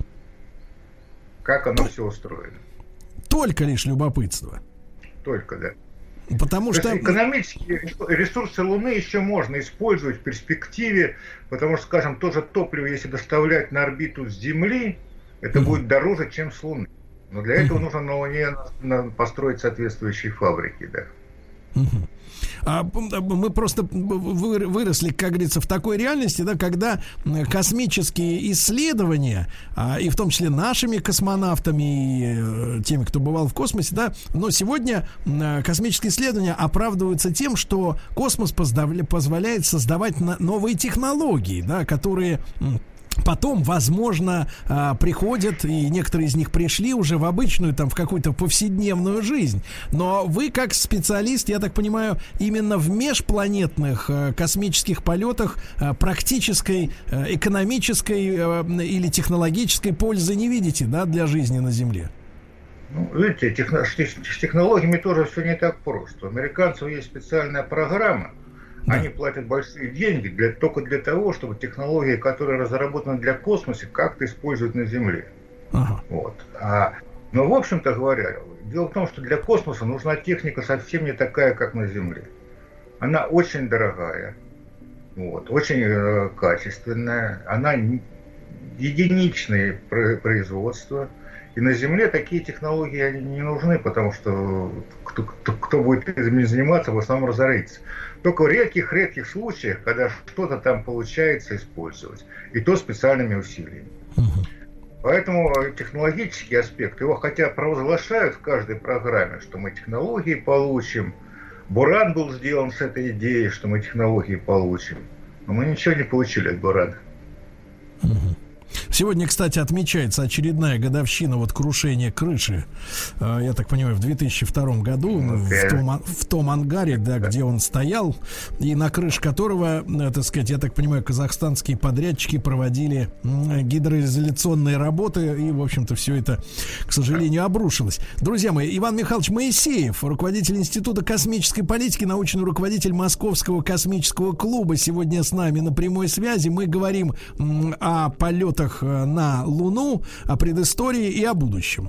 Speaker 10: Как оно все устроено.
Speaker 2: Только лишь любопытство.
Speaker 10: Только, да.
Speaker 2: Потому
Speaker 10: То
Speaker 2: что
Speaker 10: экономические ресурсы Луны еще можно использовать в перспективе, потому что, скажем, тоже топливо, если доставлять на орбиту с Земли, это mm-hmm. будет дороже, чем с Луны. Но для этого mm-hmm. нужно на Луне построить соответствующие фабрики, да.
Speaker 2: Mm-hmm. А мы просто выросли, как говорится, в такой реальности, да, когда космические исследования, и в том числе нашими космонавтами, и теми, кто бывал в космосе, да, но сегодня космические исследования оправдываются тем, что космос позволяет создавать новые технологии, да, которые потом, возможно, приходят, и некоторые из них пришли уже в обычную, там, в какую-то повседневную жизнь. Но вы, как специалист, я так понимаю, именно в межпланетных космических полетах практической, экономической или технологической пользы не видите, да, для жизни на Земле?
Speaker 10: Ну, видите, техно- с технологиями тоже все не так просто. У американцев есть специальная программа. Да. Они платят большие деньги для, только для того, чтобы технологии, которые разработаны для космоса, как-то использовать на Земле. Ага. Вот. А, но, в общем-то говоря, дело в том, что для космоса нужна техника совсем не такая, как на Земле. Она очень дорогая, вот, очень э, качественная, она единичное производство. И на Земле такие технологии они не нужны, потому что кто, кто, кто будет этим заниматься, в основном разорится. Только в редких-редких случаях, когда что-то там получается использовать. И то специальными усилиями. Uh-huh. Поэтому технологический аспект, его хотя провозглашают в каждой программе, что мы технологии получим. Буран был сделан с этой идеей, что мы технологии получим. Но мы ничего не получили от Бурана.
Speaker 2: Uh-huh. Сегодня, кстати, отмечается очередная годовщина вот крушения крыши, я так понимаю, в две тысячи втором году okay. в, том, в том ангаре, да, где он стоял, и на крыше которого, так сказать, я так понимаю, казахстанские подрядчики проводили гидроизоляционные работы, и, в общем-то, все это, к сожалению, обрушилось. Друзья мои, Иван Михайлович Моисеев, руководитель Института космической политики, научный руководитель Московского космического клуба, сегодня с нами на прямой связи. Мы говорим о полетах на Луну, о предыстории и о будущем.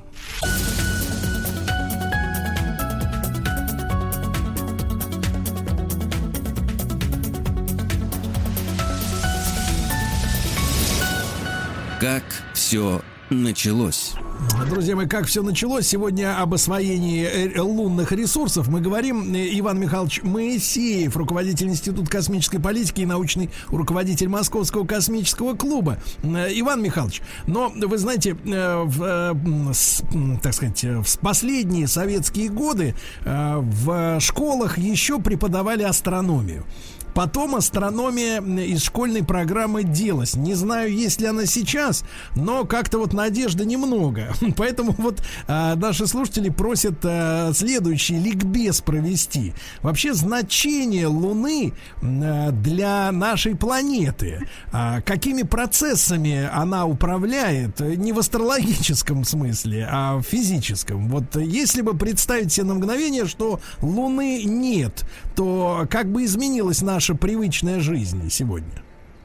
Speaker 1: Как все началось.
Speaker 2: Друзья мои, как все началось? Сегодня об освоении лунных ресурсов мы говорим. Иван Михайлович Моисеев, руководитель Института космической политики и научный руководитель Московского космического клуба. Иван Михайлович, но вы знаете, в, так сказать, в последние советские годы в школах еще преподавали астрономию. Потом астрономия из школьной программы делась. Не знаю, есть ли она сейчас, но как-то вот надежды немного. Поэтому вот а, наши слушатели просят а, следующий ликбез провести. Вообще значение Луны а, для нашей планеты. А, какими процессами она управляет? Не в астрологическом смысле, а в физическом. Вот если бы представить себе на мгновение, что Луны нет, то как бы изменилась наша привычная жизнь сегодня?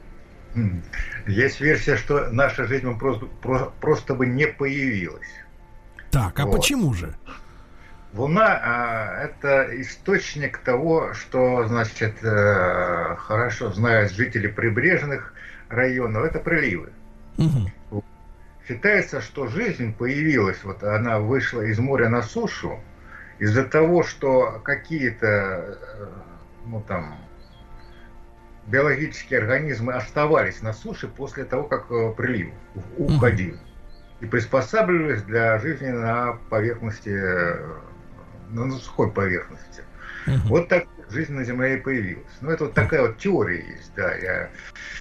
Speaker 10: Есть версия, что наша жизнь просто, просто, просто бы не появилась.
Speaker 2: Так, а вот. Почему же?
Speaker 10: Луна а, это источник того, что, значит, э, хорошо знают жители прибрежных районов, это приливы. Угу. Считается, что жизнь появилась, вот она вышла из моря на сушу из-за того, что какие-то, ну там, биологические организмы оставались на суше после того, как прилив уходил. И приспосабливались для жизни на поверхности, на сухой поверхности. Uh-huh. Вот так жизнь на Земле и появилась. Ну, это вот такая вот теория есть, да. Я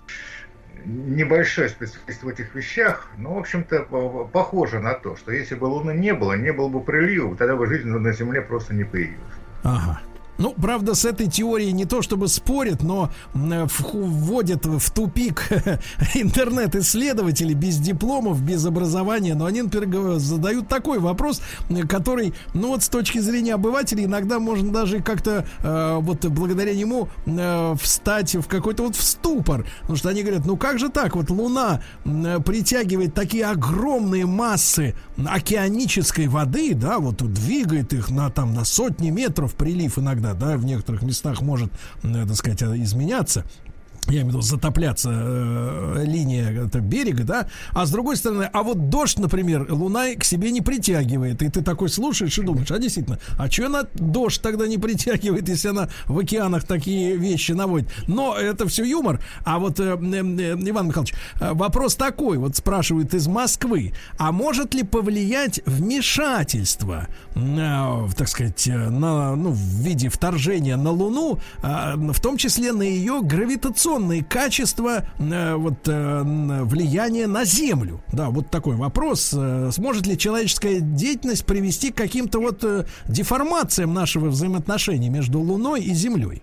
Speaker 10: небольшой специалист в этих вещах, но, в общем-то, похоже на то, что если бы Луны не было, не было бы прилива, тогда бы жизнь на Земле просто не появилась.
Speaker 2: Ага. Ну, правда, с этой теорией не то чтобы спорят, но вводят в тупик интернет-исследователи без дипломов, без образования. Но они, например, задают такой вопрос, который, ну вот с точки зрения обывателей, иногда можно даже как-то э, вот благодаря нему э, встать в какой-то вот в ступор. Потому что они говорят, ну как же так? Вот Луна э, притягивает такие огромные массы океанической воды, да, вот двигает их на, там, на сотни метров, прилив иногда, да, в некоторых местах может, так сказать, изменяться. Я имею в виду затопляться э, линия это, берега, да, а с другой стороны, а вот дождь, например, Луна к себе не притягивает, и ты такой слушаешь и думаешь, а действительно, а что она дождь тогда не притягивает, если она в океанах такие вещи наводит? Но это все юмор. А вот, э, э, Иван Михайлович, вопрос такой, вот спрашивают из Москвы, а может ли повлиять вмешательство, э, так сказать, на, ну, в виде вторжения на Луну, э, в том числе на ее гравитационную качества э, вот, э, влияния на Землю? Да, вот такой вопрос. Э, сможет ли человеческая деятельность привести к каким-то вот э, деформациям нашего взаимоотношения между Луной и Землей?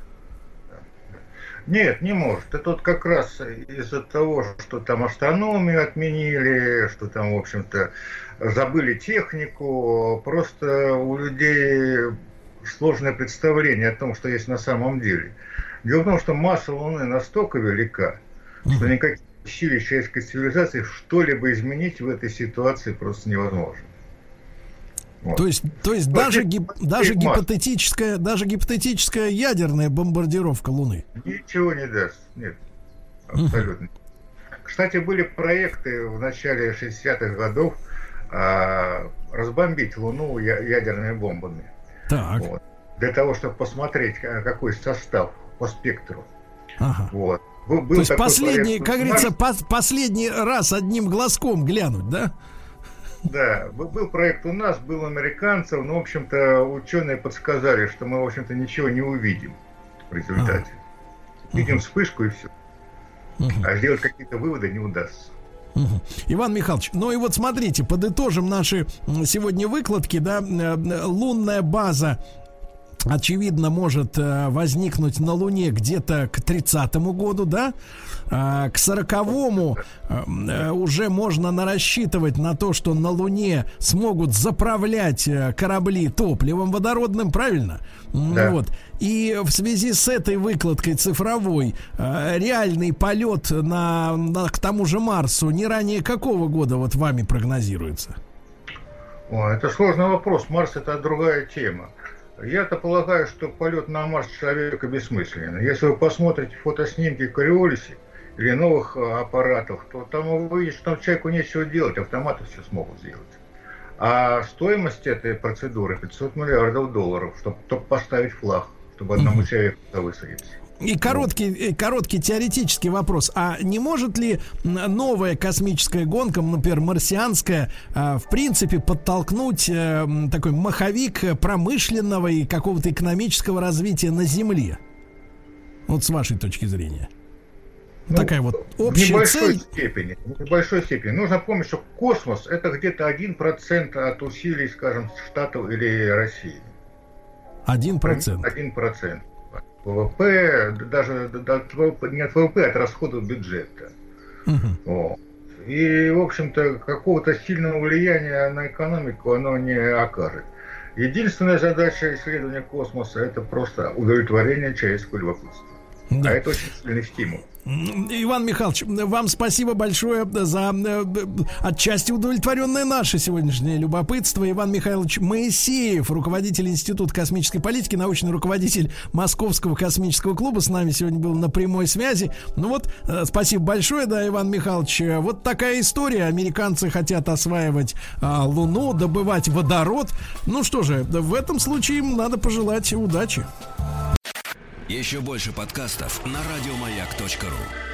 Speaker 10: Нет, не может. Это вот как раз из-за того, что там астрономию отменили, что там, в общем-то, забыли технику. Просто у людей сложное представление о том, что есть на самом деле. Дело в том, что масса Луны настолько велика, что никаких усилий человеческой цивилизации что-либо изменить в этой ситуации просто невозможно. Вот.
Speaker 2: То есть, то есть даже, гип, даже, гипотетическая, даже гипотетическая ядерная бомбардировка Луны?
Speaker 10: Ничего не даст, нет, абсолютно. Uh-huh. Кстати, были проекты в начале шестидесятых годов а, разбомбить Луну ядерными бомбами.
Speaker 2: Так.
Speaker 10: Вот. Для того, чтобы посмотреть, какой состав по спектру.
Speaker 2: Ага.
Speaker 10: Вот. Был, был
Speaker 2: То есть последний,
Speaker 10: проект,
Speaker 2: как говорится, по- последний раз одним глазком глянуть, да?
Speaker 10: Да, был проект у нас, был американцев, но, в общем-то, ученые подсказали, что мы, в общем-то, ничего не увидим в результате. Ага. Видим вспышку и все. Ага. А сделать какие-то выводы не удастся.
Speaker 2: Угу. Иван Михайлович, ну и вот смотрите, подытожим наши сегодня выкладки, да, лунная база, очевидно, может возникнуть на Луне где-то к тридцатому году, да? К сороковому уже можно рассчитывать на то, что на Луне смогут заправлять корабли топливом водородным, правильно? Да. Вот. И в связи с этой выкладкой цифровой реальный полет на, на, к тому же Марсу не ранее какого года вот вами прогнозируется?
Speaker 10: О, это сложный вопрос. Марс — это другая тема. Я-то полагаю, что полет на Марс человека бессмысленен. Если вы посмотрите фотоснимки Кориолиси или новых аппаратов, то там выйдет, что там человеку нечего делать, автоматы все смогут сделать. А стоимость этой процедуры пятьсот миллиардов долларов, чтобы только поставить флаг, чтобы одному угу. человеку высадиться.
Speaker 2: И короткий, короткий теоретический вопрос. А не может ли новая космическая гонка, например, марсианская, в принципе, подтолкнуть такой маховик промышленного и какого-то экономического развития на Земле? Вот с вашей точки зрения. Ну, такая вот общая
Speaker 10: в небольшой
Speaker 2: цель.
Speaker 10: степени, в небольшой степени. Нужно помнить, что космос — это где-то один процент от усилий, скажем, Штатов или России.
Speaker 2: Один процент.
Speaker 10: Один процент. ВВП, даже не от ВВП, а от расходов бюджета. Uh-huh. И, в общем-то, какого-то сильного влияния на экономику оно не окажет. Единственная задача исследования космоса — это просто удовлетворение человеческого любопытства. Да. А это очень сильный стимул.
Speaker 2: Иван Михайлович, вам спасибо большое за отчасти удовлетворенное наше сегодняшнее любопытство. Иван Михайлович Моисеев, руководитель Института космической политики, научный руководитель Московского космического клуба, с нами сегодня был на прямой связи. Ну вот, спасибо большое, да, Иван Михайлович. Вот такая история. Американцы хотят осваивать а, Луну, добывать водород. Ну что же, в этом случае им надо пожелать удачи.
Speaker 1: Еще больше подкастов на радиомаяк точка ру.